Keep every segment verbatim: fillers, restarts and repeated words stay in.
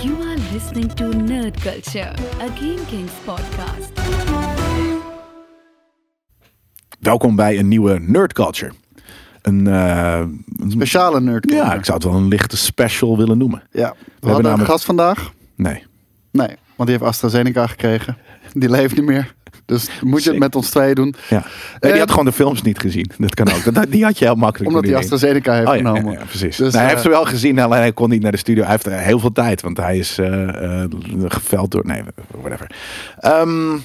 You are listening to Nerd Culture, a Game Kings podcast. Welkom bij een nieuwe Nerd Culture. Een, uh, een speciale Nerd Culture. Ja, ik zou het wel een lichte special willen noemen. Ja, we, we hadden namelijk... een gast vandaag. Nee. Nee, want die heeft AstraZeneca gekregen. Die leeft niet meer. Dus moet je het met ons twee doen. Ja. Nee, die en... had gewoon de films niet gezien. Dat kan ook. Dat, die had je heel makkelijk. Omdat hij AstraZeneca heeft oh, ja, genomen. Ja, ja, precies. Dus, nou, hij uh... heeft ze wel gezien, alleen hij kon niet naar de studio. Hij heeft heel veel tijd, want hij is uh, uh, geveld door... Nee, whatever. Um,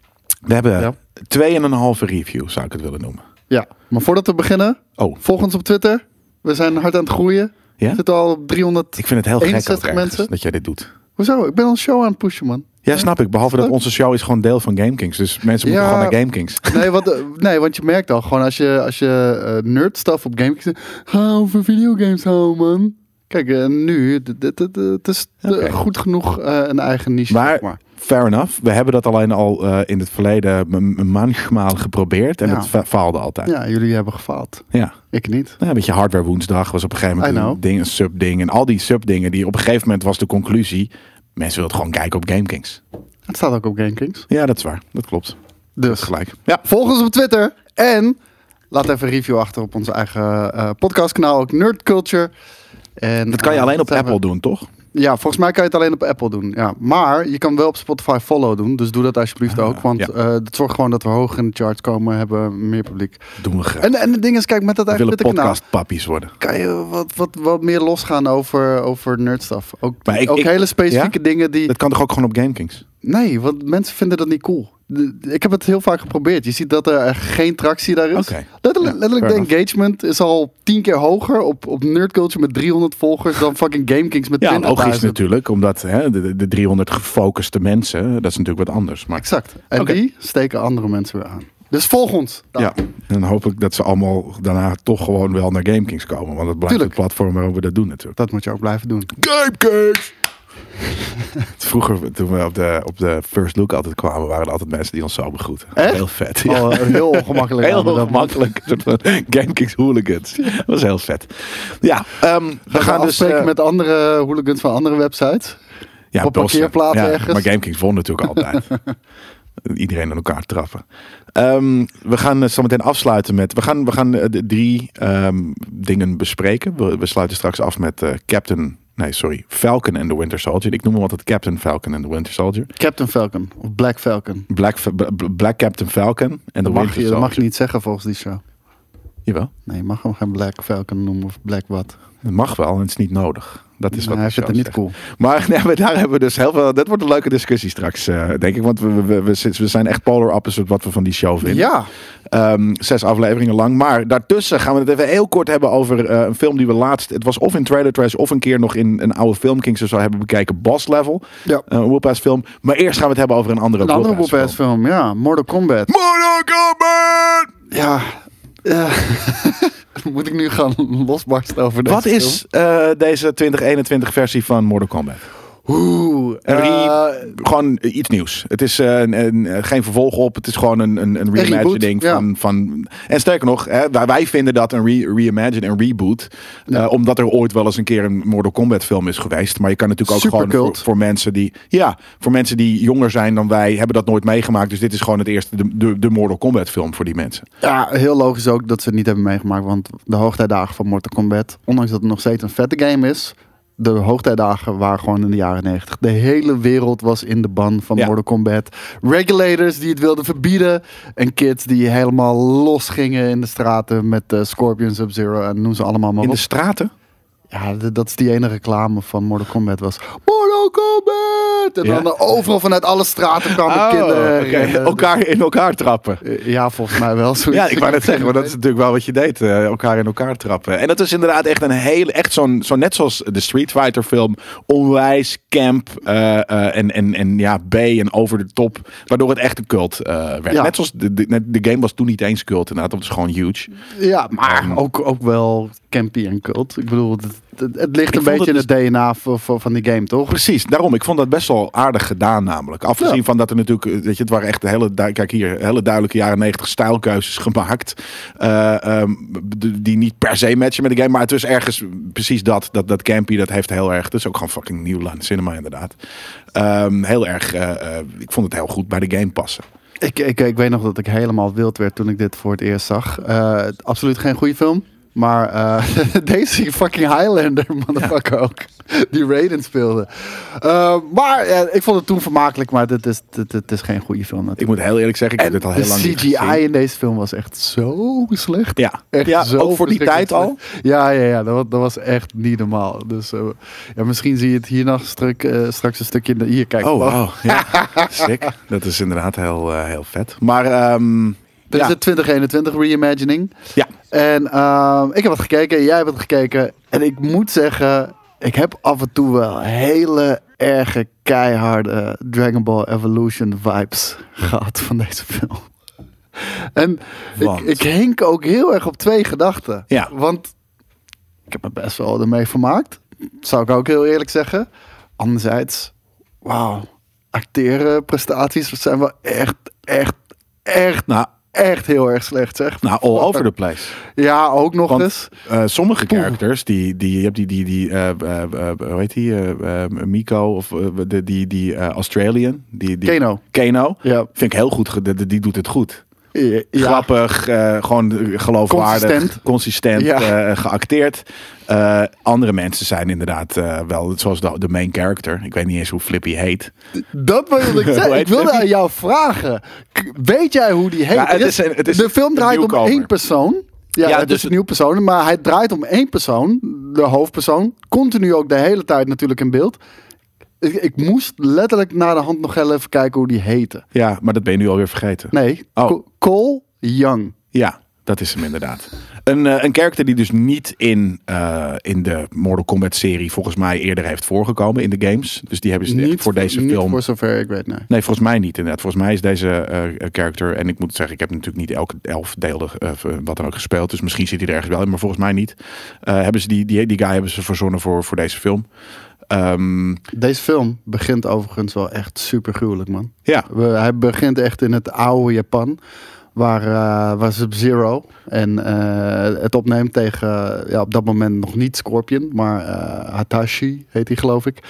we hebben ja. twee en een halve review, zou ik het willen noemen. Ja, maar voordat we beginnen, oh. volg ons op Twitter. We zijn hard aan het groeien. Ja? We zitten al op driehonderdeenenzestig Ik vind het heel gek ook ergens, mensen. dat jij dit doet. Hoezo? Ik ben al een show aan het pushen, man. Ja, snap ik. Behalve dat onze show is gewoon deel van GameKings. Dus mensen moeten ja, gewoon naar GameKings. Nee, want, nee, want je merkt al gewoon als je, als je uh, nerd stuff op GameKings... Ga over videogames houden, man. Kijk, uh, nu, het is okay. goed genoeg uh, een eigen niche. Maar, zeg maar, fair enough. We hebben dat alleen al uh, in het verleden m- manchmaal geprobeerd. En ja. het fa- faalde altijd. Ja, jullie hebben gefaald. Ja. Ik niet. Ja, een beetje hardware woensdag was op een gegeven moment een, ding, een sub-ding. En al die sub-dingen, die op een gegeven moment was de conclusie... Mensen willen gewoon kijken op GameKings. Het staat ook op GameKings. Ja, dat is waar. Dat klopt. Dus dat gelijk. Ja. Volg ons op Twitter. En laat even een review achter op onze eigen uh, podcastkanaal. Ook Nerd Culture. En, dat kan je uh, alleen op Apple we... doen, toch? Ja, volgens mij kan je het alleen op Apple doen. Ja. Maar je kan wel op Spotify follow doen. Dus doe dat alsjeblieft ah, ook. Want ja. uh, het zorgt gewoon dat we hoger in de charts komen. Hebben meer publiek. Doen we graag. En, en het ding is, kijk, met dat eigen Twitter-kanaal... We willen podcastpappies worden. Kan je wat, wat, wat meer losgaan over, over nerdstuff. Ook, ik, ook ik, hele specifieke ja? dingen die... Dat kan toch ook gewoon op GameKings? Nee, want mensen vinden dat niet cool. Ik heb het heel vaak geprobeerd. Je ziet dat er geen tractie daar is. Okay. Letterlijk, ja, letterlijk de engagement is al tien keer hoger op, op Nerd Culture met driehonderd volgers dan fucking GameKings met twintigduizend. Ja, logisch natuurlijk. Omdat hè, de, de driehonderd gefocuste mensen, dat is natuurlijk wat anders. Maar... Exact. En okay. die steken andere mensen weer aan. Dus volg ons. Dan. Ja, en dan hoop ik dat ze allemaal daarna toch gewoon wel naar GameKings komen. Want dat blijft Tuurlijk. het platform waarop we dat doen natuurlijk. Dat moet je ook blijven doen. GameKings! Vroeger, toen we op de, op de First Look altijd kwamen, waren er altijd mensen die ons zo begroeten. Echt? Heel vet. Ja. Oh, heel ongemakkelijk. heel ongemakkelijk. Een soort van GameKings hooligans. Dat was heel vet. Ja, um, we gaan, gaan we dus... Uh, met andere hooligans van andere websites? Ja, op parkeerplaatsen ja, ergens? Maar GameKings won natuurlijk altijd. Iedereen aan elkaar trappen. Um, we gaan uh, zo meteen afsluiten met... We gaan, we gaan uh, de drie um, dingen bespreken. We, we sluiten straks af met uh, Captain... Nee, sorry. Falcon and the Winter Soldier. Ik noem hem altijd Captain Falcon and the Winter Soldier. Captain Falcon. Of Black Falcon. Black, Black Captain Falcon and the dat Winter mag je, Soldier. Dat mag je niet zeggen volgens die show. Jawel. Nee, je mag hem geen Black Falcon noemen of Black wat. Het mag wel en het is niet nodig. Dat is nee, wat hij vindt het niet zegt. cool. Maar nee, daar hebben we dus heel veel... Dat wordt een leuke discussie straks, uh, denk ik. Want we, we, we, we zijn echt polar opposite wat we van die show vinden. Ja. Um, zes afleveringen lang. Maar daartussen gaan we het even heel kort hebben over uh, een film die we laatst... Het was of in Trailer Trash of een keer nog in een oude Filmkings of zo hebben bekeken. Boss Level. Ja. Uh, een Whoop-ass film. Maar eerst gaan we het hebben over een andere Een andere Whoop-ass film. film, ja. Mortal Kombat. Mortal Kombat! Ja... Uh, moet ik nu gaan losbarsten over deze Wat film? is uh, deze twintig eenentwintig versie van Mortal Kombat? Oeh, uh, re- gewoon iets nieuws. Het is uh, een, een, geen vervolg op. Het is gewoon een, een, een reimagining van, ja. van... En sterker nog, hè, wij vinden dat een re- reimagine, een reboot. Ja. Uh, omdat er ooit wel eens een keer een Mortal Kombat film is geweest. Maar je kan natuurlijk ook Super gewoon voor, voor mensen die... Ja, voor mensen die jonger zijn dan wij, hebben dat nooit meegemaakt. Dus dit is gewoon het eerste, de, de, de Mortal Kombat film voor die mensen. Ja, heel logisch ook dat ze het niet hebben meegemaakt. Want de hoogtijdagen van Mortal Kombat, ondanks dat het nog steeds een vette game is... De hoogtijdagen waren gewoon in de jaren negentig. De hele wereld was in de ban van ja. Mortal Kombat. Regulators die het wilden verbieden. En kids die helemaal los gingen in de straten met uh, Scorpion, Sub-Zero en noem ze allemaal maar In op. de straten? Ja, d- dat is die ene reclame van Mortal Kombat was. Mortal Kombat! En ja. dan overal vanuit alle straten kwamen oh, kinderen. Okay. En, elkaar in elkaar trappen. Ja, volgens mij wel. Ja, ik wou net zeggen, maar dat is natuurlijk wel wat je deed. Uh, elkaar in elkaar trappen. En dat is inderdaad echt een hele, echt zo'n, zo net zoals de Street Fighter film. Onwijs camp uh, uh, en, en, en ja, B en over de top. Waardoor het echt een cult uh, werd. Ja. Net zoals de, de, de game was toen niet eens cult inderdaad. Dat was gewoon huge. Ja, maar um, ook, ook wel campy en cult. Ik bedoel, het, het, het ligt Ik een vond beetje in het het D N A voor, voor, van die game, toch? Precies, daarom. Ik vond dat best wel aardig gedaan namelijk. Afgezien Ja. van dat er natuurlijk, weet je, het waren echt hele, du- kijk hier, hele duidelijke jaren negentig stijlkeuzes gemaakt. Uh, um, die niet per se matchen met de game, maar het was ergens precies dat. Dat, dat campy, dat heeft heel erg, dat is ook gewoon fucking New Line Cinema inderdaad. Um, heel erg, uh, uh, ik vond het heel goed bij de game passen. Ik, ik, ik weet nog dat ik helemaal wild werd toen ik dit voor het eerst zag. Uh, absoluut geen goede film. Maar uh, deze fucking Highlander, motherfucker ja. ook. Die Raiden speelde. Uh, maar uh, ik vond het toen vermakelijk, maar dit is, dit, dit is geen goede film natuurlijk. Ik moet heel eerlijk zeggen, ik en heb dit al heel lang de niet C G I gezien. in deze film was echt zo slecht. Ja, echt ja zo ook voor die tijd al. Ja, ja, ja dat, was, dat was echt niet normaal. Dus uh, ja, misschien zie je het hier nog strak, uh, straks een stukje. In de, hier, kijk. Oh, wow. Ja, sick. Dat is inderdaad heel, uh, heel vet. Maar... Um, Dit ja. is de twintig eenentwintig reimagining. Ja. En uh, ik heb het gekeken, jij hebt het gekeken. En ik moet zeggen, ik heb af en toe wel hele erge, keiharde Dragon Ball Evolution vibes gehad van deze film. En ik, ik hink ook heel erg op twee gedachten. Ja. Want ik heb me best wel ermee vermaakt. Zou ik ook heel eerlijk zeggen. Anderzijds, wauw, acteren prestaties zijn wel echt, echt, echt... Nou, echt heel erg slecht, zeg. Nou, all over the place. Ja, ook nog Want, eens. Uh, sommige characters, die, die, je hebt die, die, die uh, uh, uh, hoe heet die, uh, uh, Miko, of uh, die, die, die uh, Australian. Die, die, Kano. Kano. Ja. Vind ik heel goed, die, die doet het goed. Ja. Grappig, uh, gewoon geloofwaardig, Consistent, consistent ja. uh, geacteerd. Uh, andere mensen zijn inderdaad uh, wel, zoals de, de main character. Ik weet niet eens hoe Flippy heet. Dat wilde ik zeggen. Ik wilde aan jou vragen. Weet jij hoe die heet? Ja, het is een, het is de film draait om één persoon. Ja, ja, het dus is een nieuw persoon, maar hij draait om één persoon, de hoofdpersoon. Continu ook de hele tijd natuurlijk in beeld. Ik, ik moest letterlijk naar de hand nog heel even kijken hoe die heette. Ja, maar dat ben je nu alweer vergeten. Nee, oh. Cole Young. Ja, dat is hem inderdaad. Een, uh, een character die dus niet in, uh, in de Mortal Kombat serie volgens mij eerder heeft voorgekomen in de games. Dus die hebben ze niet voor deze niet film... voor zover ik weet, nee. Nee, volgens mij niet inderdaad. Volgens mij is deze uh, character... En ik moet zeggen, ik heb natuurlijk niet elke elf delen uh, wat dan ook gespeeld. Dus misschien zit hij er ergens wel in, maar volgens mij niet. Uh, hebben ze die, die, die guy hebben ze verzonnen voor, voor deze film. Um, Deze film begint overigens wel echt super gruwelijk, man. Ja. We, hij begint echt in het oude Japan. Waar, uh, waar Sub-Zero en uh, het opneemt tegen, uh, ja, op dat moment nog niet Scorpion, maar uh, Hatashi heet hij, geloof ik.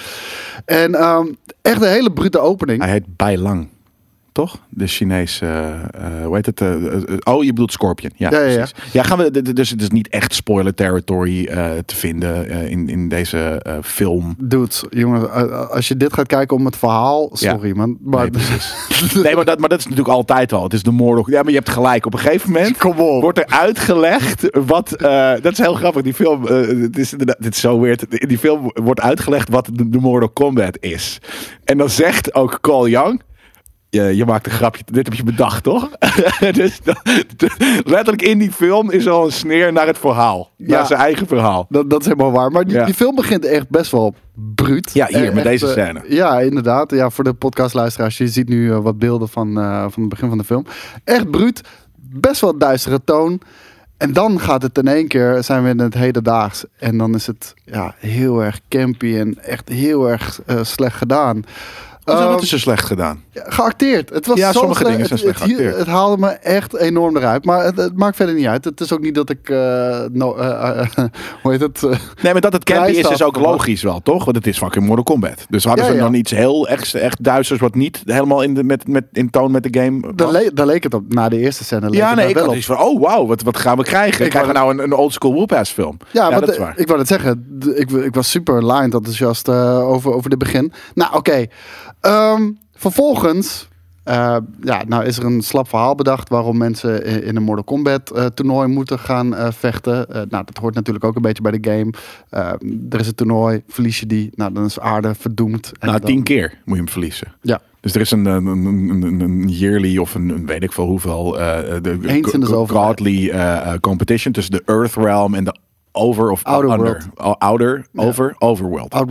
En um, echt een hele brute opening. Hij heet Bai Lang, toch? De Chinese, uh, hoe heet het? Uh, uh, oh, je bedoelt Scorpion. Ja, ja, ja, precies. Ja. ja, gaan we, dus het is niet echt spoiler territory uh, te vinden uh, in, in deze uh, film. Dude, jongen, uh, als je dit gaat kijken om het verhaal, sorry ja. man. Maar... Nee, precies. nee, maar dat, maar dat is natuurlijk altijd al. Het is de moord. Ja, maar je hebt gelijk. Op een gegeven moment Kom op. wordt er uitgelegd wat, uh, dat is heel grappig. Die film, uh, het is, dit is zo weird. In die film wordt uitgelegd wat de, de Mortal Kombat is. En dan zegt ook Cole Young, Je, je maakt een grapje, dit heb je bedacht, toch? dus dat, de, letterlijk in die film is al een sneer naar het verhaal. Ja, naar zijn eigen verhaal. Dat, dat is helemaal waar. Maar die, ja. die film begint echt best wel bruut. Ja, hier, en met echt, deze scène. Uh, ja, inderdaad. Ja, voor de podcastluisteraars, je ziet nu uh, wat beelden van, uh, van het begin van de film. Echt bruut. Best wel duistere toon. En dan gaat het in één keer, zijn we in het hedendaags. En dan is het ja, heel erg campy en echt heel erg uh, slecht gedaan. Wat Um, is er slecht gedaan? Geacteerd. Het was ja, zo sommige slecht. dingen zijn het, slecht het, geacteerd. Het haalde me echt enorm eruit. Maar het, het maakt verder niet uit. Het is ook niet dat ik... Uh, no, uh, uh, hoe heet het? Uh, nee, maar dat het campy is, is ook logisch wel, toch? Want het is fucking Mortal Kombat. Dus hadden ja, ze ja. dan iets heel echt, echt duisters... wat niet helemaal in, de, met, met, in toon met de game daar, le- daar leek het op. Na de eerste scène leek ja, het nee, daar ik wel had op. iets van... oh, wauw, wat, wat gaan we krijgen? Ik Krijgen we nou een, een oldschool Whoop-ass film? Ja, ja want, dat is waar. Ik wou het zeggen. Ik, ik was super lined enthousiast uh, over, over dit begin. Nou, oké. Okay. Um, Vervolgens, uh, ja, nou is er een slap verhaal bedacht waarom mensen in, in een Mortal Kombat uh, toernooi moeten gaan uh, vechten. Uh, nou, dat hoort natuurlijk ook een beetje bij de game. Uh, er is een toernooi, verlies je die, nou dan is aarde verdoemd. En nou, dan... tien keer moet je hem verliezen. Ja. Dus er is een, een, een, een yearly of een, een weet ik veel hoeveel uh, de Eens in de zoveel godly uh, competition tussen de Earth Realm en de over of Outer under. World. Outer, Ja. over, overworld. Outworld.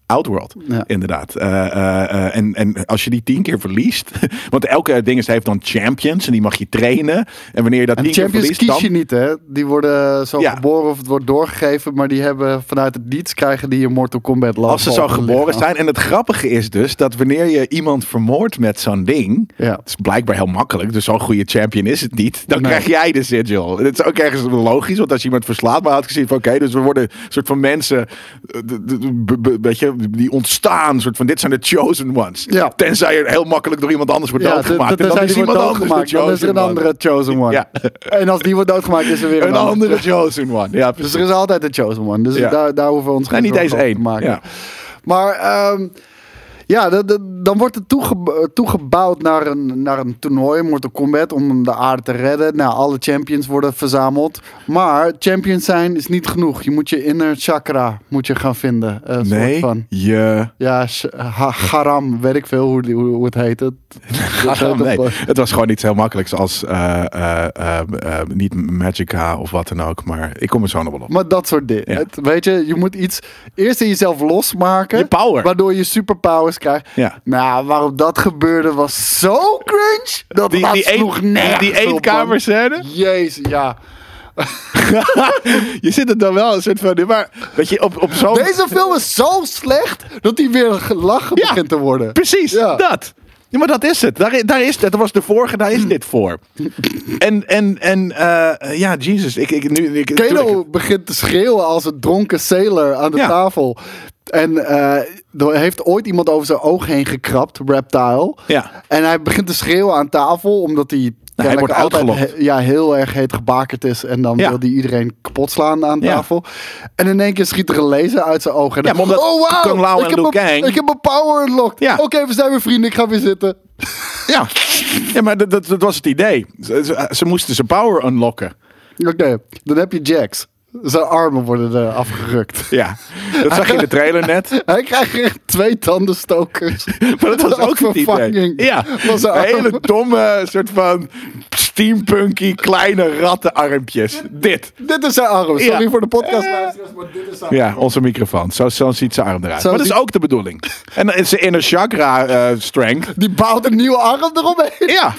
Outworld, Ja. inderdaad. Uh, uh, uh, en, en als je die tien keer verliest... Want elke ding heeft dan champions en die mag je trainen. En wanneer je dat En tien keer champions verliest... kies je dan... niet, hè? Die worden zo Ja. geboren of het wordt doorgegeven, maar die hebben vanuit het niets krijgen die in Mortal Kombat lopen. Als ze zo geboren zijn. En het grappige is dus dat wanneer je iemand vermoordt met zo'n ding... Ja. Het is blijkbaar heel makkelijk, dus zo'n goede champion is het niet. Dan Nee. krijg jij de sigil. Het is ook ergens logisch, want als je iemand verslaat... Maar had gezien van oké, okay, dus we worden een soort van mensen... Weet je, die ontstaan, soort van dit zijn de chosen ones. Ja. Tenzij er heel makkelijk door iemand anders wordt Ja, doodgemaakt. t- t- En dan zijn is die iemand wordt anders de doodgemaakt, dan is er een chosen one. andere chosen one. Ja. En als die wordt doodgemaakt, is er weer een, Een andere chosen one. Ja, Dus precies. er is altijd een chosen one. Dus Ja. daar, daar hoeven we ons Nee, geen niet eens zorgen over één. te maken. Ja. Maar ehm, ja, de, de, dan wordt het toege, toegebouwd naar een, naar een toernooi, Mortal Kombat, om de aarde te redden. Nou, alle champions worden verzameld. Maar champions zijn is niet genoeg. Je moet je inner chakra moet je gaan vinden. Een Nee, soort van, je... ja, sh- ha- Haram, weet ik veel hoe, die- hoe, hoe het heet. Het, Garam, nee. Het was gewoon iets heel makkelijks als uh, uh, uh, uh, niet Magica of wat dan ook. Maar ik kom er zo nog wel op. Maar dat soort dingen. Ja. Het- weet je, je moet iets eerst in jezelf losmaken. Je power. Waardoor je superpowers krijgt. Ja. Nou, waarop dat gebeurde was zo cringe. Dat Die, dat die, sloeg eet, nergens die op, man. eetkamerscène. Jezus, ja. Je zit het dan wel een soort van... Maar weet je, op, op zo'n... Deze film is zo slecht dat hij weer gelachen Ja. begint te worden. Precies, Ja. dat. Ja, maar dat is het. Daar, i- daar is het. Dat was de vorige, daar is dit voor. En, en, en uh, ja, Jesus. Ik, ik, nu, ik, Kano tuurlijk- begint te schreeuwen als een dronken sailor aan de Ja. tafel. En uh, er heeft ooit iemand over zijn oog heen gekrapt, Reptile. Ja. En hij begint te schreeuwen aan tafel, omdat hij... hij wordt altijd uitgelokt. he- ja, heel erg heet gebakerd is. En dan Ja. wil hij iedereen kapot slaan aan Ja. tafel. En in één keer schiet er een laser uit zijn ogen. En Ja, dan, maar omdat oh, wow, Kung Lao ik en heb Liu een- Kang- Ik heb mijn power unlocked. Ja. Oké, we zijn weer vrienden. Ik ga weer zitten. Ja. Ja, maar dat, dat, dat was het idee. Ze, ze, ze moesten zijn power unlocken. Oké, dan heb je Jax. Zijn armen worden er afgerukt. Ja. Dat zag je in de trailer net. Hij krijgt echt twee tandenstokers. Maar dat was ook het idee. vervanging Ja, van zijn een arm. hele domme soort van steampunky kleine rattenarmpjes. Dit. Dit is zijn arm. Sorry Ja. voor de podcastluisteraars, maar dit is zijn Ja, onze microfoon. Zo, zo ziet zijn arm eruit. Zo maar dat is ziet- ook de bedoeling. En dan is zijn inner chakra eh, strength. Die bouwt een nieuwe arm eromheen. Ja.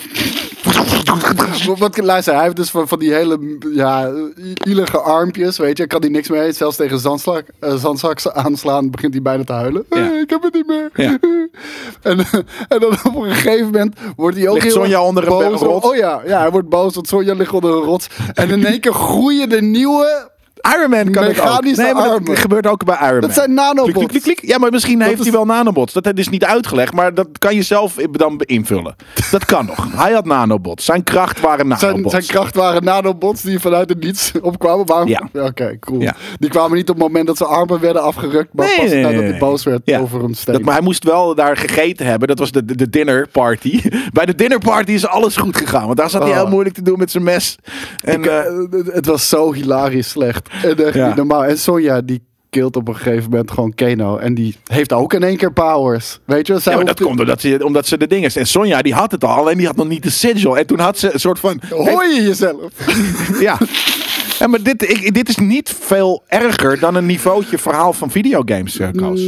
Wat, luister, hij heeft dus van, van die hele ja, ielige armpjes, weet je. Kan hij niks mee. Zelfs tegen zandslak, uh, zandzak aanslaan begint hij bijna te huilen. Ja. Eh, ik heb het niet meer. Ja. En, en dan op een gegeven moment wordt hij ook Ligt heel Sonja erg onder een boos. be- rots? Oh ja, ja, hij wordt boos, want Sonja ligt onder een rots. En in één keer groeien de nieuwe... Iron Man kan het ook. Mechanische Nee, maar dat armen. gebeurt ook bij Iron Man. Dat zijn nanobots. Klik, klik, klik, klik. Ja, maar misschien heeft is- hij wel nanobots. Dat is niet uitgelegd, maar dat kan je zelf dan invullen. Dat kan nog. Hij had nanobots. Zijn kracht waren Zijn, nanobots. zijn kracht waren nanobots die vanuit het niets opkwamen. Waarom? Ja. Oké, cool. Ja. Die kwamen niet op het moment dat zijn armen werden afgerukt, maar Nee, pas nee, nadat nee, hij nee. boos werd Ja. over een steen. Dat, maar hij moest wel daar gegeten hebben. Dat was de, de, de dinner party. Bij de dinner party is alles goed gegaan. Want daar zat hij Oh. heel moeilijk te doen met zijn mes. En, Ik, eh, eh, het- het was zo hilarisch slecht. En echt Ja. niet normaal. En Sonja, die kilt op een gegeven moment gewoon Kano. En die heeft ook in één keer powers. Weet je? Zij ja, maar dat hoeft- komt omdat ze, omdat ze de dingen is. En Sonja die had het al. Alleen die had nog niet de sigil. En toen had ze een soort van... Hoor je jezelf? Ja. Ja, maar dit, ik, dit is niet veel erger dan een niveautje verhaal van videogames, eh, Koos.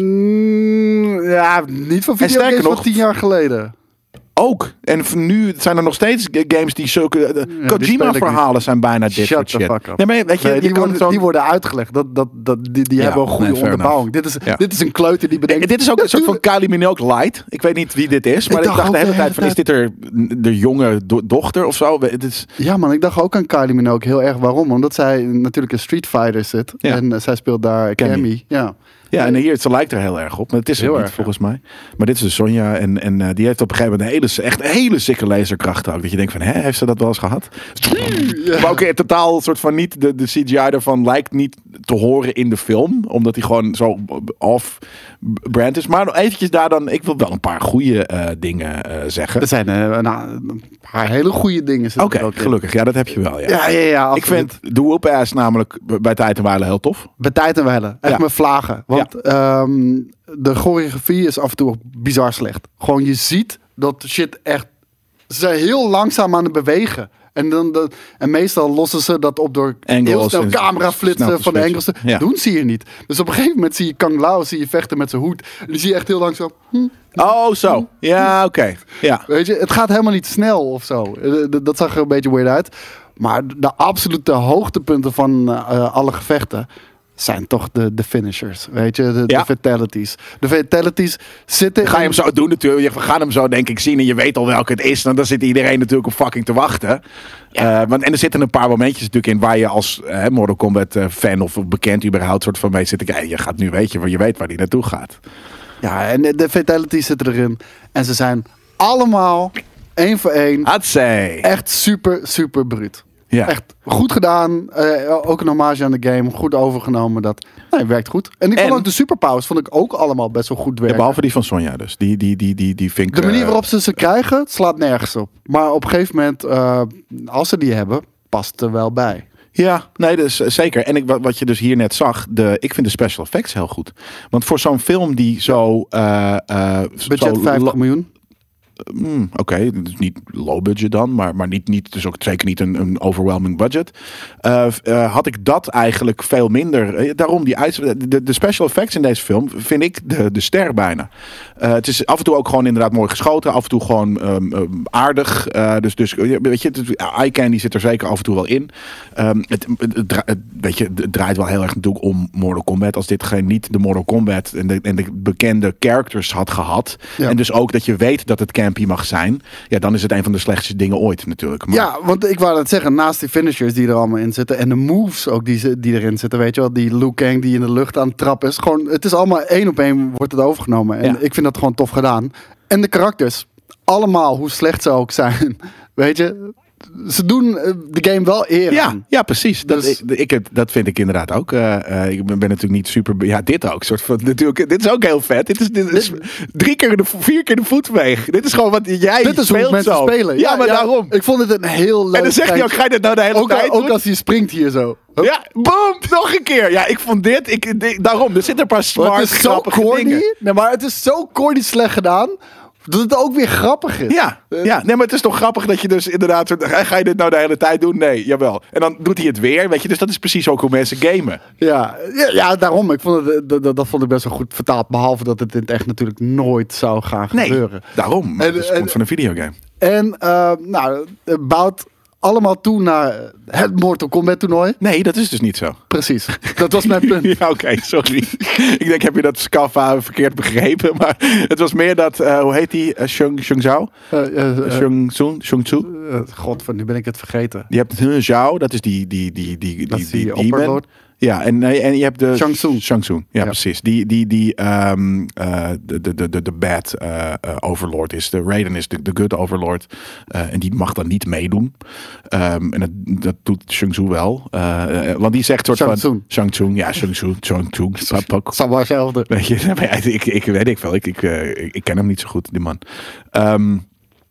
Mm, ja, niet van sterker videogames van nog- tien jaar geleden. Ook. En v- nu zijn er nog steeds g- games die zulke... eh, die Kojima-verhalen zijn bijna dit Shut soort the shit. fuck up. Nee, maar weet je, Nee, je die, kan worden, zo'n- die worden uitgelegd. Dat, dat, dat, die die Ja, hebben een goede nee, fair onderbouwing. Dit is, Ja. dit is een kleuter die bedenkt... En dit is ook een soort van Natuurlijk- Kylie Minogue light. Ik weet niet wie dit is, maar ik, dacht dacht ook de hele de tijd van, is hele dit er de jonge do- dochter of zo? Het is, Ja man, ik dacht ook aan Kylie Minogue heel erg. Waarom? Omdat zij natuurlijk in Street Fighter zit. Ja. En uh, zij speelt daar Cammy. Cammy. Ja. ja, en hier, ze lijkt er heel erg op. Maar het is het Heel niet, erg, volgens mij. Maar dit is dus Sonja. En, en uh, die heeft op een gegeven moment een hele, echt een hele sikke laserkracht ook. Dat je denkt van, hè, heeft ze dat wel eens gehad? Ja. Maar ook in totaal soort van niet, de, de C G I daarvan lijkt niet te horen in de film. Omdat hij gewoon zo off-brand is. Maar nog eventjes daar dan, ik wil wel een paar goede uh, dingen uh, zeggen. Er zijn uh, nou, een paar hele goede dingen. Oké, okay, gelukkig. Ja, dat heb je wel. Ja, ja, ja, ja ik vind de Whoop-Ass namelijk bij Tijd en Wijle heel tof. Bij Tijd en Wijle. Echt Ja. met vlagen. Want ja. um, de choreografie is af en toe bizar slecht. Gewoon je ziet dat shit echt... Ze zijn heel langzaam aan het bewegen. En, dan de, en meestal lossen ze dat op door Angles heel snel en camera snel flitsen te van de switchen. Engelse. Ja. Doen ze hier niet. Dus op een gegeven moment zie je Kang Lao zie je vechten met zijn hoed. En die zie je echt heel langzaam. Hm, Oh, zo. Ja, oké. Okay. Ja. weet je, het gaat helemaal niet snel of zo. Eh, d- Dat zag er een beetje weird uit. Maar de absolute hoogtepunten van uh, alle gevechten zijn toch de, de finishers. Weet je, de, Ja. de fatalities. De fatalities zitten... Ga je hem in- zo doen natuurlijk. We gaan hem zo denk ik zien en je weet al welke het is. Dan, dan zit iedereen natuurlijk op fucking te wachten. Ja. Uh, want, en er zitten een paar momentjes natuurlijk in waar je als uh, Mortal Kombat uh, fan of bekend überhaupt soort van mee zit. Ja, je gaat nu weet je, je weet waar die naartoe gaat. Ja, en de fatalities zitten erin. En ze zijn allemaal één voor één Hatsé. echt super, super bruut. Ja. Echt goed gedaan. Uh, ook een hommage aan de game. Goed overgenomen. Dat nee, werkt goed. En ik vond En- ook de superpowers vond ik ook allemaal best wel goed Ja, werken. behalve die van Sonja dus. Die, die, die, die, die vind ik... De manier uh, waarop ze ze krijgen, het slaat nergens op. Maar op een gegeven moment, uh, als ze die hebben, past het er wel bij. Ja, nee, dus uh, zeker. En ik, wat, wat je dus hier net zag, de, ik vind de special effects heel goed. Want voor zo'n film die zo... Uh, uh, Budget zo vijftig lo- miljoen. Mm, Oké, okay, dus niet low budget dan, maar, maar niet, niet, dus ook zeker niet een, een overwhelming budget. Uh, uh, had ik dat eigenlijk veel minder. Uh, daarom die uits- de, de special effects in deze film vind ik de, de ster bijna. Uh, het is af en toe ook gewoon inderdaad mooi geschoten, af en toe gewoon um, um, aardig. Uh, dus, dus weet je, het, eye candy zit er zeker af en toe wel in. Um, het, het, het, dra- het, weet je, het draait wel heel erg natuurlijk om Mortal Kombat. Als dit geen niet de Mortal Kombat en de, en de bekende characters had gehad, Ja. en dus ook dat je weet dat het campy mag zijn, ja, dan is het een van de slechtste dingen ooit natuurlijk. Maar, Ja, want ik wou het zeggen, naast die finishers die er allemaal in zitten en de moves ook die, ze- die erin zitten, weet je wel, die Liu Kang die in de lucht aan het trappen is, gewoon, het is allemaal één op één wordt het overgenomen. En Ja. ik vind dat gewoon tof gedaan. En de karakters, allemaal, hoe slecht ze ook zijn, weet je, ze doen eh, de game wel eer Ja, aan. ja, precies. Dat, Dus- ik, ik, heb- dat vind ik inderdaad ook. Uh, uh, ik ben, ben natuurlijk niet super... be- Ja, dit ook. Soort van, natuurlijk, dit is ook heel vet. Dit is, dit is drie keer de, vier keer de voetweg. Dit is gewoon wat jij Dit is hoe speelt mensen zo. spelen. Ja, maar daarom. Ik vond het een heel leuk En dan zegt hij ook, geintje. ga je dit nou de hele ook, tijd ook doen? als hij springt hier zo. Hup. Ja, boom, nog een keer. Ja, ik vond dit... Ik, dit- daarom, er zitten een paar Maar smart, het is zo grappige corny. dingen. Nee, maar het is zo corny slecht gedaan, dat het ook weer grappig is. Ja, Eh, ja, nee, maar het is toch grappig dat je dus inderdaad... soort- Ga ga je dit nou de hele tijd doen? Nee, jawel. En dan doet hij het weer, weet je. Dus dat is precies ook hoe mensen gamen. Ja, ja, ja, daarom. Ik vond het, dat, dat, dat vond ik best wel goed vertaald. Behalve dat het in het echt natuurlijk nooit zou gaan Nee, gebeuren. daarom. Maar En- het is- en- komt van een videogame. En uh, nou, het bouwt allemaal toe naar het Mortal Kombat toernooi. Nee, dat is dus niet zo. Precies. Dat was mijn punt. Ja, oké, sorry. Ik denk, heb je dat Scaffa verkeerd begrepen? Maar het was meer dat, uh, hoe heet die? Uh, Shang, Shang Zhao? Uh, uh, uh, Shang Tsung? Shang Tzu? uh, God, van nu ben ik het vergeten. Je hebt He Zhao, dat is die, die, die, die, Dat die, is die die demon. opperlord. Ja, en, nee, en je hebt de... Shang Tsung. Shang Tsung, ja, Ja. precies. Die, die, die um, uh, de, de, de, de, de bad uh, uh, overlord is. De Raiden is de, de good overlord. Uh, en die mag dan niet meedoen. Um, en dat, dat doet Shang Tsung wel. Uh, uh, want die zegt soort Shang van... Tsung. Shang Tsung, ja, Shang Tsung. Shang Tsung. Het zal maar hetzelfde. Weet je, maar ja, ik, ik weet ik wel. Ik, ik, uh, ik, ik ken hem niet zo goed, die man. Um,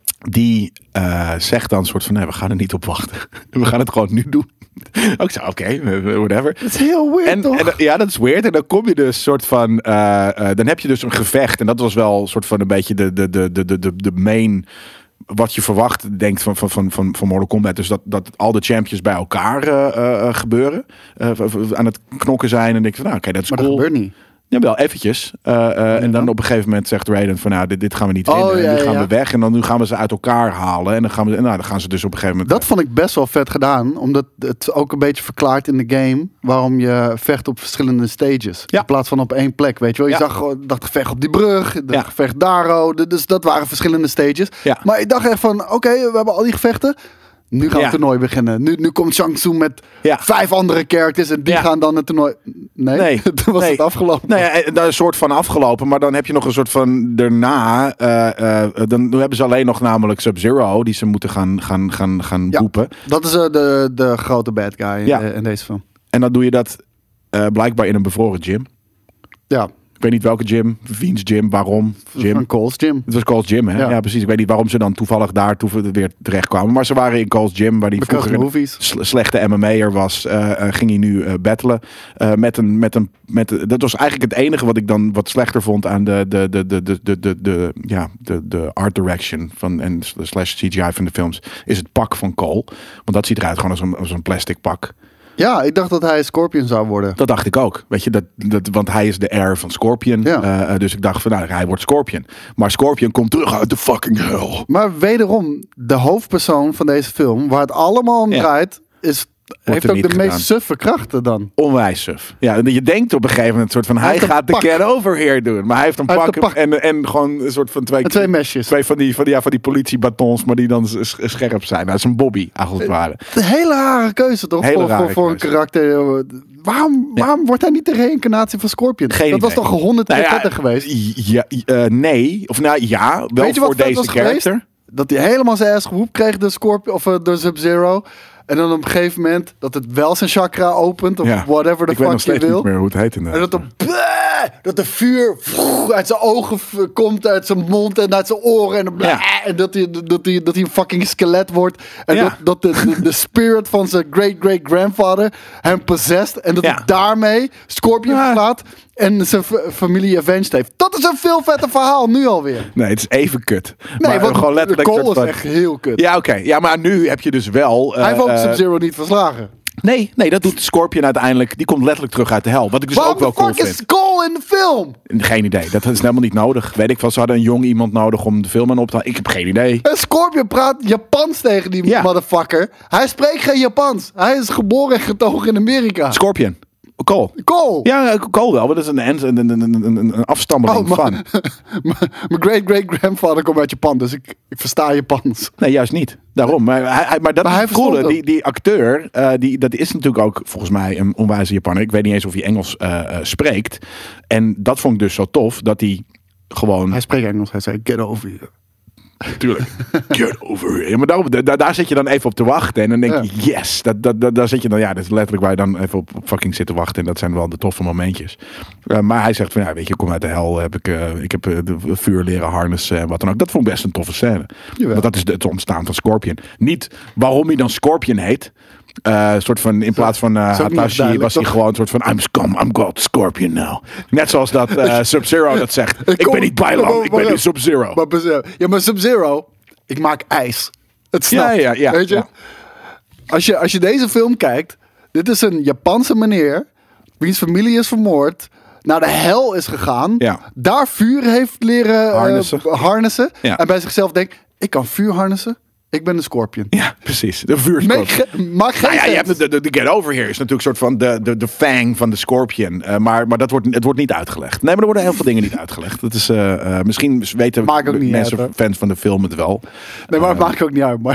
die uh, zegt dan soort van, nee, we gaan er niet op wachten. We gaan het gewoon nu doen. Ook zo, oké, okay, whatever. Dat is heel weird, En, toch? en ja, dat is weird. En dan kom je dus soort van, uh, uh, dan heb je dus een gevecht. En dat was wel soort van een beetje de, de, de, de, de, de main... Wat je verwacht, denkt van, van, van, van, van Mortal Kombat. Dus dat, dat al de champions bij elkaar uh, uh, gebeuren. Uh, aan het knokken zijn. En denk van, nou, oké, okay, dat is maar cool. dat gebeurt niet. Ja, wel eventjes. Uh, uh, en dan op een gegeven moment zegt Raiden van, nou, dit, dit gaan we niet Oh, winnen. En ja, nu gaan ja. we weg. En dan nu gaan we ze uit elkaar halen. En dan gaan, we, nou, dan gaan ze dus op een gegeven moment... Dat vond ik best wel vet gedaan. Omdat het ook een beetje verklaart in de game waarom je vecht op verschillende stages. Ja. In plaats van op één plek, weet je wel. Je Ja. zag gewoon dat gevecht op die brug, dat Ja. gevecht daar. oh, Dus dat waren verschillende stages. Ja. Maar ik dacht echt van, oké, okay, we hebben al die gevechten. Nu gaan we Ja. het toernooi beginnen. Nu, nu komt Shang Tsung met Ja. vijf andere characters en die Ja. gaan dan het toernooi... Nee, Nee. toen was Nee. het afgelopen. Nou ja, en dat is een soort van afgelopen. Maar dan heb je nog een soort van daarna. Uh, uh, dan hebben ze alleen nog namelijk Sub-Zero. Die ze moeten gaan, gaan, gaan, gaan Ja. boepen. Dat is uh, de, de grote bad guy Ja. in, in deze film. En dan doe je dat uh, blijkbaar in een bevroren gym. Ja. Ik weet niet welke gym. Wiens gym, waarom. Gym. Van Cole's Gym. Het was Cole's Gym, hè? Ja. Ja. ja, precies. Ik weet niet waarom ze dan toevallig daar toe weer terecht kwamen. Maar ze waren in Cole's Gym, waar die Because vroeger movies. een sl- slechte M M A'er was. Uh, uh, ging hij nu uh, battelen. Uh, met een, met een, met, uh, dat was eigenlijk het enige wat ik dan wat slechter vond aan de, de, de, de, de, de, de, de, ja, de, de art direction van, en slash C G I van de films. Is het pak van Cole. Want dat ziet eruit gewoon als een, als een plastic pak. Ja, ik dacht dat hij Scorpion zou worden. Dat dacht ik ook. Weet je, dat, dat, want hij is de heir van Scorpion. Ja. Uh, dus ik dacht van, nou, hij wordt Scorpion. Maar Scorpion komt terug uit de fucking hell. Maar wederom, de hoofdpersoon van deze film, waar het allemaal om Ja. draait, is, heeft er ook niet de gedaan. meest suffe krachten dan. Onwijs suf. Ja, en je denkt op een gegeven moment soort van, hij, Hij heeft een gaat de pak. get over here doen. Maar hij heeft een Hij pak, heeft een pak. En, en gewoon een soort van twee, En twee mesjes. twee van die, van die, ja, van die politiebatons, maar die dan s- s- scherp zijn. Dat is een Bobby, als het ware. Een hele rare keuze toch? Hele voor, rare voor, voor een keuze. karakter. Waarom, waarom wordt hij niet de reïncarnatie van Scorpion? Geen dat was idee. toch honderd keer Nou ja, vetter geweest? Ja, uh, nee. Of nou ja, wel Weet je voor wat vet deze was geweest? character. Dat hij helemaal zijn ass gewoep kreeg door, Scorpion, of, uh, door Sub-Zero. En dan op een gegeven moment dat het wel zijn chakra opent. Of Ja. whatever the Ik weet nog fuck je steeds wil. niet meer hoe het heet En inderdaad. dat de, dat de vuur uit zijn ogen v- komt, uit zijn mond en uit zijn oren. En, dan- Ja. en dat, hij, dat, hij, dat hij een fucking skelet wordt. En Ja. dat, dat de, de, de spirit van zijn great-great-grandfather hem possessed. En dat Ja. hij daarmee Scorpion Ja. verlaat en zijn f- familie avenged heeft. Dat is een veel vetter verhaal nu alweer. Nee, het is even kut. Nee, maar want gewoon letterlijk Cole soort is van- echt heel kut. Ja, oké. Ja, maar nu heb je dus wel... Hij heeft ook uh, uh, Sub-Zero niet verslagen. Nee, nee, dat doet Scorpion uiteindelijk. Die komt letterlijk terug uit de hel. Wat ik dus Waarom ook wel de cool fuck vind. is Cole in de film? Geen idee. Dat is helemaal niet nodig. Weet ik wel. Ze hadden een jong iemand nodig om de film aan op te halen. Ik heb geen idee. En Scorpion praat Japans tegen die Ja. motherfucker. Hij spreekt geen Japans. Hij is geboren en getogen in Amerika. Scorpion. Cole. Cole. Ja, Cole wel. Maar dat is een, een, een, een, een, een afstammeling Oh, van. man. Mijn great-great-grandfather komt uit Japan, dus ik, ik versta Japans. Nee, juist niet. Daarom. Maar, hij, hij- maar dat Maar is hij het coole. verstond Die, die acteur, uh, die, dat is natuurlijk ook volgens mij een onwijze Japaner. Ik weet niet eens of hij Engels uh, uh, spreekt. En dat vond ik dus zo tof. Dat hij gewoon... Hij spreekt Engels, hij zei get over here. Tuurlijk. Get over here. Maar daarom, daar, daar zit je dan even op te wachten. En dan denk je, yes. Dat, dat, dat, daar zit je dan, ja, dat is letterlijk waar je dan even op, op fucking zit te wachten. En dat zijn wel de toffe momentjes. Uh, maar hij zegt van, ja, weet je, ik kom uit de hel. Heb ik, uh, ik heb uh, de vuur leren harnessen en wat dan ook. Dat vond ik best een toffe scène. Jawel. Want dat is de, het ontstaan van Scorpion. Niet waarom hij dan Scorpion heet. Uh, soort van, in plaats van uh, is ook niet echt Hatashi duidelijk, was hij toch? gewoon een soort van, I'm, scum, I'm God Scorpion now. Net zoals dat uh, Sub-Zero dat zegt. Ik, kom- ben niet Bailan, ik ben nu Sub-Zero. Maar, Sub- ja, maar Sub-Zero, ik maak ijs. Het snapt. Ja, ja, ja, Weet je? ja. Als je? Als je deze film kijkt, dit is een Japanse meneer, wiens familie is vermoord, naar de hel is gegaan, Ja. daar vuur heeft leren uh, Harnessen. harnessen Ja. en bij zichzelf denkt, ik kan vuur harnessen, ik ben een Scorpion. Ja, precies. De Make vuurscorpion. ge- maak geen Nou ja, je sens. hebt de, de, de Get Over Here is natuurlijk een soort van de, de, de fang van de Scorpion. Uh, maar maar dat wordt, het wordt niet uitgelegd. Nee, maar er worden heel veel dingen niet uitgelegd. Dat is, uh, uh, misschien weten Maakt ook niet mensen, uit, hè? fans van de film het wel. Nee, maar het Uh, maakt ook niet uit. Maar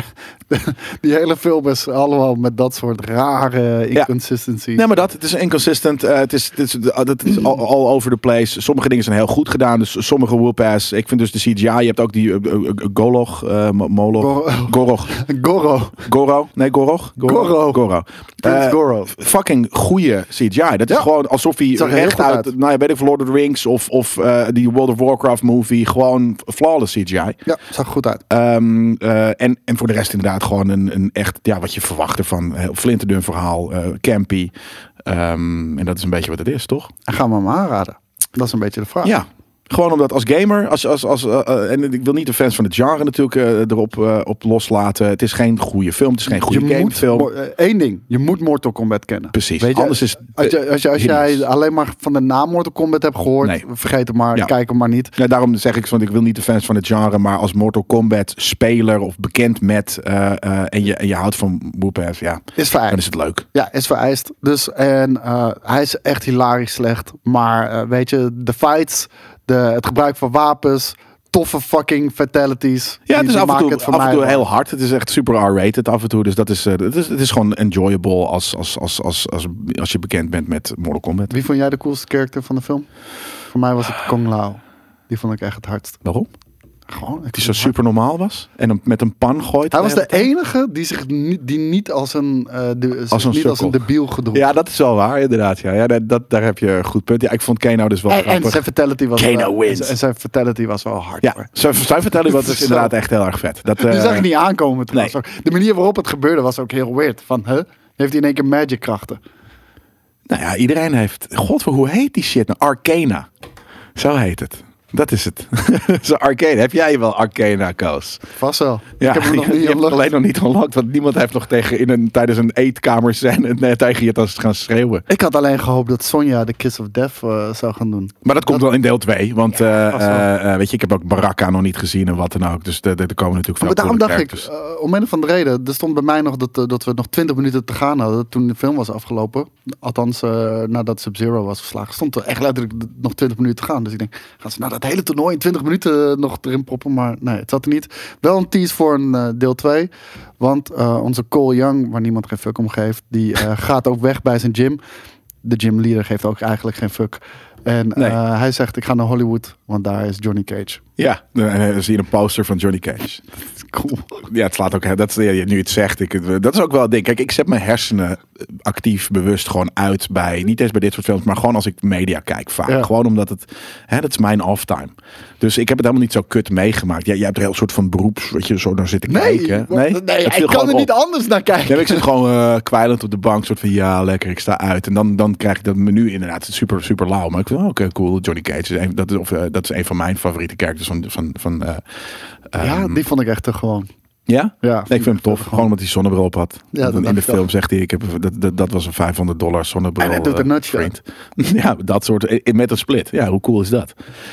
die hele film is allemaal met dat soort rare inconsistencies. Nee, maar dat, het is inconsistent. Uh, het is, het is, het is all, all over the place. Sommige dingen zijn heel goed gedaan. Dus sommige whoop-ass. Ik vind dus de C G I. Je hebt ook die uh, uh, Golog, uh, Moloch, Goro. Gorog. Goro. Goro? Nee, Gorog? Goro. Goro. Prins Uh, Goro. Fucking goede C G I. Dat is Ja. gewoon alsof hij Zag er heel recht goed uit, uit. nou ja, weet ik, Lord of the Rings of, of uh, die World of Warcraft movie. Gewoon flawless C G I. Ja, zag er goed uit. Um, uh, en, en voor de rest inderdaad gewoon een, een echt, ja, wat je verwacht ervan. Heel flinterdun verhaal, uh, campy. Um, en dat is een beetje wat het is, toch? En gaan we hem aanraden? Dat is een beetje de vraag. Ja. Gewoon omdat als gamer, als, als, als, uh, uh, en ik wil niet de fans van het genre natuurlijk uh, erop uh, op loslaten. Het is geen goede film, het is geen goede je moet gamefilm. mo- eh, één ding, je moet Mortal Kombat kennen. Precies, Weet je, anders is als, je, als, je, als hideous. jij alleen maar van de naam Mortal Kombat hebt gehoord, Nee. vergeet het maar, Ja. kijk hem maar niet. Ja, daarom zeg ik, want ik wil niet de fans van het genre, maar als Mortal Kombat speler of bekend met uh, uh, en, je, en je houdt van whoop-ass, ja, Is vereist. dan is het leuk. Ja, is vereist. Dus, en uh, hij is echt hilarisch slecht. Maar uh, weet je, de fights, de, het gebruik van wapens, toffe fucking fatalities. Ja, het die- is die af en maken toe, het voor af en mij toe wel. heel hard. Het is echt super R-rated af en toe. Dus dat is, uh, het is, het is gewoon enjoyable als, als, als, als, als, als je bekend bent met Mortal Kombat. Wie vond jij de coolste character van de film? Voor mij was het Kung Lao. Die vond ik echt het hardst. Waarom? Gewoon, Die zo super normaal was. En hem met een pan gooit. Hij was de hele tijd. enige die zich niet, die niet als een, uh, de, Als een niet als een sukkel. debiel gedroeg. Ja, dat is wel waar, inderdaad. Ja, ja dat, dat, daar heb je een goed punt. Ja, ik vond Kano dus wel en, en grappig. zijn fatality was Kano wel, wins. en zijn fatality was wel hard. Ja, hoor. zijn, zijn vertelling was dus Zo. inderdaad echt heel erg vet. Dat, Die eh, zag ik niet aankomen trouwens. nee. De manier waarop het gebeurde was ook heel weird. Van, huh? Heeft hij in één keer magic krachten? Nou ja, iedereen heeft... God, hoe heet die shit nou? Arcana. Zo heet het. Dat is het. Zo Arcana. Heb jij wel Arcana, Koos? Vast wel. Ja, ik heb hem nog je, niet je hebt unlocked. alleen nog niet unlocked. Want niemand heeft nog tegen in een, tijdens een eetkamer zijn nee, tegen je het gaan schreeuwen. Ik had alleen gehoopt dat Sonja de Kiss of Death uh, zou gaan doen. Maar dat komt wel in deel twee. Want Ja, eh, vast wel. eh, eh, weet je, ik heb ook Baraka nog niet gezien en wat dan ook. Dus er komen natuurlijk veel Maar daarom coole dacht ik, characters. uh, om een of andere reden, er stond bij mij nog dat, uh, dat we nog twintig minuten te gaan hadden toen de film was afgelopen. Althans, uh, nadat Sub-Zero was verslagen, stond er echt letterlijk nog twintig minuten te gaan. Dus ik denk, gaan ze nou dat hele toernooi in twintig minuten nog erin proppen? Maar nee, het zat er niet. Wel een tease voor een uh, deel twee. Want uh, onze Cole Young, waar niemand geen fuck om geeft, die uh, gaat ook weg bij zijn gym. De gymleader geeft ook eigenlijk geen fuck. En Nee. uh, hij zegt, ik ga naar Hollywood, want daar is Johnny Cage. Ja, en dan zie je een poster van Johnny Cage. Cool. Ja, het slaat ook. Dat, ja, nu je het zegt, ik, dat is ook wel een ding. Kijk, ik zet mijn hersenen actief, bewust gewoon uit bij, niet eens bij dit soort films, maar gewoon als ik media kijk vaak. Ja. Gewoon omdat het, hè, dat is mijn off-time. Dus ik heb het helemaal niet zo kut meegemaakt. Ja, jij hebt er een soort van beroeps, wat je zo naar zit te Nee, kijken. nee, Het nee viel ik kan gewoon er op. niet anders naar kijken. Ja, maar ik zit gewoon uh, kwijlend op de bank, soort van ja, lekker, ik sta uit. En dan, dan krijg ik dat menu inderdaad super, super lauw. Maar ik vind, oh, oké, cool, Johnny Cage. Is een, dat, is, of, uh, dat is een van mijn favoriete characters van, van, van uh, Ja, um, die vond ik echt te gewoon. ja? Ja, Nee, ik vind hem tof. Gewoon omdat hij zonnebril op had. Ja, dat in dacht de ik ook. film zegt hij, ik heb, dat, dat, dat was een vijfhonderd dollar zonnebril. En hij doet een eh, nutshot. vriend. Ja, dat soort, met een split. Ja, hoe cool is dat?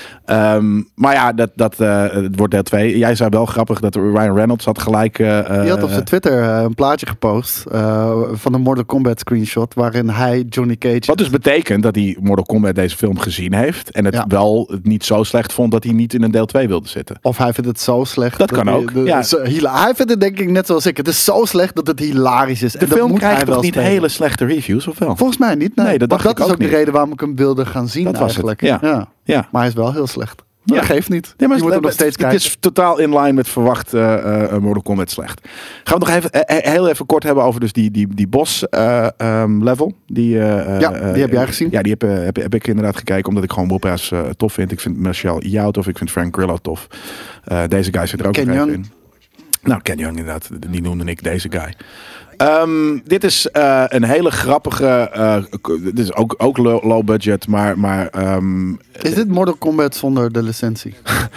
Um, maar ja, dat, dat uh, het wordt deel twee. Jij zei wel grappig dat Ryan Reynolds had gelijk... Uh, Die had op zijn Twitter uh, een plaatje gepost uh, van een Mortal Kombat screenshot waarin hij Johnny Cage... Wat dus betekent dat hij Mortal Kombat deze film gezien heeft. En het Ja. wel het niet zo slecht vond dat hij niet in een deel twee wilde zitten. Of hij vindt het zo slecht. Dat kan hij- ook, de- ja. zo- hila- hij vindt het denk ik net zoals ik. Het is zo slecht dat het hilarisch is. De en dat film moet hij krijgt wel toch niet spelen. hele slechte reviews, of wel? Volgens mij niet. Nee, Nee, dat Want dacht dat ik is ook ook de niet. reden waarom ik hem wilde gaan zien Dat was het, eigenlijk. ja. Ja. Ja. Maar hij is wel heel slecht. Maar Ja. dat geeft niet. Ja, maar je moet het, hem nog steeds het, kijken. het is totaal in lijn met verwacht uh, uh, Mortal Kombat slecht. Gaan we nog even uh, heel even kort hebben over dus die, die, die boss uh, um, level. Die, uh, Ja, uh, die heb jij gezien. Ja, die heb, uh, heb, heb ik inderdaad gekeken omdat ik gewoon Whoop-ass uh, tof vind. Ik vind Marshall Yao tof, ik vind Frank Grillo tof. Uh, deze guy zit er ook Ken nog even Young. in. Nou, Ken Young inderdaad, die noemde ik deze guy. Um, dit is uh, een hele grappige, uh, k- dit is ook, ook low, low budget, maar... maar um, Is dit Mortal Kombat zonder de licentie?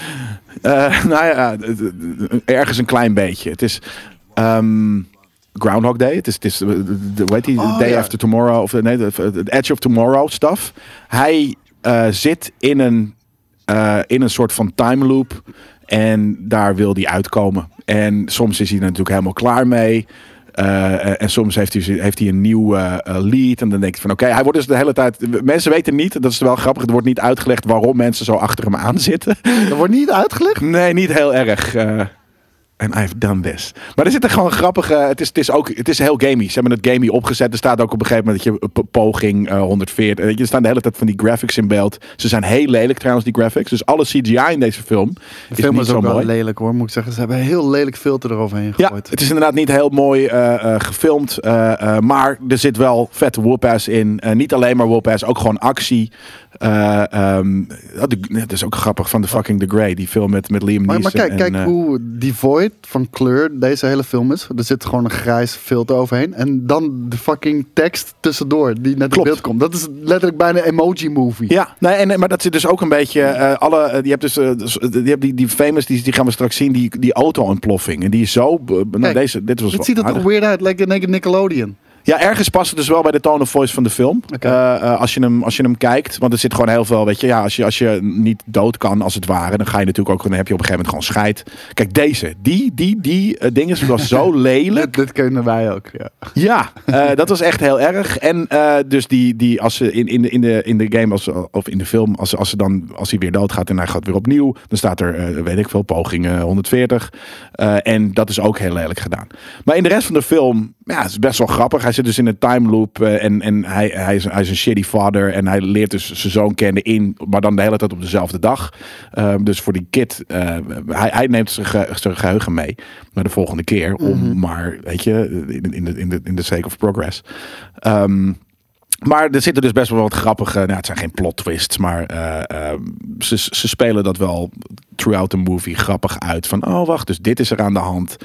Uh, nou ja, d- d- d- ergens een klein beetje. Het is um, Groundhog Day. Het is, het is uh, de, hoe heet die? Oh, Day ja. After Tomorrow. Of nee, de, de Edge of Tomorrow stuff. Hij uh, zit in een, uh, in een soort van time loop. En daar wil hij uitkomen. En soms is hij er natuurlijk helemaal klaar mee. Uh, en soms heeft hij, heeft hij een nieuw uh, lead. En dan denk je van oké, okay, hij wordt dus de hele tijd... Mensen weten niet, dat is wel grappig. Er wordt niet uitgelegd waarom mensen zo achter hem aan zitten. Dat wordt niet uitgelegd? Nee, niet heel erg. Uh, And I've done this. Maar er zitten gewoon grappige... Het is, het is ook het is heel gamey. Ze hebben het gamey opgezet. Er staat ook op een gegeven moment dat je p- poging uh, honderdveertig... Weet je, er staan de hele tijd van die graphics in beeld. Ze zijn heel lelijk trouwens, die graphics. Dus alle C G I in deze film De is film niet is zo ook wel mooi. lelijk hoor, moet ik zeggen. Ze hebben een heel lelijk filter eroverheen Ja, gegooid. het is inderdaad niet heel mooi uh, uh, gefilmd. Uh, uh, maar er zit wel vette whoop-ass in. Uh, niet alleen maar whoop-ass, ook gewoon actie. Uh, um, dat is ook grappig van The Fucking The Grey. Die film met, met Liam Maar, Neeson. maar kijk, kijk en, uh, hoe devoid van kleur deze hele film is. Er zit gewoon een grijs filter overheen. En dan de fucking tekst tussendoor die net in Klopt. beeld komt. Dat is letterlijk bijna een emoji movie. Ja, nee, en, maar dat zit dus ook een beetje. Uh, alle, uh, je hebt dus, uh, dus, uh, die, hebt die, die famous, die, die gaan we straks zien, die, die auto-ontploffing. En die is zo. Uh, nou, Kijk, deze, dit was Het wel ziet er aardig. toch weird uit, lekker like Nickelodeon. Ja, ergens past het dus wel bij de tone of voice van de film. Oké. Uh, uh, als, je hem, als je hem kijkt. Want er zit gewoon heel veel, weet je. Ja, als je, als je niet dood kan, als het ware. Dan ga je natuurlijk ook, dan heb je op een gegeven moment gewoon scheid. Kijk, deze. Die, die, die uh, ding is was zo lelijk. Dit, dit kunnen wij ook, ja. Ja, uh, dat was echt heel erg. En uh, dus die, die als ze in, in, de, in, de, in de game als, of in de film, als, als, ze dan, als hij weer doodgaat en hij gaat weer opnieuw, dan staat er, uh, weet ik veel, poging uh, honderdveertig. Uh, en dat is ook heel lelijk gedaan. Maar in de rest van de film ja, het is best wel grappig. Hij zit dus in een time loop uh, en, en hij, hij, is, hij is een shitty father en hij leert dus zijn zoon kennen in, maar dan de hele tijd op dezelfde dag. Uh, dus voor die kid, uh, hij, hij neemt zijn, ge, zijn geheugen mee naar de volgende keer om mm-hmm. maar, weet je, in, in, de, in, de, in de sake of progress. Um, Maar er zitten dus best wel wat grappige... Nou, het zijn geen plot twists, maar uh, uh, ze, ze spelen dat wel throughout the movie grappig uit. Van, oh wacht, dus dit is er aan de hand.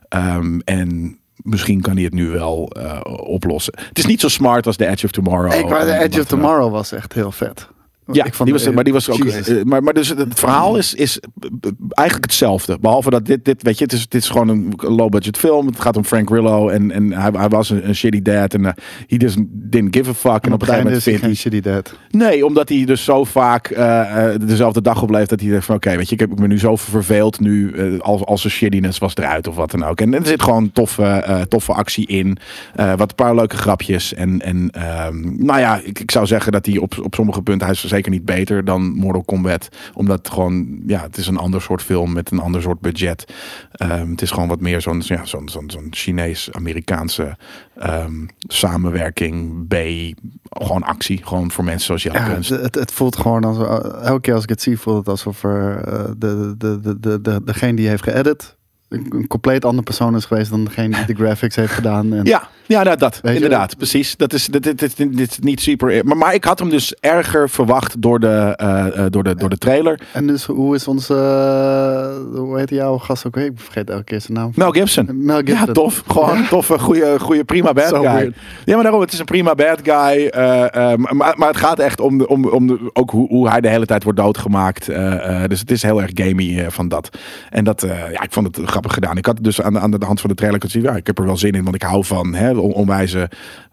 Um, en misschien kan hij het nu wel uh, oplossen. Het is niet zo smart als The Edge of Tomorrow. Ik, maar The Edge of Tomorrow was echt heel vet. Ja, ik vond die was, de, maar die was ook. Uh, maar, maar dus het verhaal is, is eigenlijk hetzelfde. Behalve dat dit, dit weet je, het is, dit is gewoon een low budget film. Het gaat om Frank Grillo en, en hij, hij was een, een shitty dad en uh, he doesn't, didn't give a fuck. En, en op een gegeven moment vindt hij shitty dad. Nee, omdat hij dus zo vaak uh, uh, dezelfde dag opleeft dat hij denkt van oké, okay, weet je, ik heb me nu zo verveeld nu uh, als, als zijn shittiness was eruit of wat dan ook. En, en er zit gewoon toffe, uh, toffe actie in, uh, wat een paar leuke grapjes en, en um, nou ja, ik, ik zou zeggen dat hij op, op sommige punten hij is zeker niet beter dan Mortal Kombat. Omdat het gewoon, ja, het is een ander soort film met een ander soort budget. Um, het is gewoon wat meer zo'n, ja, zo'n, zo'n, zo'n Chinees-Amerikaanse um, samenwerking, B, gewoon actie. Gewoon voor mensen zoals jou. Ja, het, het voelt gewoon als, elke keer als ik het zie, voelt het alsof er uh, de, de, de, de, de, degene die heeft geëdit een compleet andere persoon is geweest dan degene die de graphics heeft gedaan. En ja, ja nou, dat. Weet inderdaad. Je? Precies. Dat is, dit, dit, dit, dit is niet super... Maar, maar ik had hem dus erger verwacht door de, uh, door de, door de trailer. En dus hoe is onze... Uh, hoe heet jouw gast ook weer? Ik vergeet elke keer zijn naam. Mel Gibson. Mel Gibson. Ja, tof. Gewoon een toffe, goede, goede prima bad guy. Weird. Ja, maar daarom, het is een prima bad guy. Uh, uh, maar, maar het gaat echt om, de, om, om de, ook hoe, hoe hij de hele tijd wordt doodgemaakt. Uh, uh, dus het is heel erg gamey uh, van dat. En dat, uh, ja, ik vond het grappig gedaan. Ik had het dus aan de, aan de hand van de trailer kunnen zien. Ja, ik heb er wel zin in, want ik hou van hè, onwijze...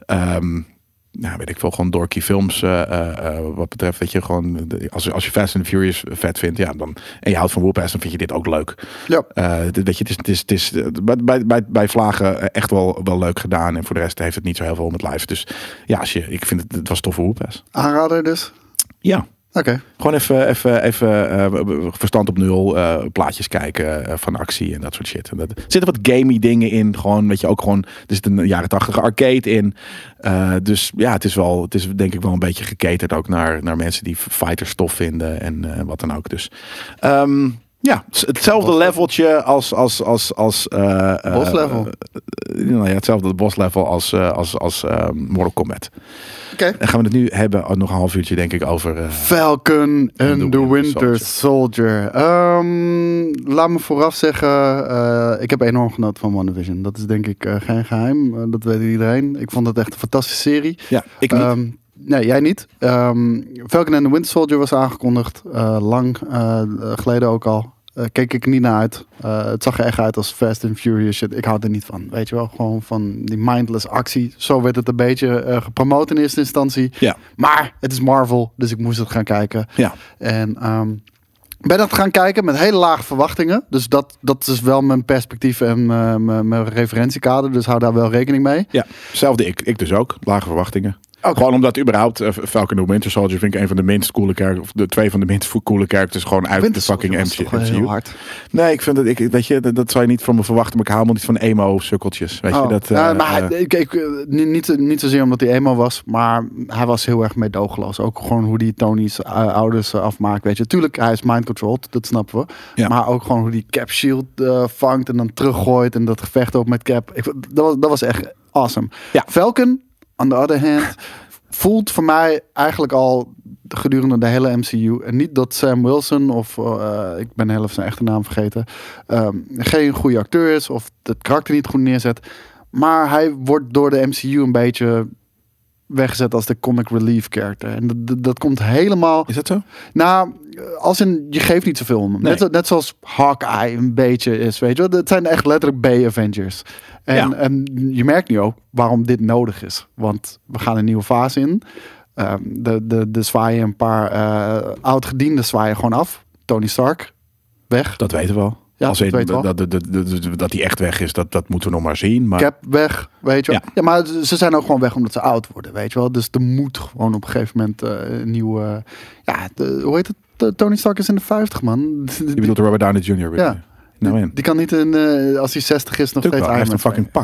Um, nou, weet ik veel, gewoon dorky films uh, uh, wat betreft dat je gewoon, als, als je Fast and Furious vet vindt, ja, dan, en je houdt van Whoop-ass, dan vind je dit ook leuk. Ja. Uh, weet je, het is, het is, het is bij, bij, bij Vlagen echt wel, wel leuk gedaan en voor de rest heeft het niet zo heel veel om het live. Dus ja, als je, ik vind het, het was toffe Whoop-ass. Aanrader dus? Ja. Oké. Okay. Gewoon even, even, even uh, verstand op nul, uh, plaatjes kijken uh, van actie en dat soort shit. En dat, er zitten wat gamey dingen in. Gewoon, weet je, ook gewoon, er zit een jaren tachtig arcade in. Uh, dus ja, het is wel, het is denk ik wel een beetje geketerd ook naar, naar mensen die fighters tof vinden en uh, wat dan ook. Dus um, ja, hetzelfde leveltje als als als als uh, boss level. Uh, uh, nou ja, hetzelfde boss level als uh, als als uh, Mortal Kombat. Oké. Okay. Dan gaan we het nu hebben, nog een half uurtje denk ik over uh, Falcon and the, the Winter Soldier. Soldier. Um, laat me vooraf zeggen, uh, ik heb enorm genoten van WandaVision. Dat is denk ik uh, geen geheim. Uh, dat weet iedereen. Ik vond het echt een fantastische serie. Ja, ik niet. Um, Nee, jij niet. Um, Falcon and the Winter Soldier was aangekondigd. Uh, lang uh, geleden ook al. Uh, keek ik niet naar uit. Uh, het zag er echt uit als Fast and Furious shit. Ik hou er niet van. Weet je wel, gewoon van die mindless actie. Zo werd het een beetje uh, gepromoot in eerste instantie. Ja. Maar het is Marvel, dus ik moest het gaan kijken. Ja. En um, ben dat gaan kijken met hele lage verwachtingen. Dus dat, dat is wel mijn perspectief en uh, mijn, mijn referentiekader. Dus hou daar wel rekening mee. Ja, hetzelfde ik. Ik dus ook. Lage verwachtingen. Okay. Gewoon omdat überhaupt uh, Falcon and the Winter Soldier vind ik een van de minst coole characters, of de twee van de minst coole characters gewoon uit Winter de fucking M C U. Heel hard. Nee, ik vind dat ik weet je dat, dat zou je niet van me verwachten, maar ik hou me niet van emo sukkeltjes, weet oh. je dat. Uh, ja, maar uh, ik, ik, niet, niet zozeer omdat hij emo was, maar hij was heel erg meedogenloos. Ook gewoon hoe die Tony's uh, ouders uh, afmaakt, weet je. Tuurlijk, hij is mind controlled, dat snappen we. Ja. Maar ook gewoon hoe die Cap shield uh, vangt en dan teruggooit en dat gevecht ook met Cap. Ik, dat was dat was echt awesome. Ja. Falcon, on the other hand, voelt voor mij eigenlijk al gedurende de hele M C U. En niet dat Sam Wilson of uh, ik ben heel even zijn echte naam vergeten, um, geen goede acteur is of het karakter niet goed neerzet. Maar hij wordt door de M C U een beetje weggezet als de comic relief character. En dat, dat, dat komt helemaal... Is dat zo? Nou, als in, je geeft niet zoveel om hem. Nee. Net, net zoals Hawkeye een beetje is, weet je wel. Het zijn echt letterlijk B-Avengers. En, ja. en je merkt nu ook waarom dit nodig is. Want we gaan een nieuwe fase in. Um, de, de, de zwaaien een paar uh, oud-gedienden zwaaien gewoon af. Tony Stark, weg. Dat weten we al. Ja, Als dat, dat, dat, dat, dat, dat, dat hij echt weg is, dat, dat moeten we nog maar zien. Maar... Cap weg, weet je wel. Ja. Ja. ja, maar ze zijn ook gewoon weg omdat ze oud worden, weet je wel. Dus er moet gewoon op een gegeven moment uh, een nieuwe... Uh, ja, de, hoe heet het? De, Tony Stark is in de vijftig, man. Je bedoelt Robert Downey junior? Ja. Nou, die, die kan niet, in, uh, als hij zestig is, nog Tuurlijk steeds wel. Hij heeft een fucking pak.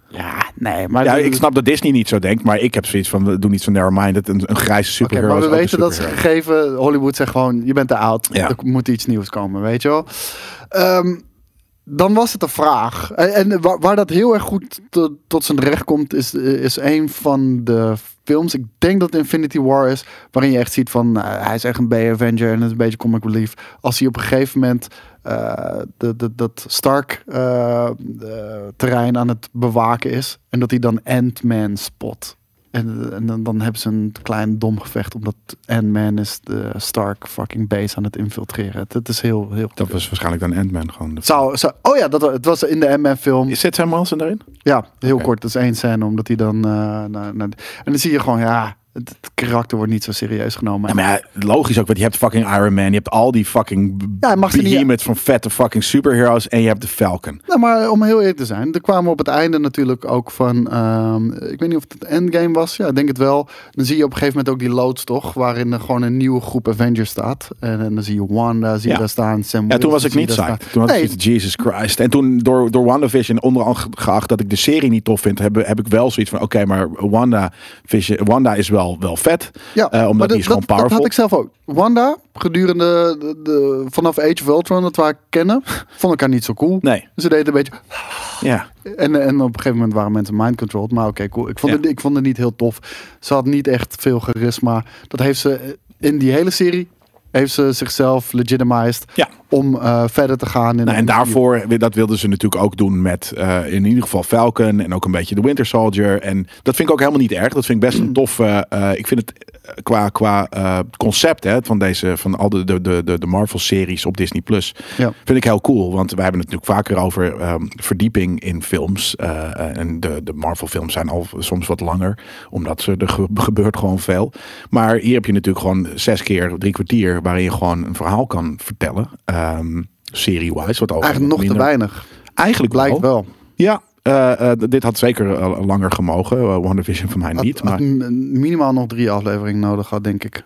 Ja, nee, maar... Ja, de- ik snap dat Disney niet zo denkt, maar ik heb zoiets van, we doen niet zo narrow-minded. Een, een grijze Oké, superhero. maar we is ook een weten dat ze superhero. gegeven... Hollywood zegt gewoon, je bent te oud. Ja. Er moet iets nieuws komen, weet je wel. Ehm, dan was het de vraag. En, en waar, waar dat heel erg goed tot, tot zijn recht komt, is, is een van de films. Ik denk dat het Infinity War is, waarin je echt ziet van, uh, hij is echt een B-Avenger en het is een beetje comic relief. Als hij op een gegeven moment uh, de, de, dat Stark uh, de terrein aan het bewaken is en dat hij dan Ant-Man spot. En, en dan, dan hebben ze een klein dom gevecht, omdat Ant-Man is de Stark fucking base aan het infiltreren. Het, het is heel, heel... Dat was waarschijnlijk dan Ant-Man gewoon. De... Zou, zou, oh ja, dat, wa- het was in de Ant-Man film. Zit Sam Wilson daarin? Ja, heel Oké. kort. Dat is één scène, omdat hij dan... Uh, naar, naar, en dan zie je gewoon, ja, het, het karakter wordt niet zo serieus genomen. Ja, maar ja, logisch ook, want je hebt fucking Iron Man, je hebt al die fucking Ja, hij mag ze niet- behemoths van vette fucking superheroes en je hebt de Falcon. Nou, maar om heel eerlijk te zijn, er kwamen op het einde natuurlijk ook van, ehm, ik weet niet of het Endgame was, ja, ik denk het wel. Dan zie je op een gegeven moment ook die loods toch, waarin er gewoon een nieuwe groep Avengers staat. En, en dan zie je Wanda, zie je Ja. daar staan, Sam Ja, Wilson, toen was ik zie je niet daar psyched. staan. Toen had ik Nee, zoiets, Jesus Christ. En toen door, door WandaVision ondergeacht dat ik de serie niet tof vind, heb, heb ik wel zoiets van, oké, maar Wanda, Vision, Wanda is wel, wel vet. ja, Uh, omdat maar die dat, is gewoon dat, dat powerful. had ik zelf ook. Wanda, gedurende de, de, vanaf Age of Ultron, dat we kennen, vond ik haar niet zo cool. Nee, Ze deden een beetje... ja. En, en op een gegeven moment waren mensen mind controlled. Maar oké, cool. Ik vond, Ja. het, ik vond het niet heel tof. Ze had niet echt veel charisma. Dat heeft ze in die hele serie... heeft ze zichzelf legitimized Ja. om uh, verder te gaan. In Nou, en de- daarvoor, dat wilden ze natuurlijk ook doen met uh, in ieder geval Falcon en ook een beetje de Winter Soldier. En dat vind ik ook helemaal niet erg. Dat vind ik best een tof. Uh, uh, ik vind het qua, qua uh, concept hè, van deze, van al de, de, de, de Marvel-series op Disney Plus, Ja. vind ik heel cool. Want wij hebben het natuurlijk vaker over um, verdieping in films. Uh, en de, de Marvel-films zijn al soms wat langer, omdat ze, er ge- gebeurt gewoon veel. Maar hier heb je natuurlijk gewoon zes keer drie kwartier waarin je gewoon een verhaal kan vertellen. Um, serie-wise. Wat al Eigenlijk nog te minder- weinig. Eigenlijk Blijkt wel. wel. Ja, uh, uh, dit had zeker uh, langer gemogen. Uh, WandaVision van mij Had, niet. had Maar m- minimaal nog drie afleveringen nodig gehad, denk ik.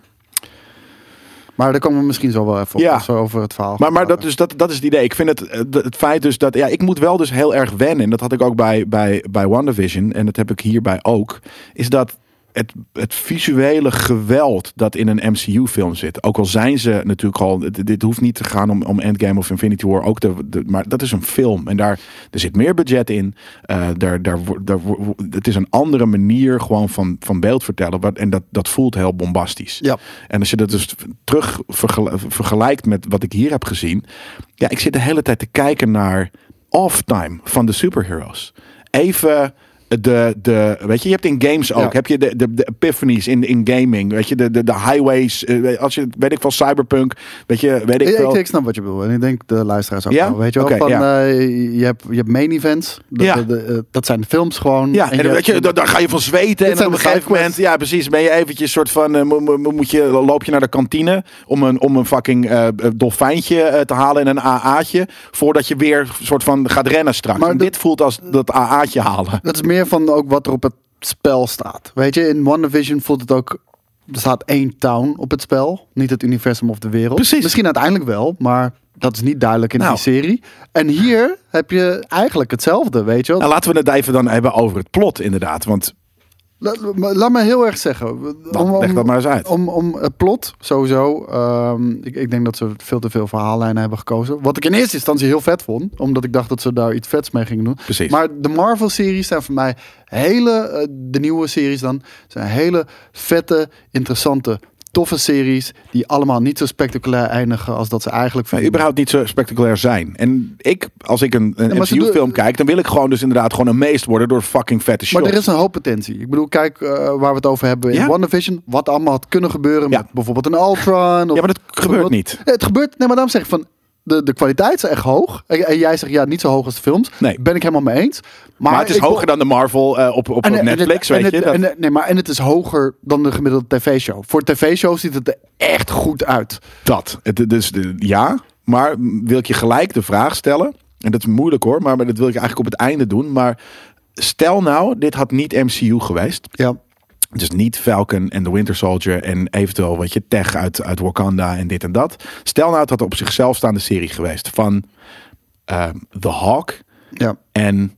Maar daar komen we misschien zo wel even op. Ja. Als we over het verhaal Maar, gaan maar dat, praten. dus, dat, dat is het idee. Ik vind het, het, het feit dus dat... Ja, ik moet wel dus heel erg wennen. En dat had ik ook bij, bij, bij WandaVision. En dat heb ik hierbij ook. Is dat het, het visuele geweld dat in een M C U-film zit. Ook al zijn ze natuurlijk al... Dit, dit hoeft niet te gaan om, om Endgame of Infinity War. Ook de, de, maar dat is een film. En daar er zit meer budget in. Uh, daar, daar, wo- daar, wo- het is een andere manier gewoon van, van beeld vertellen. Wat, en dat, dat voelt heel bombastisch. Ja. En als je dat dus terug vergel- vergelijkt met wat ik hier heb gezien. Ja, ik zit de hele tijd te kijken naar off-time van de superheroes. Even de, de, weet je, je hebt in games ook, Ja. heb je de, de, de epiphanies in, in gaming, weet je, de, de, de highways, eh, als je, weet ik veel, Cyberpunk, weet je, weet ik Ik, veel. ik, ik snap wat je bedoelt. En ik denk de luisteraars ook Ja? wel. Weet je wel, Oké, van, ja. eh, je, hebt, je hebt main events. Dat, Ja. de, de, eh, dat zijn de films gewoon. Ja, en, je weet hebt- je, daar, daar ga je van zweten. En zijn dan op de een gegeven sidequests. moment, ja, precies, ben je eventjes soort van, uh, mo- mo- moet je, loop je naar de kantine om een, om een fucking uh, dolfijntje uh, te halen in een A A'tje, voordat je weer soort van gaat rennen straks. Maar en de- dit voelt als dat A A'tje halen. Dat is meer van ook wat er op het spel staat. Weet je, in WandaVision voelt het ook... Er staat één town op het spel. Niet het universum of de wereld. Precies. Misschien uiteindelijk wel, maar dat is niet duidelijk in Nou. die serie. En hier heb je eigenlijk hetzelfde, weet je wel. Nou, laten we het even dan hebben over het plot, inderdaad. Want La- la- Laat me heel erg zeggen. Nou, leg dat maar eens uit. Om, om het plot, sowieso. ehm, ik, ik denk dat ze veel te veel verhaallijnen hebben gekozen. Wat ik in eerste instantie heel vet vond. Omdat ik dacht dat ze daar iets vets mee gingen doen. Precies. Maar de Marvel-series zijn voor mij hele... eh, de nieuwe series dan. Zijn hele vette, interessante, toffe series. Die allemaal niet zo spectaculair eindigen als dat ze eigenlijk nou, vinden. überhaupt niet zo spectaculair zijn. En ik, als ik een, een Ja, maar ze M C U-film doen- kijk, dan wil ik gewoon dus inderdaad gewoon amazed worden door fucking vette shots. Maar er is een hoop potentie. Ik bedoel, kijk uh, waar we het over hebben in Ja? WandaVision. Wat allemaal had kunnen gebeuren Ja. met bijvoorbeeld een Ultron. Of Ja, maar dat gebeurt niet. Het gebeurt, nee, maar daarom zeg ik van... De, de kwaliteit is echt hoog. En, en jij zegt ja, niet zo hoog als de films. Nee. Ben ik helemaal mee eens. Maar, Maar, het is ik- hoger dan de Marvel uh, op, op, en- op en- Netflix, en, weet en je. het- Dat- en- nee, maar en het is hoger dan de gemiddelde tv-show. Voor tv-show ziet het er echt goed uit. Dat. Het, dus de, ja, maar wil ik je gelijk de vraag stellen. En dat is moeilijk hoor, maar, maar dat wil ik eigenlijk op het einde doen. Maar stel nou, dit had niet M C U geweest. Ja. Dus niet Falcon en de Winter Soldier en eventueel wat je tech uit, uit Wakanda en dit en dat. Stel nou, het had op zichzelf staande serie geweest van uh, The Hawk Ja. en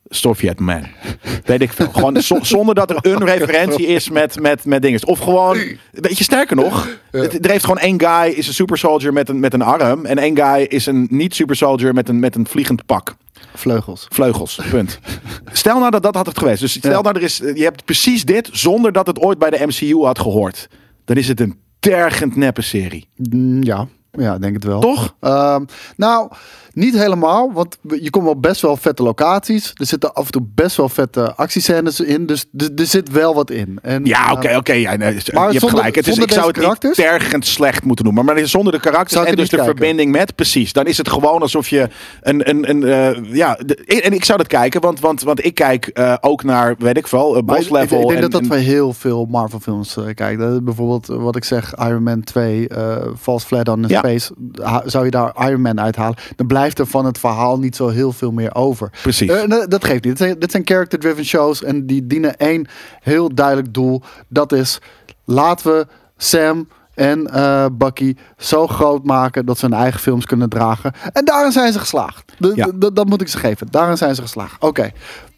Soviet Man. Weet ik veel. Gewoon zo, zonder dat er een referentie is met, met, met dingen. Of gewoon, weet je, sterker nog, Ja. het, er heeft gewoon één guy is een super soldier met een, met een arm. En één guy is een niet super soldier met een, met een vliegend pak. Vleugels. Vleugels, punt. Stel nou dat dat had het geweest. Dus stel Ja. nou, er is, je hebt precies dit zonder dat het ooit bij de M C U had gehoord. Dan is het een tergend neppe serie. Mm, Ja, ja, denk het wel. Toch? Ehm, nou, niet helemaal, want je komt op best wel vette locaties. Er zitten af en toe best wel vette actiescènes in, dus er, er zit wel wat in. En, Ja, oké, eh, oké. ja, nee, je maar hebt zonder- gelijk. Het is, zonder ik zou het deze niet karakters? tergend slecht moeten noemen. Maar zonder de karakters Zou ik en het dus de niet kijken? verbinding met, precies. Dan is het gewoon alsof je een... een, een eh, ja, de- en ik zou dat kijken, want, want, want ik kijk eh, ook naar, weet ik veel, uh, maar boss ik, ik, level. ik denk en, dat dat en- voor heel veel Marvel films uh, kijkt. Uh, bijvoorbeeld uh, wat ik zeg, Iron Man twee, uh, Falls Flat on the Ja. Space. Ha- zou je daar Iron Man uithalen, dan blijft er van het verhaal niet zo heel veel meer over. Precies. Uh, nee, dat geeft niet. Dit zijn, dit zijn character-driven shows en die dienen één heel duidelijk doel. Dat is, laten we Sam en uh, Bucky zo groot maken dat ze hun eigen films kunnen dragen. En daarin zijn ze geslaagd. De- Ja. de- dat moet ik ze geven. Daarin zijn ze geslaagd. Oké.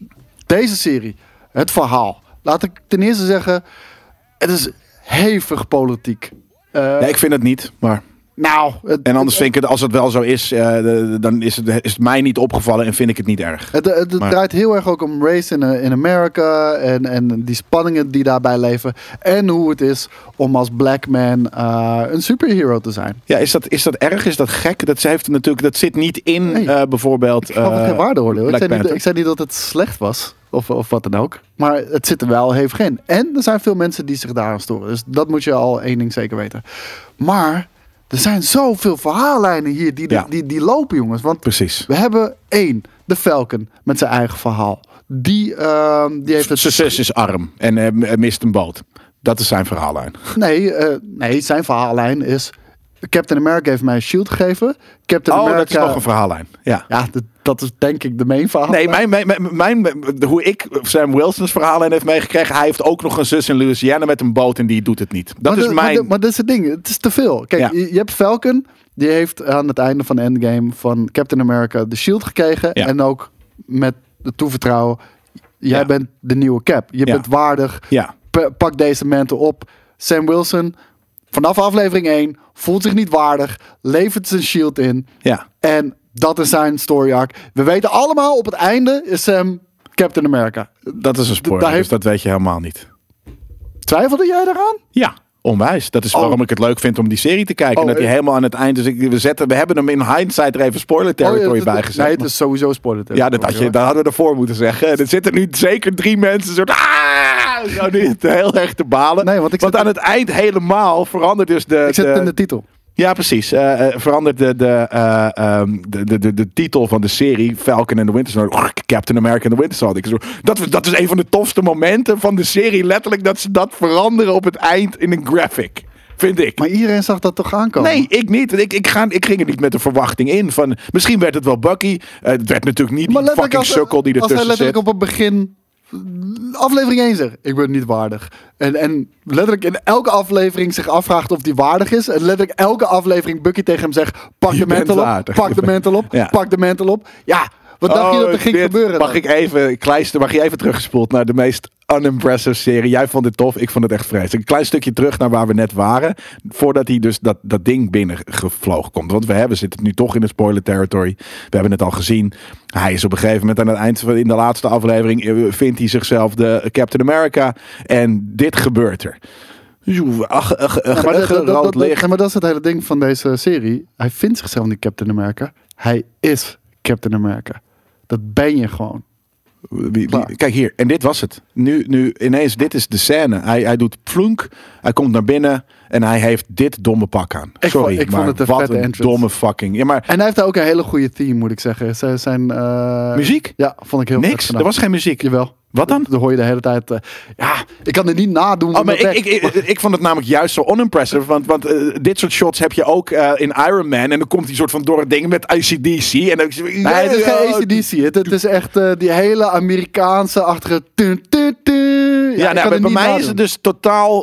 Deze serie, het verhaal. Laat ik ten eerste zeggen, het is hevig politiek. Uh, Nee, ik vind het niet, maar... nou, het, En anders vind ik het, als het wel zo is, eh, de- dan is het, is het mij niet opgevallen en vind ik het niet erg. Het, het, het Maar- draait heel erg ook om race in, in Amerika en, en die spanningen die daarbij leven. En hoe het is om als black man uh, een superhero te zijn. Ja, is dat, is dat erg? Is dat gek? Dat, ze heeft natuurlijk, dat zit niet in Nee. eh, bijvoorbeeld Ik gaf het eh, geen waardeoordeel. Ik Black zei, niet, Panther. ik zei niet dat het slecht was. Of, of wat dan ook. Maar het zit er wel hevig in. En er zijn veel mensen die zich daaraan storen. Dus dat moet je al één ding zeker weten. Maar er zijn zoveel verhaallijnen hier die, Ja. die, die lopen, jongens. Want Precies. we hebben één, de Falcon met zijn eigen verhaal. Die, ehm, die heeft het... Zijn zus is arm en eh, mist een boot. Dat is zijn verhaallijn. Nee, eh, nee, zijn verhaallijn is... Captain America heeft mij een shield gegeven. Captain Oh, America... dat is nog een verhaallijn. Ja. Ja, dat, dat is denk ik de main verhaal. Nee, mijn, mijn, mijn, mijn- hoe ik Sam Wilson's verhaallijn heeft meegekregen. Hij heeft ook nog een zus in Louisiana met een boot en die doet het niet. Dat maar is dat- mijn... Maar, dat- maar dat is het ding. Het is te veel. Kijk, Ja. je, je hebt Falcon. Die heeft aan het einde van Endgame van Captain America de shield gekregen. Ja. En ook met het toevertrouwen. Jij Ja. bent de nieuwe Cap. Je Ja. bent waardig. Ja. P- pak deze mantel op. Sam Wilson, vanaf aflevering één, voelt zich niet waardig. Levert zijn shield in. Ja. En dat is zijn story arc. We weten allemaal, op het einde is Sam Captain America. Dat is een spoiler, Daar heeft- dus dat weet je helemaal niet. Twijfelde jij daaraan? Ja, onwijs. Dat is Oh. waarom ik het leuk vind om die serie te kijken. Oh, en dat hij eh. helemaal aan het eind... Dus ik, we, zetten, we hebben hem in hindsight er even spoiler territory Oh, ja, bij het- gezet. Nee, het is sowieso spoiler. Ja, dat, had je, dat hadden we ervoor moeten zeggen. En er zitten nu zeker drie mensen soort... Ah, zo niet heel erg te balen. Nee, want ik want zet- aan het eind helemaal verandert dus de... Ik zet de- het in de titel. Ja, precies. Eh, eh, verandert de, de, eh, ehm, de, de, de, de titel van de serie Falcon and the Winter Soldier. Captain America and the Winter Soldier. Ik zo, Dat, was- dat is een van de tofste momenten van de serie. Letterlijk dat ze dat veranderen op het eind in een graphic. Vind ik. Maar iedereen zag dat toch aankomen? Nee, ik niet. Ik, ik, ga, ik ging er niet met de verwachting in. Van, misschien werd het wel Bucky. Eh, het werd natuurlijk niet Maar die letterlijk fucking als, sukkel die als hij ertussen zit. letterlijk op het begin aflevering één zegt, ik ben niet waardig. En, en letterlijk in elke aflevering zich afvraagt of hij waardig is. En letterlijk elke aflevering Bucky tegen hem zegt, pak Je de bent mantel op, waardig. pak de mantel op, Ja. pak de mantel op. Ja, wat dacht je Oh, dat er ging dit- gebeuren? Mag dan? ik even, Kleister, mag je even teruggespoeld naar de meest unimpressive serie? Jij vond het tof, ik vond het echt vreselijk. Een klein stukje terug naar waar we net waren. Voordat hij dus dat, dat ding binnengevlogen komt. Want we hebben, zitten nu toch in de spoiler territory. We hebben het al gezien. Hij is op een gegeven moment aan het eind van in de laatste aflevering eh, vindt hij zichzelf de Captain America. En dit gebeurt er. Zoe, ach, ach, ach, Ja, maar, ach, dat, dat, rood dat, licht. ja, maar dat is het hele ding van deze serie. Hij vindt zichzelf niet Captain America. Hij is Captain America. Dat ben je gewoon. Wie- wie- Klaar. kijk hier, en dit was het. Nu, nu ineens, dit is de scène. Hij, hij doet plunk, hij komt naar binnen en hij heeft dit domme pak aan. Ik Sorry, vond- ik vond maar het een wat vette een entrance. domme fucking... Ja, maar En hij heeft daar ook een hele goede theme, moet ik zeggen. Zijn, zijn, eh, muziek? Ja, vond ik heel vet Niks, gedaan. er was geen muziek. Jawel. Wat dan? Dan hoor je de hele tijd... eh, ja, ik kan het niet nadoen. Oh, maar omdat ik, ik, ik, ik vond het namelijk juist zo unimpressive. Want, want eh, dit soort shots heb je ook eh, in Iron Man. En dan komt hij soort van door het ding met I C D C. En dan Nee, het is geen A C D C. Het, het is echt eh, die hele Amerikaanse achtige... tu, tu, tu. Ja, ik nou, kan het bij niet mij is nadoen. het dus totaal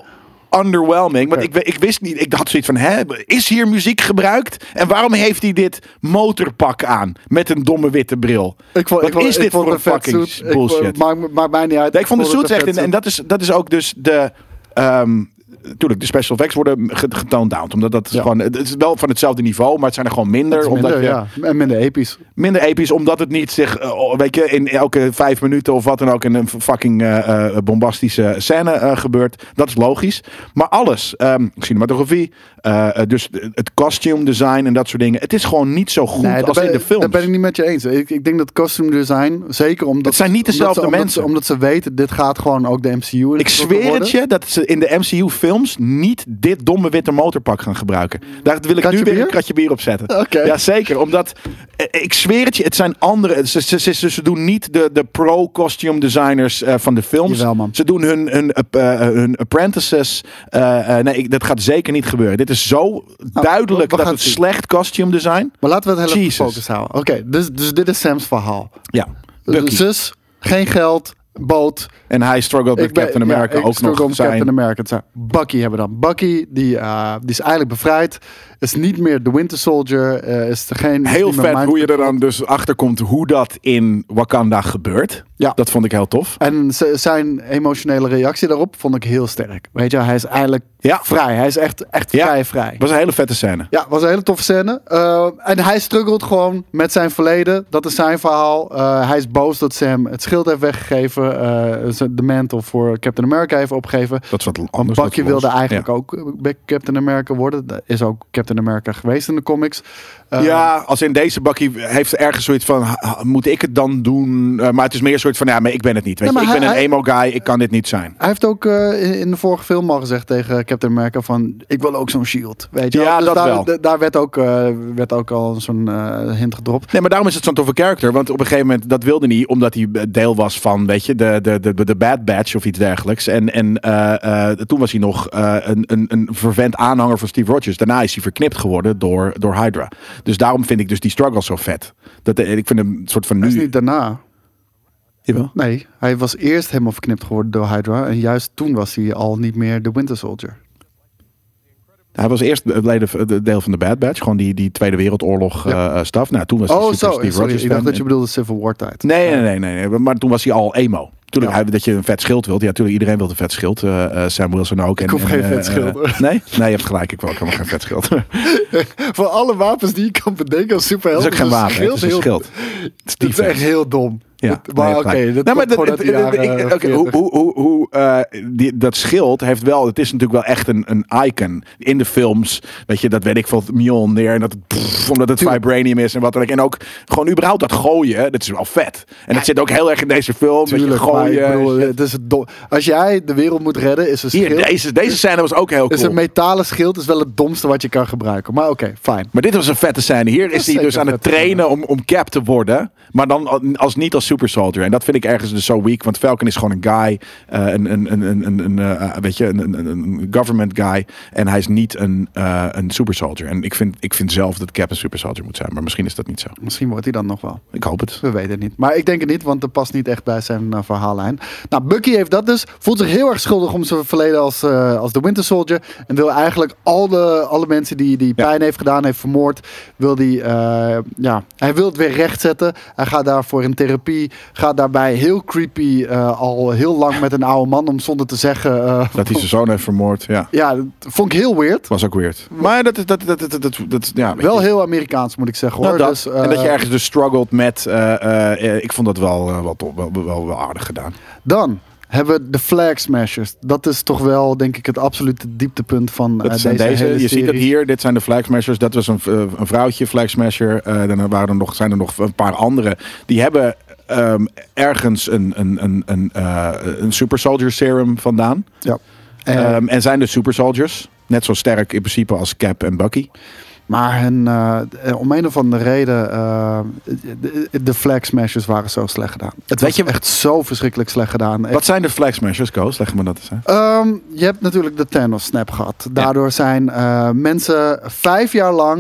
underwhelming. Want ik, ik wist niet, ik had zoiets van, hè, is hier muziek gebruikt? En waarom heeft hij dit motorpak aan? Met een domme witte bril. Ik vond, Wat ik vond, is ik dit vond voor een fucking suit. bullshit? Ik, maakt, maakt mij niet uit. Nee, ik vond de het suits een echt, vet en, en suit. dat is, dat is ook dus de... Um, Tuurlijk, de special effects worden getoond down. Omdat dat is Ja. gewoon... Het is wel van hetzelfde niveau, maar het zijn er gewoon minder. Het is minder, omdat je, ja. En minder episch. Minder episch, omdat het niet zich... Uh, weet je, in elke vijf minuten of wat dan ook... in een fucking uh, uh, bombastische scène uh, gebeurt. Dat is logisch. Maar alles. Um, cinematografie. Uh, dus het costume design en dat soort dingen. Het is gewoon niet zo goed Nee, als ben, in de films. Dat ben ik niet met je eens. Ik, ik denk dat costume design, zeker omdat... Het zijn niet dezelfde omdat ze, mensen. Omdat ze, omdat ze weten, dit gaat gewoon ook de M C U in. Ik zweer het je dat ze in de M C U-films niet dit domme witte motorpak gaan gebruiken. Daar wil ik Kratje nu weer bier? een kratje bier op zetten. Oké. Ja, zeker. Omdat, eh, ik zweer het je, het zijn andere... Ze, ze, ze, ze doen niet de, de pro-costume designers uh, van de films. Jawel, man. Ze doen hun, hun, uh, hun apprentices. Uh, uh, nee, ik, dat gaat zeker niet gebeuren. Dit is zo duidelijk we- we dat gaan het het zien. slecht costume design... Maar laten we het heel even Jesus. gefocust houden. Oké, dus, dus dit is Sam's verhaal. Ja, De Bucky. zus, geen geld, boot. En hij struggled met ben- Captain America ja, ik ook struggle nog met zijn... Captain America te zijn. Bucky hebben we dan. Bucky, die, uh, die is eigenlijk bevrijd. Is niet meer de Winter Soldier. Uh, is er geen, is Heel niet meer vet Mind hoe je er Control. dan dus achter komt hoe dat in Wakanda gebeurt. Ja. Dat vond ik heel tof. En z- zijn emotionele reactie daarop vond ik heel sterk. Weet je, hij is eigenlijk Ja. vrij. Hij is echt, echt Ja. vrij, vrij. Het was een hele vette scène. Ja, was een hele toffe scène. Uh, en hij struggelt gewoon met zijn verleden. Dat is zijn verhaal. Uh, hij is boos dat Sam het schild heeft weggegeven. Uh, de mantle voor Captain America heeft opgegeven. Dat is wat Want anders. Bucky dat los. wilde eigenlijk Ja. ook bij Captain America worden. Dat is ook Captain America geweest in de comics. Uh, Ja, als in deze Bucky heeft ergens zoiets van, ha- ha- moet ik het dan doen? Uh, maar het is meer een soort van, ja, maar ik ben het niet. Weet Ja, je? Ik maar ben hij- een emo guy, ik kan dit niet zijn. Hij heeft ook uh, in, in de vorige film al gezegd tegen Captain America van, ik wil ook zo'n shield. Weet je? Ja, wel? Dus dat daar, wel. d- daar werd ook, uh, werd ook al zo'n uh, hint gedropt. Nee, maar daarom is het zo'n toffe character. Want op een gegeven moment, dat wilde hij, omdat hij deel was van, weet je, de, de, de, de Bad Batch of iets dergelijks. En, en uh, uh, toen was hij nog uh, een, een, een vervent aanhanger van Steve Rogers. Daarna is hij verknipt geworden door, door Hydra. Dus daarom vind ik dus die struggle zo vet. Dat, ik vind hem een soort van Hij is nu... niet daarna. Jawel. Nee, hij was eerst helemaal verknipt geworden door Hydra. En juist toen was hij al niet meer de Winter Soldier. Hij was eerst leden- deel van de Bad Batch. Gewoon die, die Tweede Wereldoorlog Ja. uh, staf. Nou, toen was hij Oh, super zo. Steve Sorry, Rogers ik dacht fan. dat je bedoelde Civil War tijd. Nee, nee, nee, nee, nee. Maar toen was hij al emo. Tuurlijk, Ja. hij, dat je een vet schild wilt. Ja, natuurlijk, iedereen wil een vet schild. Uh, uh, Sam Wilson ook. Ik en, hoef en, geen uh, vet schild, hoor. uh, nee? Nee, je hebt gelijk. Ik wil ook helemaal geen vet schild. Dat Voor alle wapens die je kan bedenken als is superhelden. ook geen wapen. hè. Het is een heel- schild. Het is Het is echt defense. heel dom. Ja, Het- nee, maar je hebt oké, gelijk. dat Nee, maar komt gewoon uit de dat- dat- jaren ik- oké, hoe, veertig. hoe, hoe, hoe, eh, die, dat schild heeft wel, het is natuurlijk wel echt een, een icon in de films. Weet je, dat weet ik veel, Mjolnir en dat het, pff, omdat het Tuurlijk. vibranium is en wat dan ook. En ook gewoon überhaupt dat gooien, dat is wel vet. En dat zit ook heel erg in deze film. Met je Tuurlijk, maar ik gooien. bedoel, het is het dom. Als jij de wereld moet redden, is een Hier, schild... deze, deze scène was ook heel Is cool. een metalen schild is wel het domste wat je kan gebruiken. Maar oké, fijn. Maar dit was een vette scène. Hier is is hij dus zeker aan het vet. trainen om, om Cap te worden. Maar dan als niet als super soldier. En dat vind ik ergens dus zo weak. Want Falcon is gewoon een guy. Uh, een, een, een, een, een, een, uh, weet je, een, een, een government guy. En hij is niet een, uh, een super soldier. En ik vind, ik vind zelf dat Cap een super soldier moet zijn. Maar misschien is dat niet zo. Misschien wordt hij dan nog wel. Ik hoop het. We weten het niet. Maar ik denk het niet, want dat past niet echt bij zijn uh, verhaallijn. Nou, Bucky heeft dat dus. Voelt zich heel erg schuldig om zijn verleden als, uh, als de Winter Soldier. En wil eigenlijk al de, alle mensen die, die pijn Ja. heeft gedaan, heeft vermoord. Wil die, uh, ja, hij wil het weer rechtzetten. Hij gaat daarvoor in therapie. Gaat daarbij heel creepy uh, al heel lang met een oude man om zonder te zeggen... Uh, Dat hij zijn zoon heeft vermoord. Ja. ja, dat vond ik heel weird. Was ook weird. Maar dat is dat, dat, dat, dat, dat, dat ja, weet Wel je. heel Amerikaans, moet ik zeggen, hoor. Nou, dat. Dus, uh, en dat je ergens dus struggled met... Uh, uh, ik vond dat wel, uh, wel, tof, wel, wel, wel, wel aardig gedaan. Dan hebben we de Flag Smashers. Dat is toch wel, denk ik, het absolute dieptepunt van uh, Dat zijn deze, deze, hele je serie. ziet het hier, dit zijn de Flag Smashers. Dat was een, uh, een vrouwtje Flag Smasher. Uh, dan waren er nog, zijn er nog een paar andere. Die hebben um, ergens een, een, een, een, uh, een super soldier serum vandaan. Ja. En, Um, en zijn dus super soldiers. Net zo sterk in principe als Cap en Bucky. maar hun, uh, om een of andere reden, uh, de, de Flag Smashers waren zo slecht gedaan. Het Weet was je- echt zo verschrikkelijk slecht gedaan. Wat zijn de Flag Smashers, Koos? Leg me dat eens uit. Um, je hebt natuurlijk de Thanos snap gehad. Daardoor zijn uh, mensen vijf jaar lang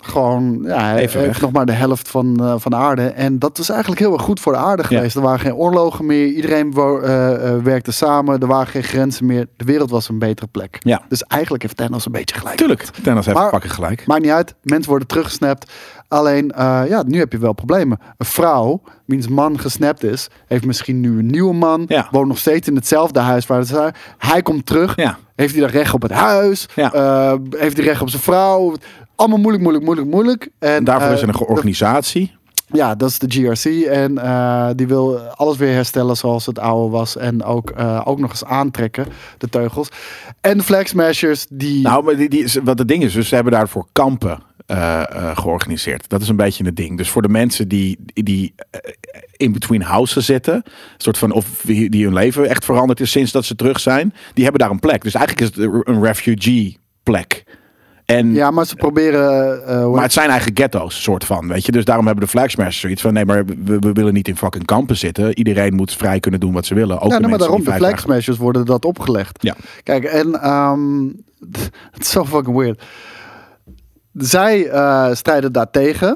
Gewoon, ja, hij Even heeft weg. nog maar de helft van, uh, van de aarde. En dat is eigenlijk heel erg goed voor de aarde geweest. Ja. Er waren geen oorlogen meer. Iedereen wo- uh, uh, werkte samen. Er waren geen grenzen meer. De wereld was een betere plek. Ja. Dus eigenlijk heeft Thanos een beetje gelijk. Tuurlijk, Thanos heeft maar, pakken gelijk. Maakt niet uit. Mensen worden teruggesnapt. Alleen, uh, ja, nu heb je wel problemen. Een vrouw, wiens man gesnapt is, heeft misschien nu een nieuwe man. Ja. Woont nog steeds in hetzelfde huis waar het is. Hij komt terug. Ja. Heeft hij dan recht op het huis? Ja. Uh, heeft hij recht op zijn vrouw? Allemaal moeilijk, moeilijk, moeilijk, moeilijk. En, En daarvoor uh, is er een organisatie. De, ja, dat is de G R C. En uh, die wil alles weer herstellen zoals het oude was. En ook, uh, ook nog eens aantrekken, de teugels. En de Flag Smashers, die... Nou, maar die, die, wat het ding is, dus ze hebben daarvoor kampen uh, uh, georganiseerd. Dat is een beetje het ding. Dus voor de mensen die, die uh, in between houses zitten, een soort van, of die, die hun leven echt veranderd is sinds dat ze terug zijn, die hebben daar een plek. Dus eigenlijk is het een refugee plek. En, ja, maar ze proberen... Uh, maar het zijn eigen ghetto's, soort van, weet je. Dus daarom hebben de Flag Smashers zoiets van, nee, maar we, we willen niet in fucking kampen zitten. Iedereen moet vrij kunnen doen wat ze willen. Ook ja, de nee, maar daarom, de Flag dagen... Smashers worden dat opgelegd. Ja. Kijk, en um, het is zo fucking weird. Zij uh, strijden daartegen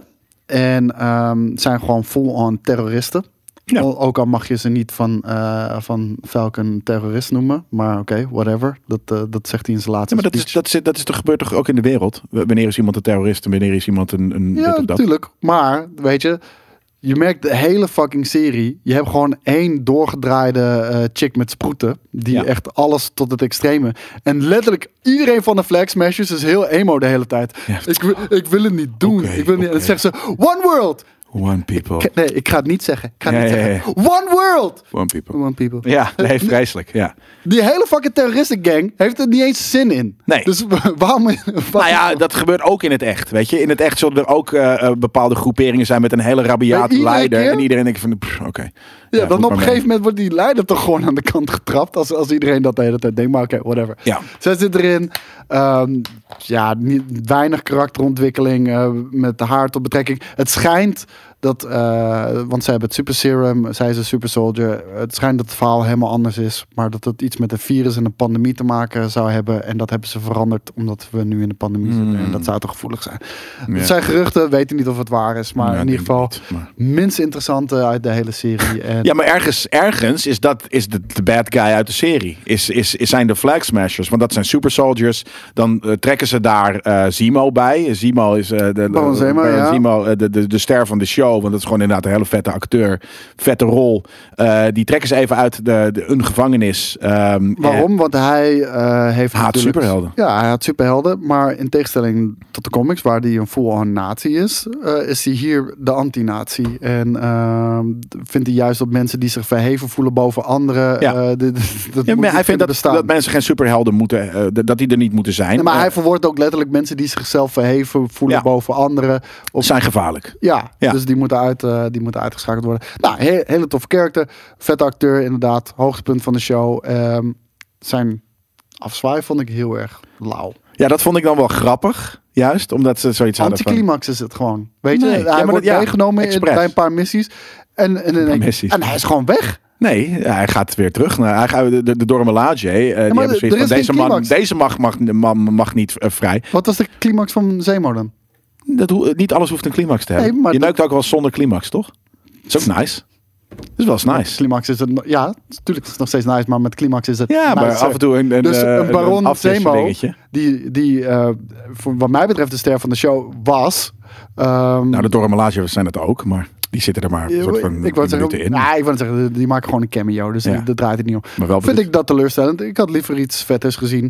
en um, zijn gewoon full-on terroristen. Ja. Ook al mag je ze niet van, uh, van Falcon terrorist noemen. Maar oké, okay, whatever. Dat, uh, dat zegt hij in zijn laatste ja, maar dat speech. is, dat, is, dat is toch gebeurt toch ook in de wereld? Wanneer is iemand een terrorist en wanneer is iemand een... een ja, natuurlijk. Maar, weet je... Je merkt de hele fucking serie. Je hebt gewoon één doorgedraaide uh, chick met sproeten. Die ja. echt alles tot het extreme. En letterlijk iedereen van de Flag Smashers is heel emo de hele tijd. Ja. Ik, ik wil het niet doen. Okay, ik wil niet. Okay. En dan zeggen ze, one world. One people. Ik, nee, ik ga het niet zeggen. Ik ga het ja, niet ja, zeggen. Ja. One world. One people. One people. Ja, nee, vreselijk. Ja. Die hele fucking terroristengang heeft er niet eens zin in. Nee. Dus waarom... waarom nou ja, dat gebeurt ook in het echt. Weet je, in het echt zullen er ook uh, bepaalde groeperingen zijn met een hele rabiate leider. Keer? En iedereen denkt van, oké. Okay. Ja, ja, dan op een gegeven moment wordt die leider toch gewoon aan de kant getrapt. Als, als iedereen dat de hele tijd denkt. Maar oké, okay, whatever. Ja. Zij zit erin. Um, ja, niet, weinig karakterontwikkeling uh, met haar tot betrekking. Het schijnt dat, uh, want zij hebben het super serum, zij is een super soldier. Het schijnt dat het verhaal helemaal anders is. Maar dat het iets met een virus en een pandemie te maken zou hebben. En dat hebben ze veranderd omdat we nu in de pandemie zitten. Mm. En dat zou te gevoelig zijn. Ja. Het zijn geruchten, weten niet of het waar is. Maar ja, in ieder geval niet, maar... minst interessante uit de hele serie. En... Ja, maar ergens, ergens is dat is de, de bad guy uit de serie. Is, is, is zijn de Flag Smashers. Want dat zijn super soldiers. Dan uh, trekken ze daar uh, Zemo bij. Zemo is uh, de, de, Zemo, uh, ja. Zemo, uh, de, de, de ster van de show. Want dat is gewoon inderdaad een hele vette acteur. Vette rol. Uh, die trekken ze even uit de, de, een gevangenis. Um, Waarom? Uh, Want hij uh, heeft haat superhelden. Ja, hij had superhelden. Maar in tegenstelling tot de comics, waar hij een full-on nazi is, uh, is hij hier de anti-nazi. En uh, vindt hij juist dat mensen die zich verheven voelen boven anderen. Ja. Uh, de, de, dat ja, maar hij vindt dat, bestaan. dat mensen geen superhelden moeten, uh, dat die er niet moeten zijn. Nee, maar uh, hij verwoordt ook letterlijk mensen die zichzelf verheven voelen ja. boven anderen. Of zijn gevaarlijk. Ja, ja. dus die moeten, uit, uh, die moeten uitgeschakeld worden. Nou, he- hele toffe karakter. Vette acteur, inderdaad. Hoogtepunt van de show. Um, zijn afzwaai vond ik heel erg lauw. Ja, dat vond ik dan wel grappig. Juist, omdat ze zoiets hadden van... Anticlimax is het gewoon. Weet je, nee, hij ja, maar wordt dat, ja, meegenomen in, bij een paar missies. En, en, en, missies. en hij is gewoon weg. Nee, hij gaat weer terug naar hij gaat, de, de, de Dormelage. Uh, ja, die hebben zoiets van, deze man, deze mag, mag, mag, mag niet uh, vrij. Wat was de climax van Zemo dan? Dat ho- niet alles hoeft een climax te hebben. Nee, maar je dat... neukt ook wel zonder climax, toch? Dat is ook nice. Dat is wel eens nice. Ja, climax is het, ja, natuurlijk is het nog steeds nice, maar met climax is het ja, nice. maar af en toe een, een, dus een Baron een Zemo, die, die uh, voor wat mij betreft de ster van de show was. Um, nou, de Dormelage zijn het ook, maar die zitten er maar een soort van ik wou zeggen, in. Nou, ik wou zeggen, die maken gewoon een cameo, dus ja. dat draait het niet om. Maar wel vind ik dat teleurstellend. Ik had liever iets vetters gezien.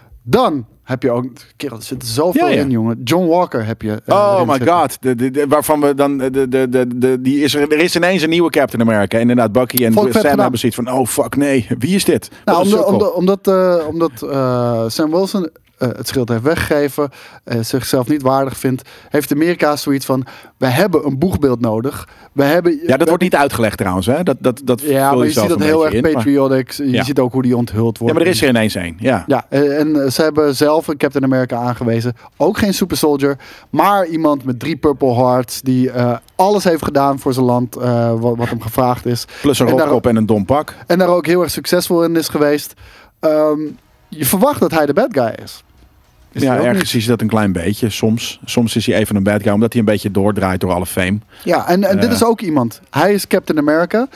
Dan heb je ook... Kerel, er zit zoveel ja, ja. in, jongen. John Walker heb je. Uh, oh my zitten. god. De, de, de, waarvan we dan... De, de, de, de, die is er, er is ineens een nieuwe Captain America. Inderdaad, Bucky en Sam gedaan. hebben zoiets van... Oh, fuck, nee. Wie is dit? Nou, omdat, omdat, omdat, uh, omdat uh, Sam Wilson... Uh, het schild heeft weggegeven, uh, zichzelf niet waardig vindt, heeft Amerika zoiets van, we hebben een boegbeeld nodig. We hebben, ja, dat we wordt niet uitgelegd trouwens. Hè? Dat, dat, dat ja, maar je ziet dat heel erg in, patriotic. Maar... Je ja. ziet ook hoe die onthuld wordt. Ja, maar er is er ineens één. Ja. Ja, en ze hebben zelf een Captain America aangewezen. Ook geen super soldier, maar iemand met drie Purple Hearts die uh, alles heeft gedaan voor zijn land, uh, wat, wat hem gevraagd is. Plus een rotkop en, en een dom pak. En daar ook heel erg succesvol in is geweest. Um, je verwacht dat hij de bad guy is. is Ja, hij ook ergens niet. is hij dat een klein beetje. Soms. Soms is hij even een bad guy, omdat hij een beetje doordraait door alle fame. Ja, en, en dit Eh. is ook iemand. Hij is Captain America.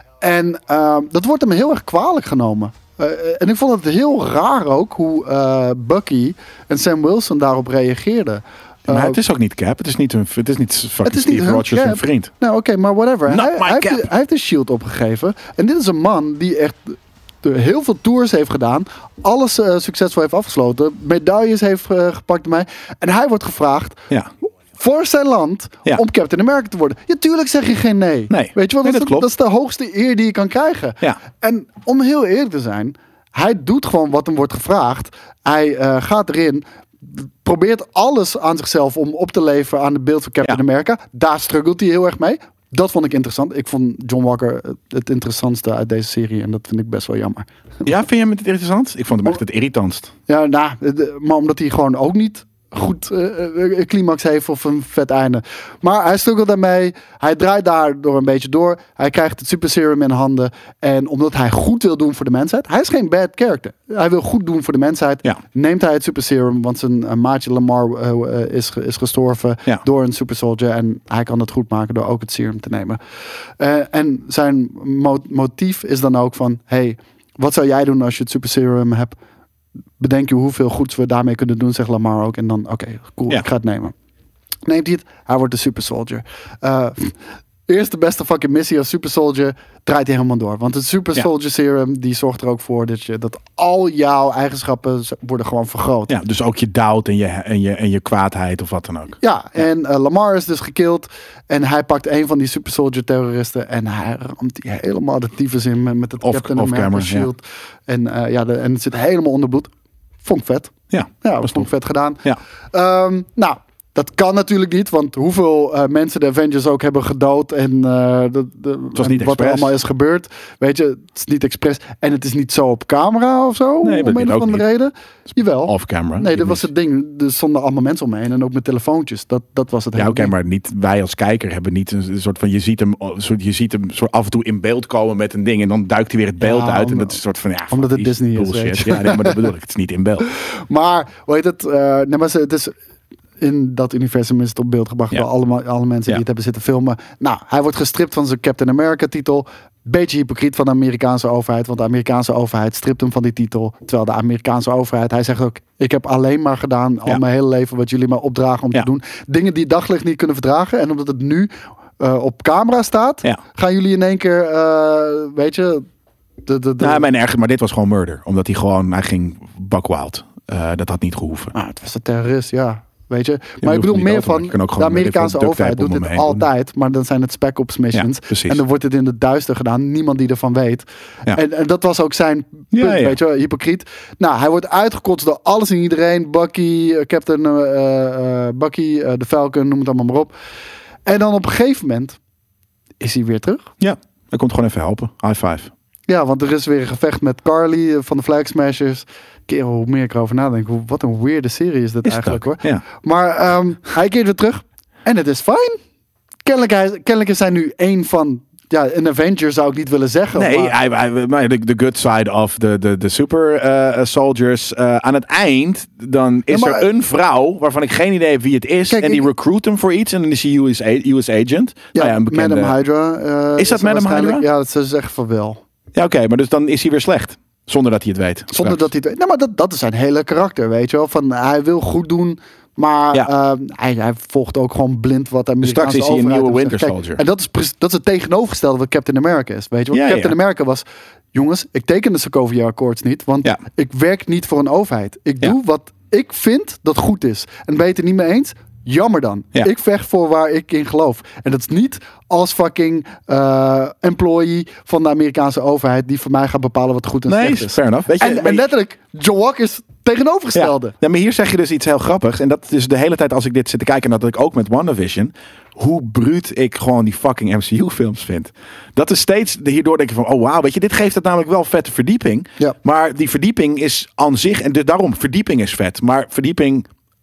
En uh, dat wordt hem heel erg kwalijk genomen. Uh, en ik vond het heel raar ook hoe uh, Bucky en Sam Wilson daarop reageerden. Maar Uh, het is ook niet Cap. Het is niet, een, het is niet fucking Het is niet Steve hun Rogers, Cap. een vriend. Nou, oké, okay, maar whatever. Not Hij, my hij, heeft Cap. de, hij heeft de shield opgegeven. En dit is een man die echt de, heel veel tours heeft gedaan. Alles uh, succesvol heeft afgesloten. Medailles heeft uh, gepakt bij mij. En hij wordt gevraagd Ja. voor zijn land Ja. om Captain America te worden. Ja, tuurlijk zeg je geen nee. Nee. Weet je wel, Nee, dat, is dat de- dat is de hoogste eer die je kan krijgen. Ja. En om heel eerlijk te zijn, hij doet gewoon wat hem wordt gevraagd. Hij uh, gaat erin, probeert alles aan zichzelf om op te leveren aan het beeld van Captain Ja. America. Daar struggelt hij heel erg mee. Dat vond ik interessant. Ik vond John Walker het interessantste uit deze serie en dat vind ik best wel jammer. Ja, vind je hem het interessant? Ik vond hem echt het irritantst. Ja, nou, de- maar omdat hij gewoon ook niet goed uh, een climax heeft of een vet einde. Maar hij struggelt daarmee. Hij draait daardoor een beetje door. Hij krijgt het super serum in handen. En omdat hij goed wil doen voor de mensheid. Hij is geen bad character. Hij wil goed doen voor de mensheid. Ja. Neemt hij het super serum. Want zijn uh, maatje Lamar uh, uh, is, ge- is gestorven Ja. door een super soldier. En hij kan het goed maken door ook het serum te nemen. Uh, en zijn mo- motief is dan ook van... Hey, wat zou jij doen als je het super serum hebt? Bedenk je hoeveel goeds we daarmee kunnen doen, zegt Lamar ook. En dan, oké, okay, cool, Ja. ik ga het nemen. Neemt hij het? Hij wordt de super soldier. Uh, eerste beste fucking missie als super soldier draait hij helemaal door. Want het super Ja. soldier serum, die zorgt er ook voor dat, je, dat al jouw eigenschappen z- worden gewoon vergroot. Ja, dus ook je doubt en je, en, je, en je kwaadheid of wat dan ook. Ja, en uh, Lamar is dus gekild. En hij pakt een van die super soldier terroristen. En hij ramt die helemaal de tyfus in met, met het Off- Captain off America camera, shield. En, uh, ja, de, en het zit helemaal onder bloed. Vond ik vet. Ja, Ja, was dat vond ik vet gedaan. Ja. Ehm, nou, dat kan natuurlijk niet. Want hoeveel uh, mensen de Avengers ook hebben gedood. En, uh, de, de, was en niet wat er expres. allemaal is gebeurd. Weet je, het is niet expres. En het is niet zo op camera of zo. Nee, dat om een weet of ook andere niet. reden. Jawel. Off-camera. Nee, dat was het ding. Er stonden allemaal mensen omheen. En ook met telefoontjes. Dat, dat was het Ja, hele oké, ding. maar niet, wij als kijker hebben niet een, een soort van... Je ziet hem, een soort, je ziet hem soort af en toe in beeld komen met een ding. En dan duikt hij weer het beeld Ja, uit. En omdat- dat is een soort van... Ja, omdat het fuck, die Disney is, bullshit. weet je. Ja, nee, maar dat bedoel ik. Het is niet in beeld. Maar, hoe heet het? Uh, nee, maar ze- het is... In dat universum is het op beeld gebracht Ja. door allemaal, alle mensen Ja. die het hebben zitten filmen. Nou, hij wordt gestript van zijn Captain America titel. Beetje hypocriet van de Amerikaanse overheid. Want de Amerikaanse overheid stript hem van die titel. Terwijl de Amerikaanse overheid, hij zegt ook... Ik heb alleen maar gedaan al Ja. mijn hele leven wat jullie mij opdragen om Ja. te doen. Dingen die daglicht niet kunnen verdragen. En omdat het nu uh, op camera staat... Ja. gaan jullie in één keer, uh, weet je... De, de, de, Nou, mijn erger, maar dit was gewoon murder. Omdat hij gewoon... Hij ging buck wild. Uh, dat had niet gehoeven. Ah, het was een terrorist, ja. Weet je? Maar hoeft ik bedoel niet meer dood te maken. van, Je kan ook de gewoon met Amerikaanse even duct tape overheid doet om dit hem heen doen. altijd. Maar dan zijn het spec ops missions. Ja, precies. En dan wordt het in het duister gedaan. Niemand die ervan weet. Ja. En, en dat was ook zijn punt, Ja, ja. weet je wel, hypocriet. Nou, hij wordt uitgekotst door alles en iedereen. Bucky, uh, Captain uh, uh, Bucky, uh, de Falcon, noem het allemaal maar op. En dan op een gegeven moment is hij weer terug. Ja, hij komt gewoon even helpen. High five. Ja, want er is weer een gevecht met Carly uh, van de Flag Smashers. Kerel, hoe meer ik erover nadenk, hoe, wat een weirde serie is dit Is het eigenlijk ook, hoor. ja. Maar um, hij keert weer terug en het is fijn. Kennelijk, hij, kennelijk is hij nu één van, ja, een Avenger zou ik niet willen zeggen. Nee, maar, hij, hij, maar de, de good side of de, de, de super uh, soldiers. Uh, aan het eind, dan is Ja, maar- er een vrouw waarvan ik geen idee heb wie het is. Kijk, en die ik- recruit hem voor iets. En dan is hij U S, A- U S agent. ja, Nou ja, een bekende... Madam Hydra. uh, Is dat er Madam waarschijnlijk- Hydra? Ja, dat ze zeggen van wel. Ja, oké, maar dus dan is hij weer slecht. Zonder dat hij het weet. Zonder dat hij het weet. Nou, maar dat, dat is zijn hele karakter, weet je wel. Van, hij wil goed doen, maar Ja. uh, hij, hij volgt ook gewoon blind wat de Dus Amerikaanse straks is hij een overheid nieuwe hem zegt. Winter Kijk, Soldier. En dat is, precies- dat is het tegenovergestelde wat Captain America is, weet je wel. Ja, Captain ja. America was, jongens, ik teken de Sokovia Accords niet, want Ja. ik werk niet voor een overheid. Ik Ja. doe wat ik vind dat goed is. En ben je het er niet mee eens? Jammer dan. Ja. Ik vecht voor waar ik in geloof. En dat is niet als fucking uh, employee van de Amerikaanse overheid die voor mij gaat bepalen wat goed en Nee, slecht is. fair enough. Weet je, En, maar en je- letterlijk, John Walker is tegenovergestelde. Ja. Ja, maar hier zeg je dus iets heel grappigs. En dat is de hele tijd als ik dit zit te kijken, en dat ik ook met WandaVision, hoe bruut ik gewoon die fucking M C U-films vind. Dat is steeds, hierdoor denk ik van, oh wauw, weet je, dit geeft het namelijk wel vette verdieping. Ja. Maar die verdieping is aan zich, en dus daarom, verdieping is vet. Maar verdieping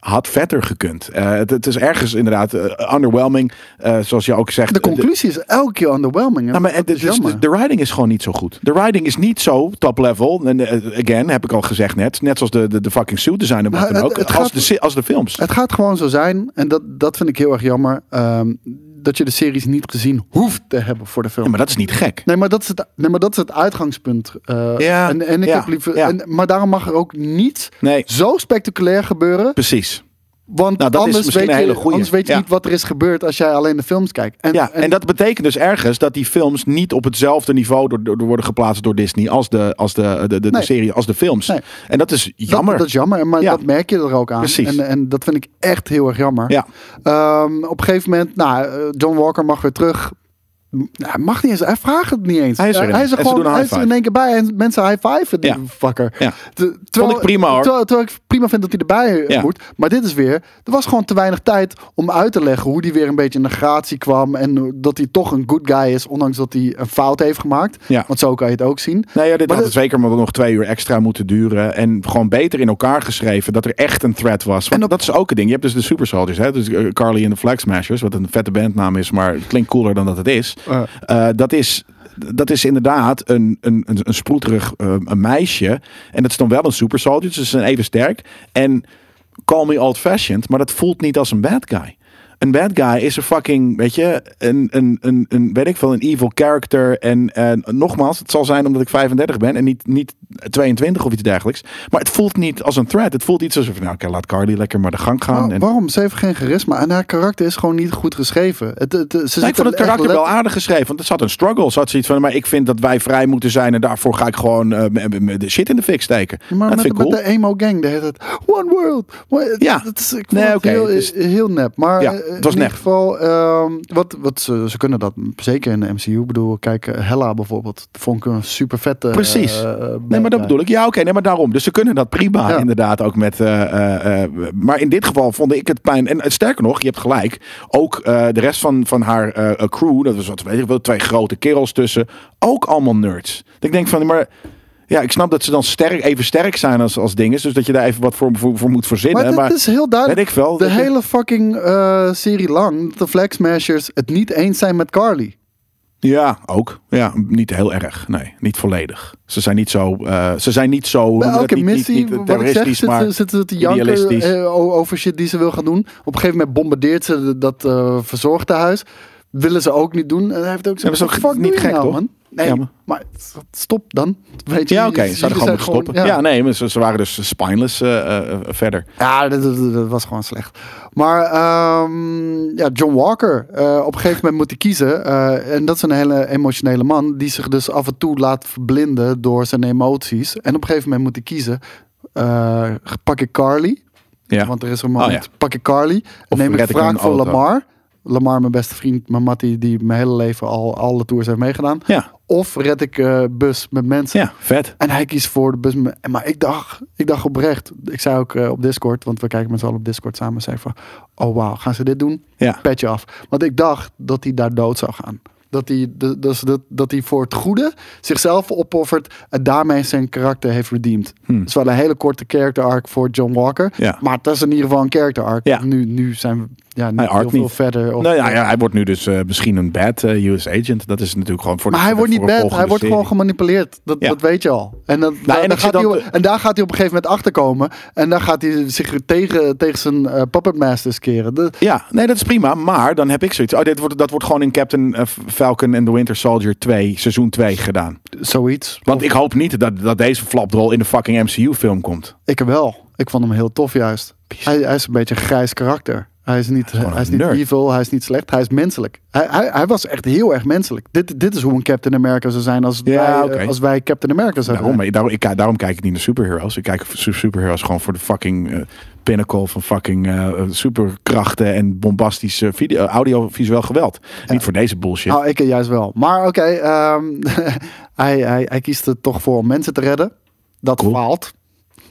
had vetter gekund. Uh, het, het is ergens inderdaad uh, underwhelming. Uh, zoals je ook zegt. De conclusie is elke keer underwhelming. Nou, maar, dus, de, de writing is gewoon niet zo goed. De writing is niet zo top level. En uh, again, heb ik al gezegd net. Net zoals de, de, de fucking suit design en wat dan ook. Het als, gaat, de, als de films. Het gaat gewoon zo zijn. En dat, dat vind ik heel erg jammer. Um, dat je de series niet gezien hoeft te hebben voor de film. Ja, maar dat is niet gek. Nee, maar dat is het, nee, maar dat is het uitgangspunt. Uh, ja, en, en ik ja, heb liever, ja. en, maar daarom mag er ook niet nee. zo spectaculair gebeuren. Precies. Want nou, dat anders, is misschien weet een hele je, goeie. anders weet je ja. niet wat er is gebeurd als jij alleen de films kijkt. En, ja, en, en dat betekent dus ergens dat die films niet op hetzelfde niveau door, door, door worden geplaatst door Disney als de, als de, de, de, de, nee. de serie, als de films. Nee. En dat is jammer. Dat, dat is jammer, maar ja. dat merk je er ook aan. Precies. En, en dat vind ik echt heel erg jammer. Ja. Um, op een gegeven moment, nou, John Walker mag weer terug. Hij mag niet eens, hij vraagt het niet eens. Hij is er, hij is er, gewoon, hij is er in één keer bij en mensen high-fiven die ja. fucker. Ja. Terwijl, Vond ik prima hoor. Terwijl, terwijl ik prima vind dat hij erbij ja. moet. Maar dit is weer, er was gewoon te weinig tijd om uit te leggen hoe hij weer een beetje in de gratie kwam. En dat hij toch een good guy is, ondanks dat hij een fout heeft gemaakt. Ja. Want zo kan je het ook zien. Nee, ja, dit maar had dit, zeker maar nog twee uur extra moeten duren. En gewoon beter in elkaar geschreven dat er echt een threat was. Want op, dat is ook een ding. Je hebt dus de Super Soldiers, hè? Dus uh, Carly en de Flag Smashers, wat een vette bandnaam is, maar het klinkt cooler dan dat het is. Uh. Uh, dat is Dat is inderdaad een, een, een, een sproeterig uh, een meisje. En dat is dan wel een super soldier. Dus ze zijn even sterk. En call me old-fashioned. Maar dat voelt niet als een bad guy. Een bad guy is een fucking, weet je, een, een, een, een weet ik veel, een evil character. En, en nogmaals, het zal zijn omdat ik vijfendertig ben en niet, niet tweeëntwintig of iets dergelijks. Maar het voelt niet als een threat. Het voelt iets alsof, nou oké, okay, laat Carly lekker maar de gang gaan. Oh, en... Waarom? Ze heeft geen charisma. En haar karakter is gewoon niet goed geschreven. Het, het, ze nou, ik vond het karakter wel aardig geschreven. Want er zat een struggle. Zat zoiets van, maar ik vind dat wij vrij moeten zijn. En daarvoor ga ik gewoon uh, de shit in de fik steken. Ja, maar dat met, vind ik met cool. de emo gang, de hele tijd, one world. One, ja. Dat is, ik vond nee, het okay, heel, dus... heel nep. Maar ja, het was in nep. ieder geval, um, wat, wat ze, ze kunnen dat zeker in de M C U. Ik bedoel, kijk, Hella bijvoorbeeld. Dat vond ik een super vette. Precies. Uh, nee, maar dat bedoel ik. Ja, oké, okay, nee, maar daarom. Dus ze kunnen dat prima, ja. inderdaad, ook met. Uh, uh, maar in dit geval vond ik het pijn. En sterker nog, je hebt gelijk. Ook uh, de rest van, van haar uh, crew, dat was wat weet ik wel, twee grote kerels tussen. Ook allemaal nerds. Dat ik denk van, maar. Ja, ik snap dat ze dan sterk, even sterk zijn als, als dinges. Dus dat je daar even wat voor, voor, voor moet verzinnen. Maar het is heel duidelijk. Weet ik wel. De hele fucking uh, serie lang, de Flag Smashers, het niet eens zijn met Carly. Ja, ook. Ja, niet heel erg. Nee, niet volledig. Ze zijn niet zo. Uh, ze zijn niet zo. Bij elke niet, missie, niet, niet terroristisch, zeg, maar zitten, zitten te janken uh, over shit die ze wil gaan doen. Op een gegeven moment bombardeert ze dat uh, verzorgtehuis. Willen ze ook niet doen. En hij heeft ook zo. Ja, fuck niet gek, nou, toch? Man? Nee, ja, maar... maar stop dan. Weet je, ja, oké. Okay. Ze zouden gewoon moeten stoppen. Ja. ja, nee, maar ze, ze waren dus spineless uh, uh, verder. Ja, dat, dat, dat was gewoon slecht. Maar um, ja, John Walker. Uh, op een gegeven moment moet hij kiezen. Uh, en dat is een hele emotionele man. Die zich dus af en toe laat verblinden door zijn emoties. En op een gegeven moment moet hij kiezen. Uh, pak ik Carly. Ja. Want er is een moment. Oh, ja. Pak ik Carly. En neem ik wraak voor Lamar. Lamar, mijn beste vriend, mijn mattie, die mijn hele leven al alle tours heeft meegedaan. Ja. Of red ik uh, bus met mensen. Ja, vet. En hij kiest voor de bus. Met, maar ik dacht, ik dacht oprecht. Ik zei ook uh, op Discord, want we kijken met z'n allen op Discord samen. Zei van, oh wauw, gaan ze dit doen? Ja. Petje af. Want ik dacht dat hij daar dood zou gaan. Dat hij, de, dus dat, dat hij voor het goede zichzelf opoffert en daarmee zijn karakter heeft redeemed. Hmm. Het is wel een hele korte character arc voor John Walker. Ja. Maar het is in ieder geval een character arc. Ja. Nu, nu zijn we ja, niet hij heel veel niet. verder. Of, nou ja, ja, hij wordt nu dus uh, misschien een bad uh, U S agent. Dat is natuurlijk gewoon voor maar de, hij wordt niet bad. Hij serie. wordt gewoon gemanipuleerd. Dat, ja. dat weet je al. En, dat, nou, en, dan gaat dan... hij, en daar gaat hij op een gegeven moment achterkomen. En dan gaat hij zich tegen, tegen zijn uh, puppet masters keren. De... Ja, nee, dat is prima. Maar dan heb ik zoiets. Oh, dit wordt, dat wordt gewoon in Captain uh, Falcon and the Winter Soldier twee, seizoen twee gedaan. Zoiets. Want of... ik hoop niet dat, dat deze flapdrol in de fucking M C U film komt. Ik wel. Ik vond hem heel tof juist. Hij, hij is een beetje een grijs karakter. Hij is niet, hij is niet evil, hij is niet slecht, hij is menselijk. Hij, hij, hij was echt heel erg menselijk. Dit, dit is hoe een Captain America zou zijn als, ja, wij, okay. als wij Captain America zouden daarom, zijn. Daarom, ik, daarom kijk ik niet naar superheroes. Ik kijk superheroes gewoon voor de fucking uh, pinnacle van fucking uh, superkrachten en bombastische video, audiovisueel geweld. Ja. Niet voor deze bullshit. Nou, ik juist wel. Maar oké, okay, um, hij, hij, hij kiest er toch voor om mensen te redden. Dat cool. faalt.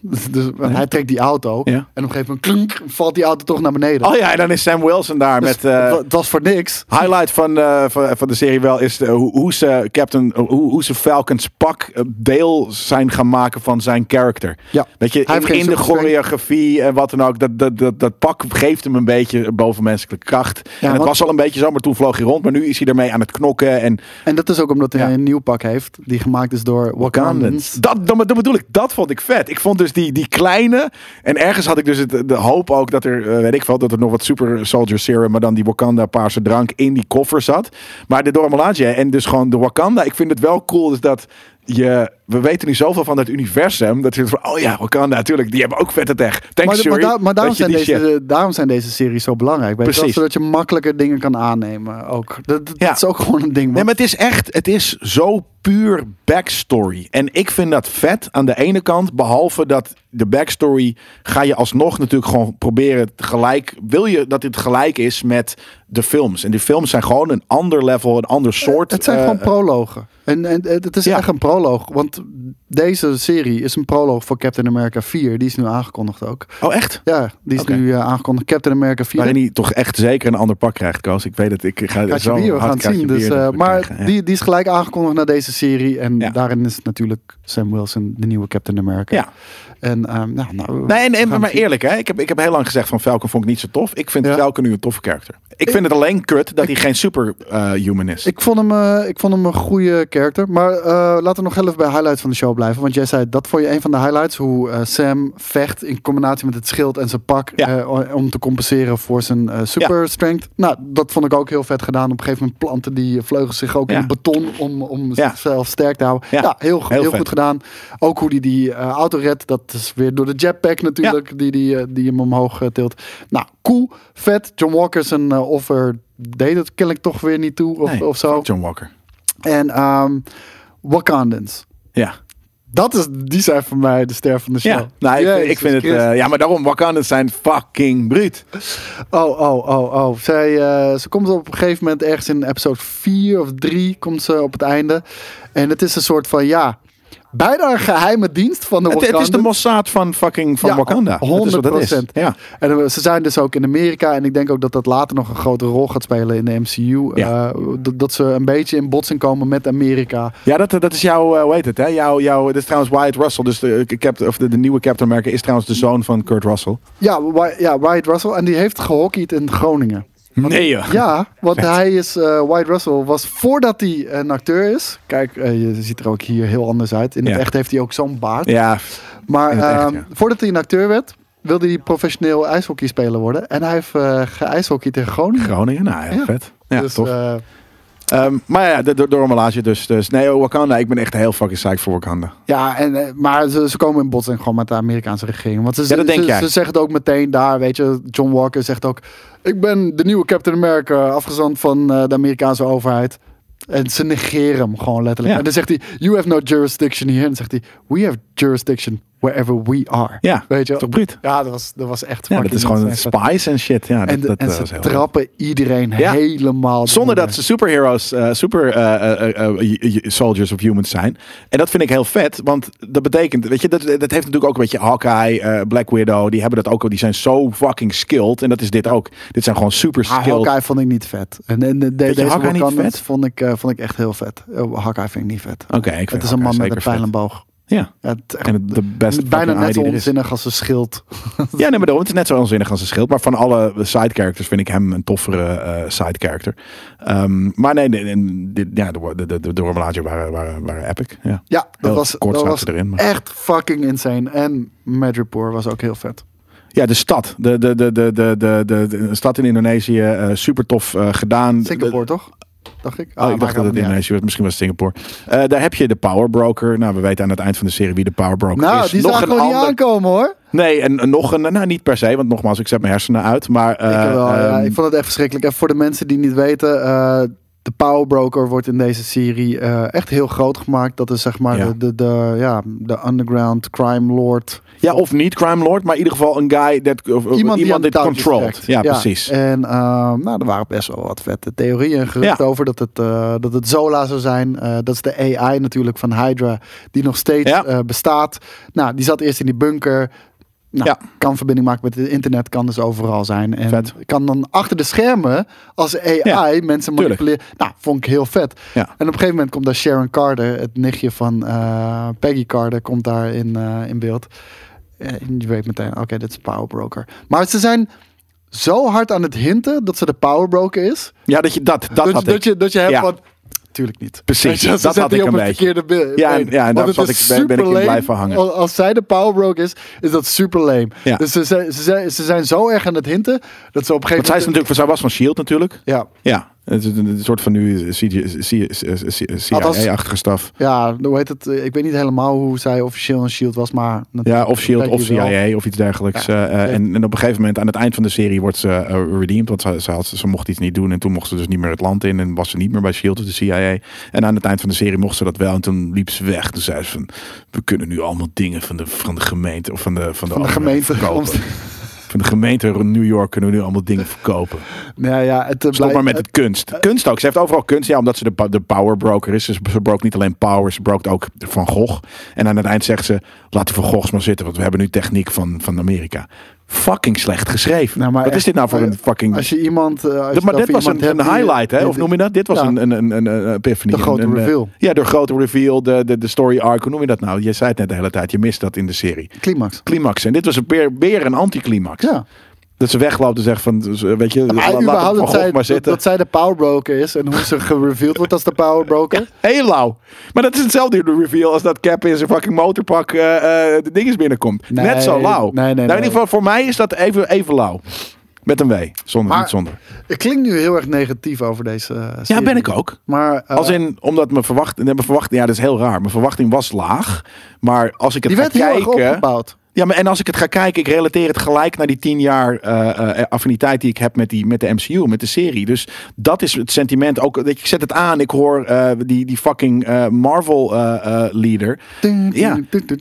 Dus, dus hij trekt die auto. Ja. En op een gegeven moment klunk, valt die auto toch naar beneden. Oh ja, en dan is Sam Wilson daar Dus met... Uh, het was voor niks. highlight van, uh, van, van de serie wel is de, hoe, hoe ze Captain, hoe, hoe ze Falcons pak uh, deel zijn gaan maken van zijn character. Ja. Weet je, Hij heeft in, geen in de superstrength. choreografie en wat dan ook, dat, dat, dat, dat pak geeft hem een beetje bovenmenselijke kracht. Ja, en het want- was al een beetje zo, maar toen vloog hij rond. Maar nu is hij ermee aan het knokken en En dat is ook omdat hij Ja. een nieuw pak heeft. Die gemaakt is door Wakandans. Dat, dat, dat bedoel ik, dat vond ik vet. Ik vond dus die, die kleine. En ergens had ik dus het, de hoop ook dat er, uh, weet ik veel, dat er nog wat Super Soldier Serum, maar dan die Wakanda paarse drank in die koffer zat. Maar de Dormalaje en dus gewoon de Wakanda. Ik vind het wel cool dus dat je, we weten nu zoveel van het universum. Dat je van, oh ja, Wakanda, natuurlijk, die hebben ook vette tech. Thanks, Maar, Shuri. maar, daar- maar daarom, Weet je, zijn die shit. deze, daarom zijn deze series zo belangrijk. Weet je wel? Precies. Zodat je makkelijker dingen kan aannemen. Ook. Dat, dat, Ja. dat is ook gewoon een ding. Nee, want- maar het is echt, het is zo puur backstory. En ik vind dat vet aan de ene kant, behalve dat de backstory ga je alsnog natuurlijk gewoon proberen gelijk, wil je dat dit gelijk is met de films. En die films zijn gewoon een ander level, een ander soort. Het zijn uh, gewoon prologen. En, en het is Ja. echt een proloog. Want deze serie is een proloog voor Captain America vier. Die is nu aangekondigd ook. Oh, echt? Ja, die is Oké. nu uh, aangekondigd. Captain America vier. Waarin hij toch echt zeker een ander pak krijgt, Koos. Ik weet het, ik ga Kaatje zo bier, we hard gaan het kaatje zien. Dus, bier uh, dat we maar krijgen, ja. die, die is gelijk aangekondigd naar deze serie. En Ja. daarin is natuurlijk Sam Wilson de nieuwe Captain America. Ja. En, um, nou, nou, Nee, en, we en gaan maar het zien. eerlijk, hè? Ik, heb, ik heb heel lang gezegd van Falcon vond ik niet zo tof. Ik vind Ja. Falcon nu een toffe karakter. Ik vind het alleen kut dat hij geen superhuman is. Ik vond, hem, uh, ik vond hem een goede character. Maar uh, laten we nog heel even bij highlights van de show blijven. Want jij zei, dat vond je een van de highlights. Hoe uh, Sam vecht in combinatie met het schild en zijn pak. Ja. Uh, om te compenseren voor zijn uh, super strength. Nou, dat vond ik ook heel vet gedaan. Op een gegeven moment planten die vleugels zich ook Ja. in het beton. Om, om Ja. zichzelf sterk te houden. Ja, Ja. heel, heel, Heel vet. goed gedaan. Ook hoe hij die, die uh, auto redt. Dat is weer door de jetpack natuurlijk. Die, die, uh, die hem omhoog uh, tilt. Nou, cool. Vet. John Walker zijn uh, offer deed het kennelijk toch weer niet toe. Of, Nee, of zo. John Walker. En um, Wakandans. Ja. Dat is, die zijn voor mij de ster van de show. Ja, nou, ik, Jezus ik vind het. Christus. Uh, ja, maar daarom, Wakandans zijn fucking bruut. Oh, oh, oh, oh. Zij, uh, ze komt op een gegeven moment ergens in episode vier of drie komt ze op het einde. En het is een soort van, ja, bijna een geheime dienst van de Het, Wakandans. het is de Mossad van fucking van Ja, Wakanda. Dat is wat het is. honderd procent. Ja. En uh, ze zijn dus ook in Amerika. En ik denk ook dat dat later nog een grote rol gaat spelen in de M C U. Ja. Uh, dat, dat ze een beetje in botsing komen met Amerika. Ja, dat, dat is jouw, uh, hoe heet het, hè? Jouw, jouw, dit is trouwens Wyatt Russell. Dus de, Cap, of de, de nieuwe Captain America is trouwens de zoon van Kurt Russell. Ja, Wy- ja, Wyatt Russell. En die heeft gehockeyd in Groningen. Nee, joh. Ja, want Vet. hij is, uh, Wyatt Russell was voordat hij een acteur is. Kijk, uh, je ziet er ook hier heel anders uit. In het Ja. echt heeft hij ook zo'n baard. Ja, maar in het echt, um, ja. voordat hij een acteur werd, wilde hij professioneel ijshockeyspeler worden. En hij heeft uh, geijshockeyd tegen Groningen. Groningen, nou ja, Ja. vet. Ja, dus, tof. uh, Um, maar ja, de, de, de Rommelage dus, dus. Nee, Wakanda, ik ben echt heel fucking psyched voor Wakanda. ja, en, uh, maar ze, ze komen in botsing gewoon met de Amerikaanse regering. Want ze, Ja, dat denk ze, jij. ze zeggen het ook meteen daar, weet je. John Walker zegt ook, ik ben de nieuwe Captain America, afgezand van uh, de Amerikaanse overheid. En ze negeren hem gewoon letterlijk. Ja. En dan zegt hij, you have no jurisdiction here. En dan zegt hij, we have jurisdiction wherever we are. Ja, Weet je? toch bruut? Ja, dat was, dat was echt Ja, dat fucking is gewoon insane. spice en shit. Ja, dat, En, de- dat en uh, ze was heel trappen iedereen Ja. helemaal. Zonder door. dat ze superheroes, uh, super uh, uh, uh, uh, soldiers of humans zijn. En dat vind ik heel vet, want dat betekent, weet je, dat, dat heeft natuurlijk ook een beetje Hawkeye, uh, Black Widow, die hebben dat ook al, die zijn zo fucking skilled. En dat is dit ook. Dit zijn gewoon super Ah, skilled. Hawkeye vond ik niet vet. En, en de, de, je deze Hawkeye niet Wakandans vet? vond ik, uh, vond ik echt heel vet. Uh, Hawkeye vind ik niet vet. Oké, ik vind Het is een Hawkeye man met zeker een pijl vet. en boog. Ja. Ja, het is echt En het- de beste bijna fucking net eye zo die er is. onzinnig als een schild. Ja, nee, maar daarom, het is net zo onzinnig als een schild. Maar van alle side characters vind ik hem een toffere uh, side character. Um, maar nee, nee, nee, dit, ja, de, de, de, de, de Rommelage waren, waren, waren epic. Ja, Ja, dat Heel was, kort dat zaten was ze erin, maar- echt fucking insane. En Madripoor was ook heel vet. ja de stad. De, de, de, de, de, de, de, de stad in Indonesië. Uh, super tof uh, gedaan. Singapore, toch? Dacht ik. Oh, ik dacht dat het Indonesië was. Misschien was het Singapore. Uh, daar heb je de Power Broker. Nou, we weten aan het eind van de serie wie de Power Broker Nou, is. die nog zag een gewoon niet ander... aankomen, hoor. Nee, en, en nog een... Nou, niet per se. Want nogmaals, ik zet mijn hersenen uit. Maar... Uh, ik, heb wel, ja, um, ik vond het echt verschrikkelijk. En voor de mensen die niet weten... Uh, de Power Broker wordt in deze serie uh, echt heel groot gemaakt. Dat is zeg maar Ja. de, de, de, ja, de underground crime lord. Ja, of niet crime lord, maar in ieder geval een guy that of, Iemand, iemand die aan de dit touwtjes controlled. trekt. Ja, precies. En uh, nou, er waren best wel wat vette theorieën en geruchten Ja. over dat het, uh, dat het Zola zou zijn. Uh, dat is de A I natuurlijk van Hydra, die nog steeds Ja. uh, bestaat. Nou, die zat eerst in die bunker. Nou, Ja. kan verbinding maken met het internet, kan dus overal zijn. En Vet. kan dan achter de schermen als A I Ja, mensen tuurlijk. manipuleren. Nou, vond ik heel vet. Ja. En op een gegeven moment komt daar Sharon Carter, het nichtje van uh, Peggy Carter, komt daar in, uh, in beeld. En je weet meteen, oké, okay, dit is Power Broker. Maar ze zijn zo hard aan het hinten dat ze de Power Broker is. Ja, dat je dat, dat, Dat, had dat, ik. je, dat je hebt Ja. van... Tuurlijk niet. Precies, Weet je, ze dat zetten had die ik op een het beetje. verkeerde beeld. Ja, en- ja, en daar Want zat het is ik- ben- ben ik in super blijven lame. hangen. Als, als zij de Power Broker is, is dat super lame. Ja. Dus ze, zijn- ze, zijn- ze zijn zo erg aan het hinten dat ze op een gegeven Want zij, is moment... natuurlijk, zij was van S H I E L D natuurlijk. Ja, Ja, het is een, een soort van nu C I A-achtige staf. ja, hoe heet het? Ik weet niet helemaal hoe zij officieel een S H I E L D was, maar... Ja, of S H I E L D Peggy of C I A wel. of iets dergelijks. Ja. Uh, uh, en, en op een gegeven moment, aan het eind van de serie, wordt ze uh, redeemed. Want ze, ze, had, ze mocht iets niet doen en toen mocht ze dus niet meer het land in. En was ze niet meer bij S H I E L D of de C I A. En aan het eind van de serie mocht ze dat wel. En toen liep ze weg. Toen zei ze van, we kunnen nu allemaal dingen van de, van de gemeente of van de, van de, Van de andere gemeente. verkopen. Van de gemeente New York kunnen we nu allemaal dingen verkopen. Nou ja, het uh, Stop maar met het kunst. Kunst ook. Ze heeft overal kunst. Ja, omdat ze de, de power broker is. Ze, ze broke niet alleen power, ze broke ook Van Gogh. En aan het eind zegt ze, laat die Van Goghs maar zitten. Want we hebben nu techniek van, van Amerika. Fucking slecht geschreven. Nou, maar Wat is echt, dit nou voor maar een fucking... Als je iemand... Uh, als je maar het dit over was een, iemand een hebt die- highlight, hè? die- Of noem je dat? Dit was Ja. een, een, een, een, een epiphany. De grote een, een, reveal. Ja, de grote reveal, de, de, de story arc. Hoe noem je dat nou? Je zei het net de hele tijd. Je mist dat in de serie. Climax. Climax. En dit was een, weer, weer een anticlimax. Ja. Dat ze wegloopt en zegt van, weet je, Maar laat hem überhaupt Van dat Gogh zij, maar dat, zitten. dat zij de Power Broker is en hoe ze gereveeld wordt als de Power Broker. Heel lauw. Maar dat is hetzelfde in de reveal als dat Cap in zijn fucking motorpak uh, uh, de dinges binnenkomt. Nee, Net zo lauw. nee, nee, nou, in nee. ieder geval, voor mij is dat even, even lauw. Met een W. Zonder, Maar- niet zonder. Ik klink nu heel erg negatief over deze uh, serie. Ja, ben ik ook. Maar uh, Als in, omdat mijn verwachting, mijn verwachting, ja, dat is heel raar. Mijn verwachting was laag. Maar als ik het die ga werd heel erg kijken. opgebouwd. Ja, maar en als ik het ga kijken, ik relateer het gelijk naar die tien jaar uh, uh, affiniteit die ik heb met, die, met de M C U, met de serie. Dus dat is het sentiment. Ook, dat ik zet het aan, ik hoor uh, die, die fucking uh, Marvel uh, uh, leader. Ja.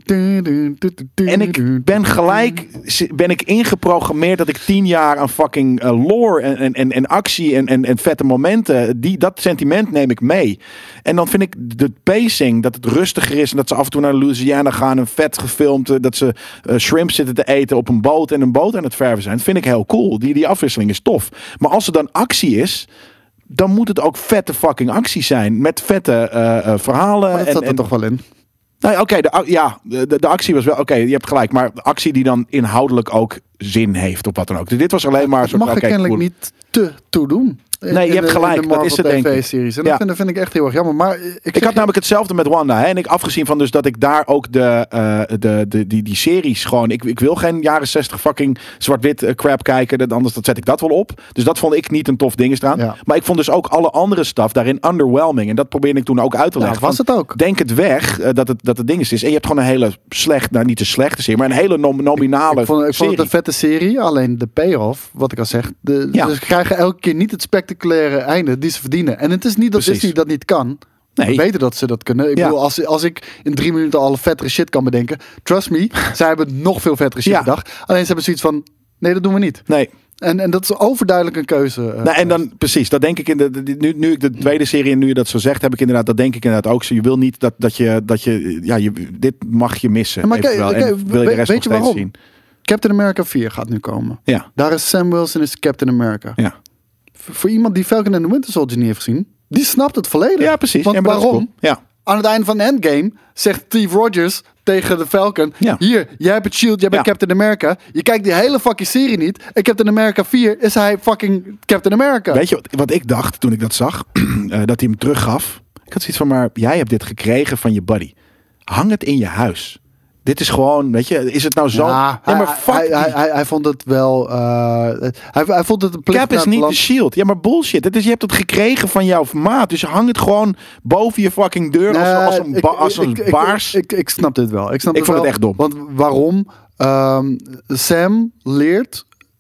En ik ben gelijk, ben ik ingeprogrammeerd dat ik tien jaar aan fucking uh, lore en, en, en, en actie en, en, en vette momenten, die, dat sentiment neem ik mee. En dan vind ik de pacing, dat het rustiger is en dat ze af en toe naar Louisiana gaan en vet gefilmd, uh, dat ze uh, shrimp zitten te eten op een boot en een boot aan het verven zijn. Dat vind ik heel cool. Die, die afwisseling is tof. Maar als er dan actie is, dan moet het ook vette fucking actie zijn. Met vette uh, uh, verhalen. Maar dat en, zat er en, toch wel in. Nou, oké, okay, de, ja, de, de actie was wel... Oké, okay, je hebt gelijk. Maar de actie die dan inhoudelijk ook zin heeft of wat dan ook. Dus dit was alleen maar... Dat mag er okay, kennelijk cool. niet te toe doen. In, Nee, je in hebt de- gelijk, in de dat Marvel is het, denk ik. T V-series. En Ja. dat, vind, dat vind ik echt heel erg jammer. Maar ik, Ik zeg had je- namelijk hetzelfde met Wanda. Hè? En ik afgezien van dus dat ik daar ook de, uh, de, de, die, die series gewoon... Ik, ik wil geen jaren zestig fucking zwart-wit uh, crap kijken. Dat, anders dat zet ik dat wel op. Dus dat vond ik niet een tof ding eraan. Ja. Maar ik vond dus ook alle andere stuff daarin underwhelming. En dat probeerde ik toen ook uit te Ja, leggen. was Van, het ook. Denk het weg uh, dat, het, dat het ding is. En je hebt gewoon een hele slecht... Nou, niet een slechte serie, maar een hele nom- nominale Ik vond, ik vond serie. het een vette serie. Alleen de payoff, wat ik al zeg. De, Ja. Ze krijgen elke keer niet het spectaculaire einde die ze verdienen. En het is niet dat Precies. Disney dat niet kan. Nee. We weten dat ze dat kunnen. Ik Ja. bedoel, als, als ik in drie minuten al vettere shit kan bedenken. Trust me, zij hebben nog veel vettere shit Ja. bedacht. Alleen ze hebben zoiets van, nee, dat doen we niet. Nee. En, en dat is overduidelijk een keuze. uh, Nou, en dan precies, dat denk ik in de, de- nu, nu ik de tweede serie en nu je dat zo zegt, heb ik inderdaad, dat denk ik inderdaad ook zo. Je wil niet dat, dat je, dat je, ja, je, dit mag je missen. Ja, maar kijk, eventueel. En kijk, wil je de weet- rest weet nog je steeds waarom? zien? Captain America vier gaat nu komen. Ja, Daar is Sam Wilson is Captain America. ja. V- voor iemand die Falcon and the Winter Soldier niet heeft gezien, die snapt het volledig. Ja, precies. Want Ja, maar dat is waarom? cool. Ja. Aan het einde van Endgame zegt Steve Rogers tegen de Falcon: Ja. hier, jij hebt het shield, jij bent Ja. Captain America. Je kijkt die hele fucking serie niet. En Captain America vier is hij fucking Captain America. Weet je wat, wat ik dacht toen ik dat zag? uh, dat hij hem teruggaf. Ik had zoiets van, maar jij hebt dit gekregen van je buddy. Hang het in je huis. Dit is gewoon, weet je, is het nou zo... Ja, ja, maar hij, fuck hij, die- hij, hij, hij vond het wel. uh, hij, hij vond het een plicht. Cap naar is het niet land. de shield. Ja, maar bullshit. Het is, je hebt het gekregen van jouw maat. Dus hang het gewoon boven je fucking deur als, Nee, als een, ik- ba- als een ik- ik- baars. Ik, ik, ik snap dit wel. Ik, snap Ik vond wel, het echt dom. Want waarom? Um, Sam leert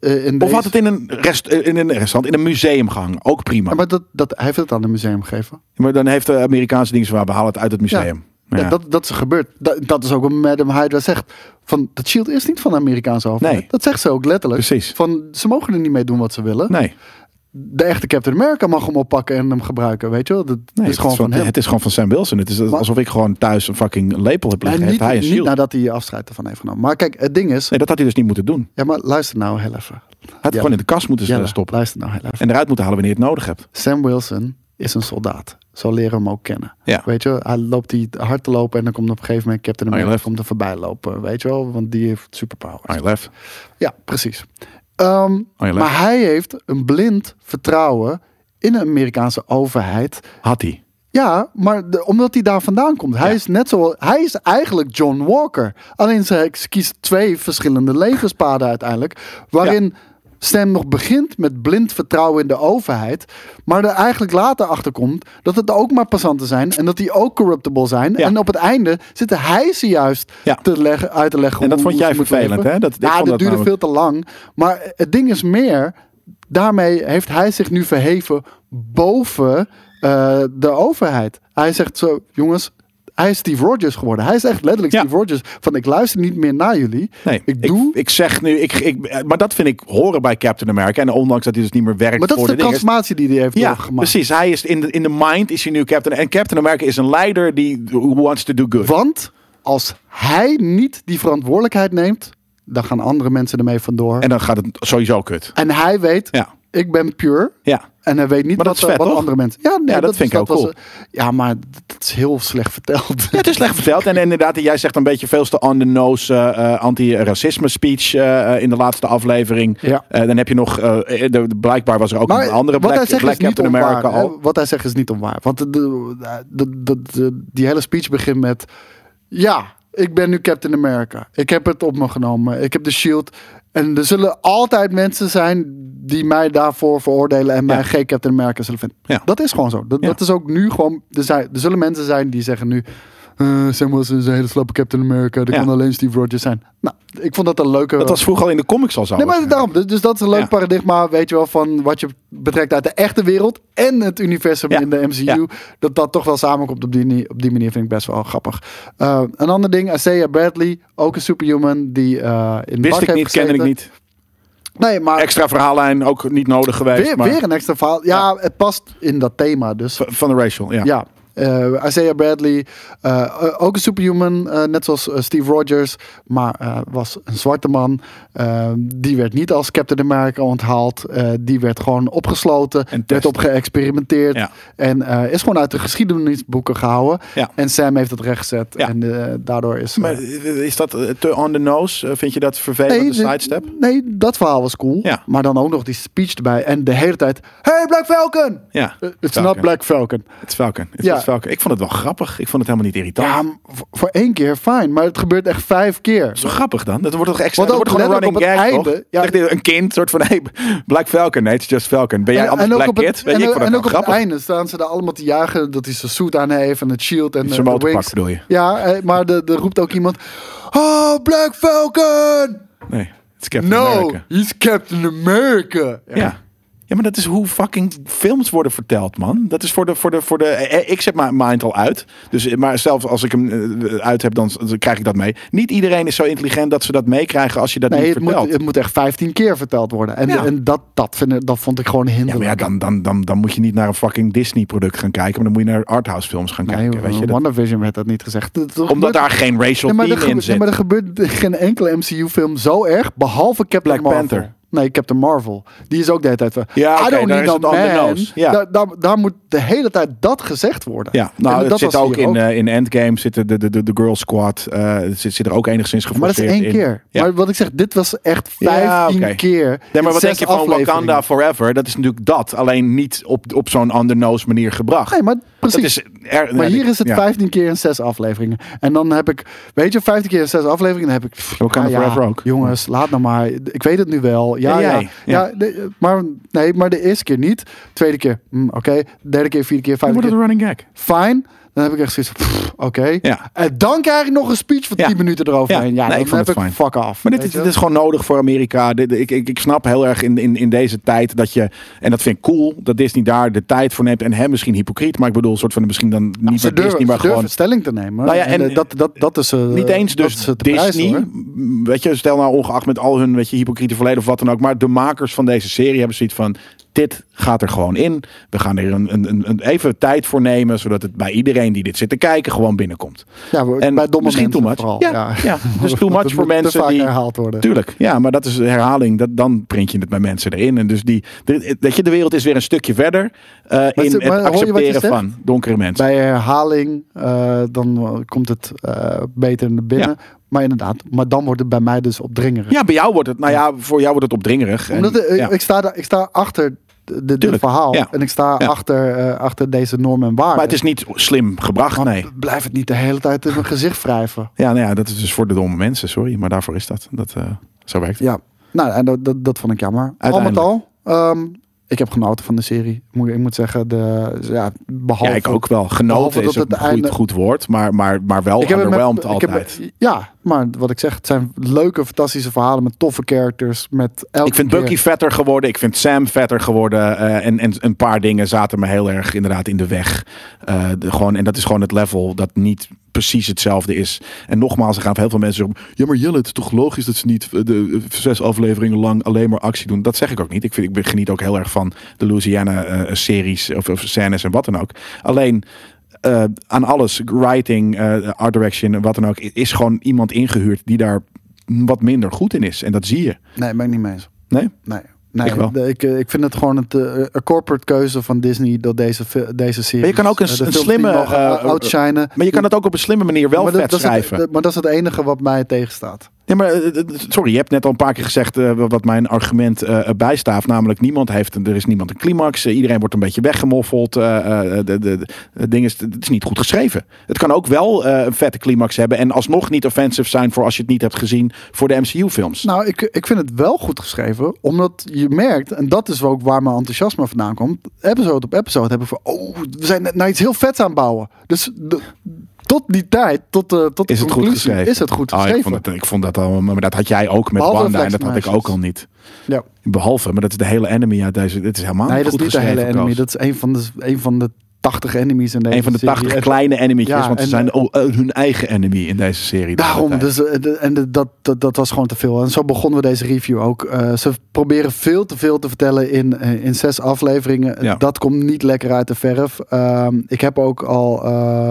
uh, in Of deze... had het in een, rest, in een restaurant, in een museum gehangen. Ook prima. Ja, maar dat, dat, hij heeft het aan een museum gegeven. Maar dan heeft de Amerikaanse dienst waar we halen het uit het museum. Ja, Ja. dat, dat is gebeurd. Dat, dat is ook wat Madame Hydra zegt. Van, dat shield is niet van de Amerikaanse overheid. Nee. Dat zegt ze ook letterlijk. Precies. Van, ze mogen er niet mee doen wat ze willen. Nee. De echte Captain America mag hem oppakken en hem gebruiken. Weet je wel? Dat Nee, is gewoon het, van is, hem. het is gewoon van Sam Wilson. Het is Maar- alsof ik gewoon thuis een fucking lepel heb liggen. En Heeft niet, hij een niet shield? nadat hij afscheid ervan heeft genomen. Maar kijk, het ding is... Nee, dat had hij dus niet moeten doen. Hij Ja, maar luister nou heel even. had het Ja. gewoon in de kast moeten Jelle, stoppen. luister nou heel even. En eruit moeten halen wanneer je het nodig hebt. Sam Wilson is een soldaat. Zo leren we hem ook kennen. Ja. Weet je, hij loopt die hard te lopen en dan komt op een gegeven moment Captain Oh, je America left. komt er voorbij lopen. Weet je wel, want die heeft superpowers. On your left. Ja, precies. Ehm, je left. maar hij heeft een blind vertrouwen in de Amerikaanse overheid. Had hij. Ja, maar de- omdat hij daar vandaan komt. Hij Ja. is net zo. Hij is eigenlijk John Walker. Alleen ze ze kiest twee verschillende levenspaden uiteindelijk. Waarin Sam nog begint met blind vertrouwen in de overheid. Maar er eigenlijk later achter komt dat het ook maar passanten zijn. En dat die ook corruptible zijn. Ja. En op het einde zit hij ze juist Ja. te leggen, uit te leggen. En dat hoe- vond hoe jij ze moeten vervelend, leven. hè? Dat- ik ja, vond dat dat duurde namelijk- veel te lang. Maar het ding is meer. Daarmee heeft hij zich nu verheven boven uh, de overheid. Hij zegt zo, jongens, hij is Steve Rogers geworden. Hij is echt letterlijk Ja. Steve Rogers. Van, ik luister niet meer naar jullie. Nee, ik doe... Ik, ik zeg nu, ik, ik, maar dat vind ik horen bij Captain America. En ondanks dat hij dus niet meer werkt maar dat is voor de de dingen. transformatie die hij heeft Ja, doorgemaakt. precies. Hij is in de, in de mind is hij nu Captain. En Captain America is een leider die who wants to do good. Want als hij niet die verantwoordelijkheid neemt, dan gaan andere mensen ermee vandoor. En, En dan gaat het sowieso kut. hij weet, Ja. ik ben pure. Ja. En hij weet niet Maar dat wat, is vet, wat toch? andere mensen... Ja, nee, Ja, dat vind ik was, ook cool. Ja, maar dat is heel slecht verteld. Ja, het is slecht verteld. En inderdaad, jij zegt een beetje veel te on-the-nose uh, anti-racisme speech uh, in de laatste aflevering. Ja. Uh, dan heb je nog, uh, de, de, blijkbaar was er ook Maar een andere wat Black, hij zegt Black is niet Captain America onwaar. al. Hè? Wat hij zegt is niet onwaar. Want de, de, de, de, de- die hele speech begint met... Ja, ik ben nu Captain America. Ik heb het op me genomen. Ik heb de shield. En er zullen altijd mensen zijn die mij daarvoor veroordelen en mij Ja. geen Captain America zullen vinden. Ja. Dat is gewoon zo. Dat, Ja. dat is ook nu gewoon... Er, zijn, er zullen mensen zijn die zeggen nu... Uh, Sam Wilson is een hele slappe Captain America. Er Ja. kan alleen Steve Rogers zijn. Nou, ik vond dat een leuke... Dat was vroeger al in de comics al zo. Nee, maar daarom. Dus, dus dat is een leuk Ja. paradigma, weet je wel, van wat je betrekt uit de echte wereld en het universum Ja. in de M C U. Ja. Dat dat toch wel samenkomt op die, op die manier vind ik best wel grappig. Uh, een ander ding, Isaiah Bradley, ook een superhuman die uh, in Wist Bak ik heeft niet, kende ik gezeten. niet. Nee, maar Extra verhaallijn ook niet nodig geweest. weer, maar weer een extra verhaal. Ja, het past in dat thema dus. v- van de racial, ja. Ja. Uh, Isaiah Bradley, uh, uh, ook een superhuman, uh, net zoals uh, Steve Rogers, maar uh, was een zwarte man. Uh, die werd niet als Captain America onthaald. Uh, die werd gewoon opgesloten, En werd test. op geëxperimenteerd Ja. en uh, is gewoon uit de geschiedenisboeken gehouden. Ja. En Sam heeft dat rechtgezet Ja. en uh, daardoor is... uh, Maar uh, is dat uh, te on the nose? Uh, vind je dat vervelend, de dit- sidestep? nee, dat verhaal was cool. Ja. Maar dan ook nog die speech erbij en de hele tijd... Hey, Black Falcon! Ja. Uh, it's Falcon. not Black Falcon. Het is Falcon. Het Ja. is Falcon. Ik vond het wel grappig. Ik vond het helemaal niet irritant. Ja, m- voor- voor één keer fijn, maar het gebeurt echt vijf keer. Dat is toch grappig dan? Dat wordt toch extra. Want Dat ook wordt gewoon een letterlijk running op gag, het toch? einde, ja. Zegt een kind, soort van, hey, Black Falcon. Nee, het is just Falcon. Ben jij anders ook Black op het, Kid? Weet en je, ik en vond het ook wel op het grappig. einde staan ze daar allemaal te jagen dat hij zijn suit aan heeft en het shield en Zijn eh, de motorpak wings. bedoel je? Ja, eh, maar er er roept ook iemand, oh, Black Falcon! Nee, het is Captain No, America. he's Captain America. Ja. Ja, maar dat is hoe fucking films worden verteld, man. Dat is voor de, voor de, voor de. eh, Ik zet mijn mind al uit. Dus, maar zelfs als ik hem eh, uit heb, dan, dan krijg ik dat mee. Niet iedereen is zo intelligent dat ze dat meekrijgen als je dat Nee, niet het moet, vertelt. het moet echt vijftien keer verteld worden. En, Ja. en dat, dat, vind ik, dat vond ik gewoon Ja, hinderlijk. maar ja, dan, dan, dan, dan moet je niet naar een fucking Disney-product gaan kijken, maar dan moet je naar arthouse films gaan Nee, kijken. Weet je? Dat- WandaVision werd dat niet gezegd. Het- het omdat gebeurt- daar geen racial Nee, maar, er team in gebeurt, nee, zit. maar er gebeurt geen enkele M C U-film zo erg, behalve Captain Black Marvel. Panther. Nee, Captain Marvel. Die is ook de hele tijd van... Ja, I oké, don't daar need is no het on the man. nose. Ja. Daar, daar, daar moet de hele tijd dat gezegd worden. Ja, nou, En het dat zit was ook hier in, eh, in Endgame, zitten de, de, de, de Girl Squad. eh het zit, zit er ook enigszins Maar dat is geforceerd één in. keer. Ja. Maar wat ik zeg, dit was echt Ja, vijftien oké. keer. Nee, maar in wat zes denk je van afleveringen. Wakanda Forever? Dat is natuurlijk dat. Alleen niet op, op zo'n on-the-nose manier gebracht. Nee, maar precies. Dat is er, maar nee, hier is het ja. vijftien keer in zes afleveringen. En dan heb ik, weet je, vijftien keer in zes afleveringen. Dan heb ik, pff, Wakanda ja, ja, Forever ook. jongens, laat nou maar. Ik weet het nu wel. Ja, Ja, ja. jij. ja. Ja. de- maar nee, maar de eerste keer niet. Tweede keer, hm, oké. Derde keer, vierde keer, Dan vijfde wordt het keer. een running gag. Fine. Dan heb ik echt zoiets van, oké. Okay. Ja. En dan krijg ik nog een speech van tien Ja. minuten eroverheen. Ja, Ja, nee, dan ik vond heb het ik fijn. fuck af. Maar dit, weet is- je? dit is gewoon nodig voor Amerika. Dit, ik, ik, ik snap heel erg in, in, in deze tijd dat je... En dat vind ik cool, dat Disney daar de tijd voor neemt. En hem misschien hypocriet, maar ik bedoel... een soort van misschien dan niet Nou, ze meer durven, Disney, maar ze durven gewoon... stelling te nemen. Nou ja, en, en- eh, dat, dat, dat is... Uh, Niet eens dat dus is de prijs, Disney, hoor. weet je, stel nou ongeacht met al hun weet je, hypocriete verleden of wat dan ook, maar de makers van deze serie hebben zoiets van, dit gaat er gewoon in. We gaan er een, een, een even tijd voor nemen, zodat het bij iedereen die dit zit te kijken gewoon binnenkomt. Ja, we- En bij domme misschien too mensen much. vooral. Ja, ja, dus too much Dat voor moet te mensen vaak die... herhaald worden. Tuurlijk, ja, maar dat is herhaling. Dat, dan print je het bij mensen erin. En dus die, de, weet je, de wereld is weer een stukje verder uh, in ze- maar het hoor je wat je accepteren zegt? van donkere mensen. Bij herhaling, uh, dan uh, komt het uh, beter naar binnen. Ja. Maar inderdaad, maar dan wordt het bij mij dus opdringerig. Ja, bij jou wordt het, nou ja, voor jou wordt het opdringerig. En, Omdat uh, ja. ik, sta daar, ik sta achter dit Tuurlijk, verhaal. ja. En ik sta Ja. achter, uh, achter deze normen en waarden. Maar het is niet slim gebracht, Maar nee. blijf het niet de hele tijd in mijn gezicht wrijven. Ja, nou ja, dat is dus voor de domme mensen, sorry. Maar daarvoor is dat. dat uh, zo werkt het. Ja, nou, en dat, dat, dat vond ik jammer. Al met al, um, ik heb genoten van de serie. Moet, ik moet zeggen, de, ja, behalve... Ja, ik ook wel. Genoten is dat een het goed, einde- goed woord, maar, maar, maar wel Ik heb het met- underwhelmed ik heb altijd. het- ja, maar wat ik zeg, het zijn leuke, fantastische verhalen met toffe characters. Met elke Ik vind keer- Bucky vetter geworden. Ik vind Sam vetter geworden. Uh, en, en een paar dingen zaten me heel erg inderdaad in de weg. Uh, de, gewoon, en dat is gewoon het level dat niet precies hetzelfde is. En nogmaals, er gaan heel veel mensen zeggen... Ja, maar Jelle, het is toch logisch dat ze niet uh, de, zes afleveringen lang alleen maar actie doen. Dat zeg ik ook niet. Ik, vind, ik geniet ook heel erg van de Louisiana-series of, of scènes en wat dan ook. Alleen... Uh, aan alles, writing, uh, art direction en wat dan ook, is gewoon iemand ingehuurd die daar wat minder goed in is. En dat zie je. Nee, ben ik niet mee eens. Nee? Nee. Nee, Ik wel. de- ik, ik vind het gewoon het, uh, een corporate keuze van Disney dat deze, fi- deze serie. Maar je kan ook een, uh, de een films slimme... die mogen uh, outshinen. Maar je kan het ook op een slimme manier wel maar vet dat, dat is het- schrijven. dat- maar dat is het enige wat mij tegenstaat. Ja, maar uh, uh, sorry, je hebt net al een paar keer gezegd uh, wat mijn argument uh, bijstaat. Namelijk, niemand heeft, er is niemand een climax. Uh, iedereen wordt een beetje weggemoffeld. Uh, uh, de, de, de, de ding is, het is niet goed geschreven. Het kan ook wel uh, een vette climax hebben. En alsnog niet offensive zijn voor als je het niet hebt gezien voor de M C U-films. Nou, ik, ik vind het wel goed geschreven, omdat je merkt, en dat is ook waar mijn enthousiasme vandaan komt. Episode op episode hebben we van, oh, we zijn naar iets heel vets aan het bouwen. Dus de, tot die tijd, tot, uh, tot de Is het goed conclusie, geschreven? is het goed Oh, geschreven. ik, vond het, ik vond dat al, maar dat had jij ook met Behalve Wanda en dat had ik reflexmeisjes. ook al niet. Ja. Behalve, maar dat is de hele enemy uit deze. Dit is helemaal Nee, niet dat is goed niet de hele geschreven, enemy. Koos. Dat is een van de, een van de tachtig enemies in deze Een van de serie. tachtig En- kleine enemy'tjes, Ja, want ze en- zijn oh, uh, hun eigen enemy in deze serie. Daarom, De hele tijd. dus, eh, de- en de- dat, dat, dat was gewoon te veel. En zo begonnen we deze review ook. Eh, ze proberen veel te veel te vertellen in, eh, in zes afleveringen. Ja. Dat komt niet lekker uit de verf. Ehm, ik heb ook al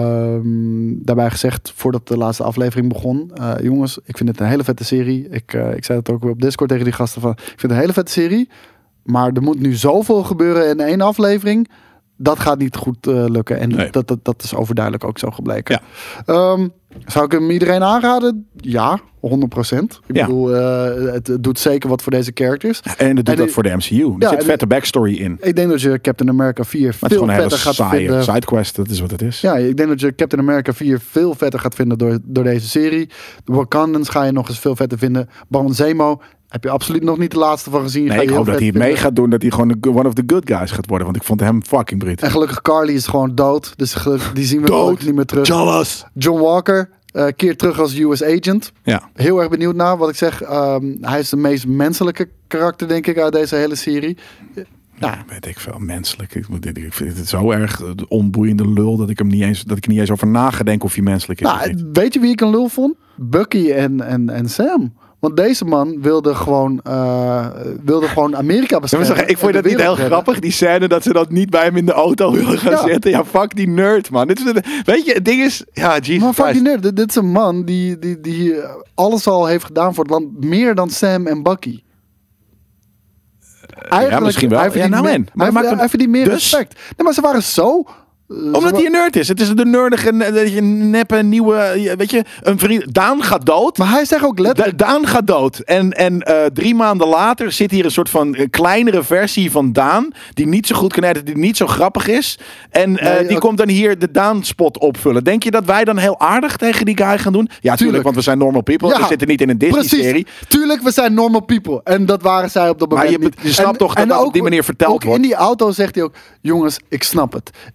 ehm, daarbij gezegd, voordat de laatste aflevering begon. eh, jongens, ik vind het een hele vette serie. Ik, eh, ik zei het ook op Discord tegen die gasten van, ik vind het een hele vette serie. Maar er moet nu zoveel gebeuren in één aflevering. Dat gaat niet goed eh, lukken. En Nee. dat, dat, dat is overduidelijk ook zo gebleken. Ja. Ehm, zou ik hem iedereen aanraden? Ja, honderd procent. Ik Ja. bedoel, eh, het doet zeker wat voor deze characters. En dat doet En dat die- voor de M C U. Er Ja, zit en vette backstory in. Maar Ik denk dat je Captain America vier het is veel gewoon een hele vetter gaat saaie vinden. sidequest. Dat is wat het is. Ja, ik denk dat je Captain America vier veel vetter gaat vinden door, door deze serie. De Wakandans ga je nog eens veel vetter vinden. Baron Zemo heb je absoluut nog niet de laatste van gezien. Ga Nee, je ik heel hoop dat vet hij het mee vinden. gaat doen. Dat hij gewoon de- one of the good guys gaat worden. Want ik vond hem fucking Brit. En gelukkig Carly is gewoon dood. Dus gelukkig, die zien we Dood. ook niet meer terug. Jealous. John Walker uh, keert terug als U S agent. Ja. Heel erg benieuwd naar wat ik zeg. Um, hij is de meest menselijke karakter, denk ik, uit deze hele serie. Ja, weet ik veel. Menselijk. Ik, moet dit- ik vind het zo erg de onboeiende lul dat ik hem niet eens dat ik er niet eens over na ga denken of hij menselijk is. of Nou, niet. weet je wie ik een lul vond? Bucky en, en, en Sam. Want deze man wilde gewoon, uh, wilde gewoon Amerika Ja, maar beschermen. zeg, ik vond en dat de niet heel wereld redden. grappig, die scène dat ze dat niet bij hem in de auto willen gaan Ja. zetten. Ja, fuck die nerd, man. Dit is, weet je, het ding is... Ja, Jesus Maar fuck Christ. die nerd. Dit, dit is een man die, die, die uh, alles al heeft gedaan voor het land. Meer dan Sam en Bucky. Eigenlijk, misschien wel. Hij Ja, verdient nou meer, en? Maar hij, dat maakt hij hem- verdient meer Dus? respect. Nee, maar ze waren zo... uh, ze Omdat wa- hij een nerd is. Het is de nerdige, weet je, neppe, nieuwe... Weet je, een vriend... Daan gaat dood. Maar hij zegt ook letterlijk... Da- Daan gaat dood. En, en uh, drie maanden later zit hier een soort van uh, kleinere versie van Daan. Die niet zo goed kan editen, die niet zo grappig is. En uh, Nee, die ook- komt dan hier de Daan-spot opvullen. Denk je dat wij dan heel aardig tegen die guy gaan doen? Ja, tuurlijk, Tuurlijk. want we zijn normal people. Ja, we zitten niet in een Disney-serie. Precies. Tuurlijk, we zijn normal people. En dat waren zij op dat moment Maar je- niet. je snapt toch dat dat op die manier verteld ook wordt? in die auto zegt hij ook... Jongens, ik snap het. Ik ben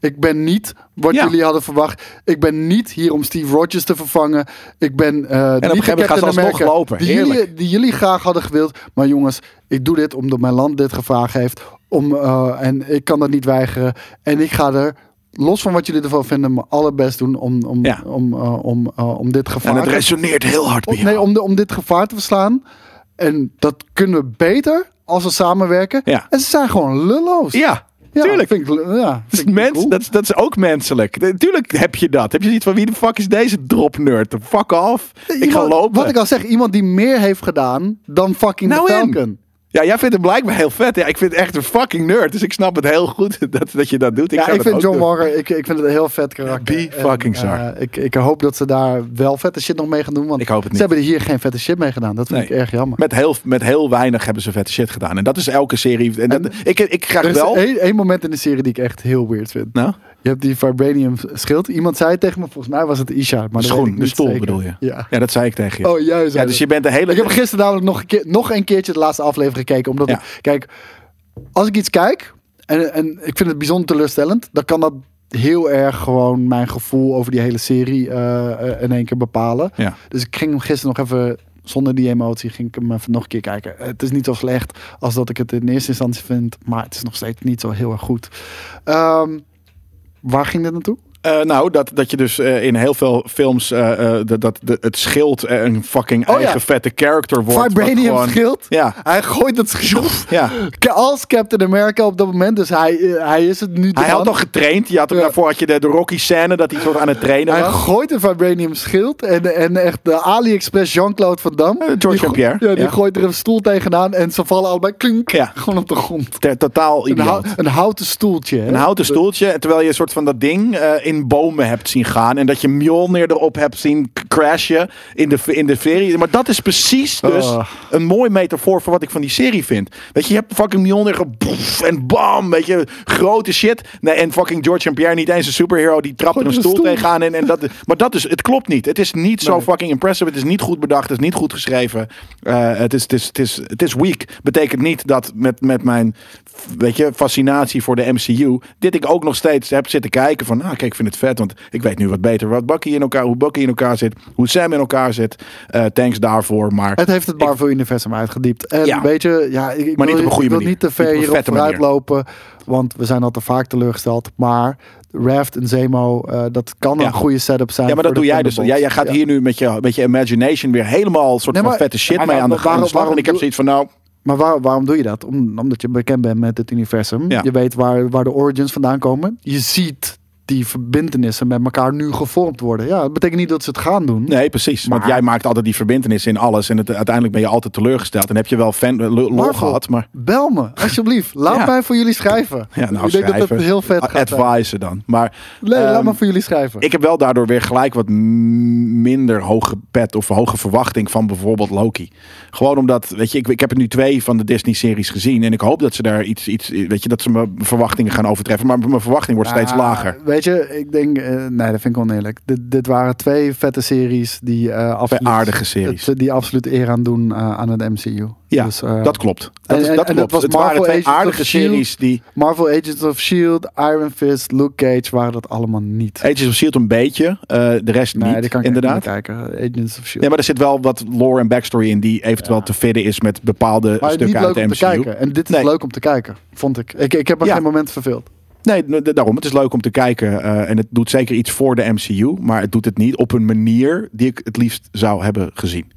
niet wat Ja. jullie hadden verwacht. Ik ben niet hier om Steve Rogers te vervangen. Ik ben uh, En op een niet gegeven moment gaan ze alsnog lopen. Die jullie, die jullie graag hadden gewild. Maar jongens, ik doe dit omdat mijn land dit gevraagd heeft. Om, uh, en ik kan dat niet weigeren. En ik ga er, los van wat jullie ervan vinden, mijn allerbest doen om, om, Ja. om, uh, om, uh, om dit gevaar... En het resoneert heel hard bij om, jou. nee, om, de, om dit gevaar te verslaan. En dat kunnen we beter als we samenwerken. Ja. En ze zijn gewoon lulloos. Ja, Ja, tuurlijk. Vind ik, ja, Dat is, vind ik mens, cool. dat, is, dat is ook menselijk. Natuurlijk heb je dat. Heb je zoiets van, wie de fuck is deze drop nerd? Fuck off. Ik ga Iemand- lopen. Wat ik al zeg, iemand die meer heeft gedaan dan fucking Nou de en? Falcon. Ja, jij vindt het blijkbaar heel vet. Ja, ik vind het echt een fucking nerd. Dus ik snap het heel goed dat, dat je dat doet. Ik Ja, zou ik dat vind ook John doen. Walker, ik, ik vind het een heel vet karakter. Be En, fucking eh, sorry. ik, ik hoop dat ze daar wel vette shit nog mee gaan doen. Want Ik hoop het niet. ze hebben hier geen vette shit mee gedaan. Dat vind Nee. ik erg jammer. Met heel, met heel weinig hebben ze vette shit gedaan. En dat is elke serie. En dat, En ik, ik krijg Er is wel... één, één moment in de serie die ik echt heel weird vind. Nou, Je hebt die vibranium schild. Iemand zei tegen me, volgens mij was het Isha. Maar de dat weet schoen, ik de niet stoel zeker. bedoel je? Ja. Ja, dat zei ik tegen je. Oh, juist. ja, dus je bent de hele... Ik heb gisteren namelijk nog een, keer, nog een keertje de laatste aflevering gekeken. Omdat Ja. ik, kijk, als ik iets kijk en, en ik vind het bijzonder teleurstellend, dan kan dat heel erg gewoon mijn gevoel over die hele serie uh, uh, in één keer bepalen. Ja. Dus ik ging hem gisteren nog even, zonder die emotie, ging ik hem even nog een keer kijken. Het is niet zo slecht als dat ik het in eerste instantie vind, maar het is nog steeds niet zo heel erg goed. Um, waar ging dit naartoe? Uh, nou, dat, dat je dus uh, in heel veel films uh, uh, dat, dat de, het schild uh, een fucking Oh, eigen ja. vette character wordt. wat Vibranium gewoon- schild. Ja. Hij gooit het schild Ja. als Captain America op dat moment. Dus hij, uh, hij is het nu. Hij had nog getraind. Je had hem Ja. Daarvoor had je de, de Rocky scène dat hij soort aan het trainen Hij was. gooit een vibranium schild. En, en echt de AliExpress Jean-Claude Van Damme. Eh, George die go- St. Pierre. Ja, die Ja. gooit er een stoel tegenaan. En ze vallen allebei klink. Ja. Gewoon op de grond. Ter, totaal Een, hou- idioot. een houten stoeltje. Hè? Een houten stoeltje. En terwijl je een soort van dat ding uh, in bomen hebt zien gaan. En dat je Mjolnir erop hebt zien k- crashen in de, in de serie. Maar dat is precies dus Oh. een mooi metafoor voor wat ik van die serie vind. Weet je, je hebt fucking Mjolnir geboef en bam. Weet je, grote shit. Nee, en fucking George St. Pierre, niet eens een superhero. Die trapt er een Gooit er een stoel stoel. tegenaan. En, en dat, maar dat is, het klopt niet. Het is niet zo Nee. fucking impressive. Het is niet goed bedacht. Het is niet goed geschreven. Uh, het, is, het, is, het, is, het is weak. Betekent niet dat met, met mijn weet je, fascinatie voor de M C U, dit ik ook nog steeds heb zitten kijken van, ah, kijk, ik vind het vet, want ik weet nu wat beter wat Bucky in elkaar, hoe Bucky in elkaar zit, hoe Sam in elkaar zit. Uh, thanks daarvoor, maar Het heeft het Marvel-universum uitgediept. En Ja. weet je, ja, ik, ik Maar niet wil, op een goede ik wil manier. niet te Niet ver op een hierop vette vooruit manier. lopen. Want we zijn al te vaak teleurgesteld. Maar Raft en Zemo, uh, dat kan Ja. een goede setup zijn. ja, maar dat voor doe de jij dus. Thunderbolts. Jij, jij gaat Ja. hier nu met je, met je imagination weer helemaal soort Nee, van maar- vette shit maar mee aan de, waarom- aan de slag. waarom En ik heb doe- zoiets van, nou, Maar waar, waarom doe je dat? Om, omdat je bekend bent met het universum. Ja. Je weet waar, waar de origins vandaan komen. Je ziet die verbintenissen met elkaar nu gevormd worden. Ja, dat betekent niet dat ze het gaan doen. nee, precies. Want Maar- jij maakt altijd die verbintenis in alles en het, uiteindelijk ben je altijd teleurgesteld. En heb je wel fan, lol lol Marvel, gehad, maar Bel me, alsjeblieft. Laat Ja. mij voor jullie schrijven. ja, nou, ik denk dat schrijven. het heel vet gaat zijn. Advisen dan. Maar Nee, laat ehm, me voor jullie schrijven. ik heb wel daardoor weer gelijk wat m- minder hoge pet of hoge verwachting van bijvoorbeeld Loki. Gewoon omdat, weet je, ik, ik heb er nu twee van de Disney-series gezien en ik hoop dat ze daar iets, iets, weet je, dat ze mijn verwachtingen gaan overtreffen. Maar mijn verwachting wordt steeds Ah, lager. Weet je, ik denk, eh, nee, dat vind ik oneerlijk. Dit, dit waren twee vette series die uh, absoluut, aardige series. het- die absoluut eer aan doen uh, aan het M C U. Ja, Dus, uh, dat klopt. Dat, en- is, en- dat en klopt. dat was Het waren Marvel twee Agents of aardige Shield. series die Marvel Agents of Shield, Iron Fist, Luke Cage waren dat allemaal niet. Agents of Shield een beetje, uh, de rest nee, niet, die kan ik inderdaad. echt niet kijken. Agents of Shield. Ja, maar er zit wel wat lore en backstory in die eventueel Ja. te fidden is met bepaalde maar stukken niet uit leuk de om M te C U. kijken. En dit is Nee. leuk om te kijken, vond ik. Ik, ik heb me Ja. geen moment verveeld. Nee, d- daarom. Het is leuk om te kijken. Uh, en het doet zeker iets voor de M C U. Maar het doet het niet op een manier die ik het liefst zou hebben gezien.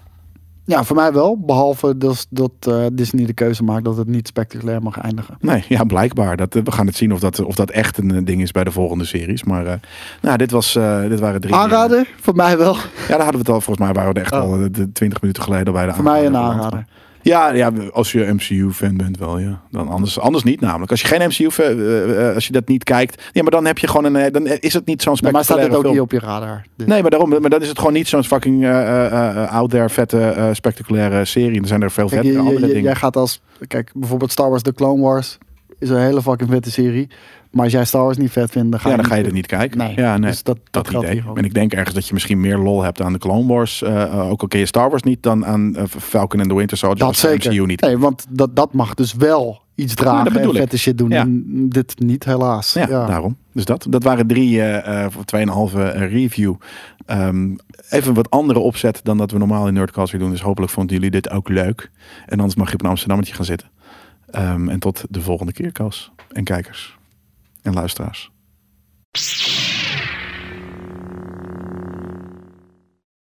Ja, voor mij wel. Behalve dat, dat uh, Disney de keuze maakt dat het niet spectaculair mag eindigen. Nee, ja, blijkbaar. Dat, uh, we gaan het zien of dat, of dat echt een uh, ding is bij de volgende series. Maar uh, nou, dit, was, uh, dit waren drie... Aanrader? Uh, voor mij wel. Ja, daar hadden we het al. Volgens mij waren we er echt Oh. al uh, de twintig minuten geleden bij de Voor mij een aanrader. aanrader. Ja, ja, als je M C U-fan bent wel, ja. Dan anders, anders niet namelijk. Als je geen M C U-fan, uh, uh, als je dat niet kijkt, ja, maar dan heb je gewoon een, dan is het niet zo'n Ja, maar staat spectaculaire dit ook film. niet op je radar? Dit. Nee, maar daarom, maar dan is het gewoon niet zo'n fucking uh, uh, uh, out there, vette, uh, spectaculaire serie. Er zijn er veel Kijk, vettere je- je- andere je- dingen. Jij gaat als, kijk, bijvoorbeeld Star Wars The Clone Wars is een hele fucking vette serie. Maar als jij Star Wars niet vet vindt, dan ga Ja, je dan ga je niet- er niet kijken. Nee, Ja, nee. dus dat, dat, Dat geldt idee. hier ook. En ik denk ergens dat je misschien meer lol hebt aan de Clone Wars. Uh, uh, ook al ken je Star Wars niet, dan aan uh, Falcon and the Winter Soldier. Dat als de zeker. M C U niet. Nee, want dat, dat mag dus wel iets dat dragen bedoel en ik. vette shit doen. Ja. En dit niet, helaas. Ja, Ja. daarom. Dus dat. Dat waren drie uh, uh, voor tweeënhalve uh, review. Um, even wat andere opzet dan dat we normaal in Nerdcast weer doen. Dus hopelijk vonden jullie dit ook leuk. En anders mag je op een Amsterdammetje gaan zitten. Um, en tot de volgende keer, Kas. En kijkers. En luisteraars.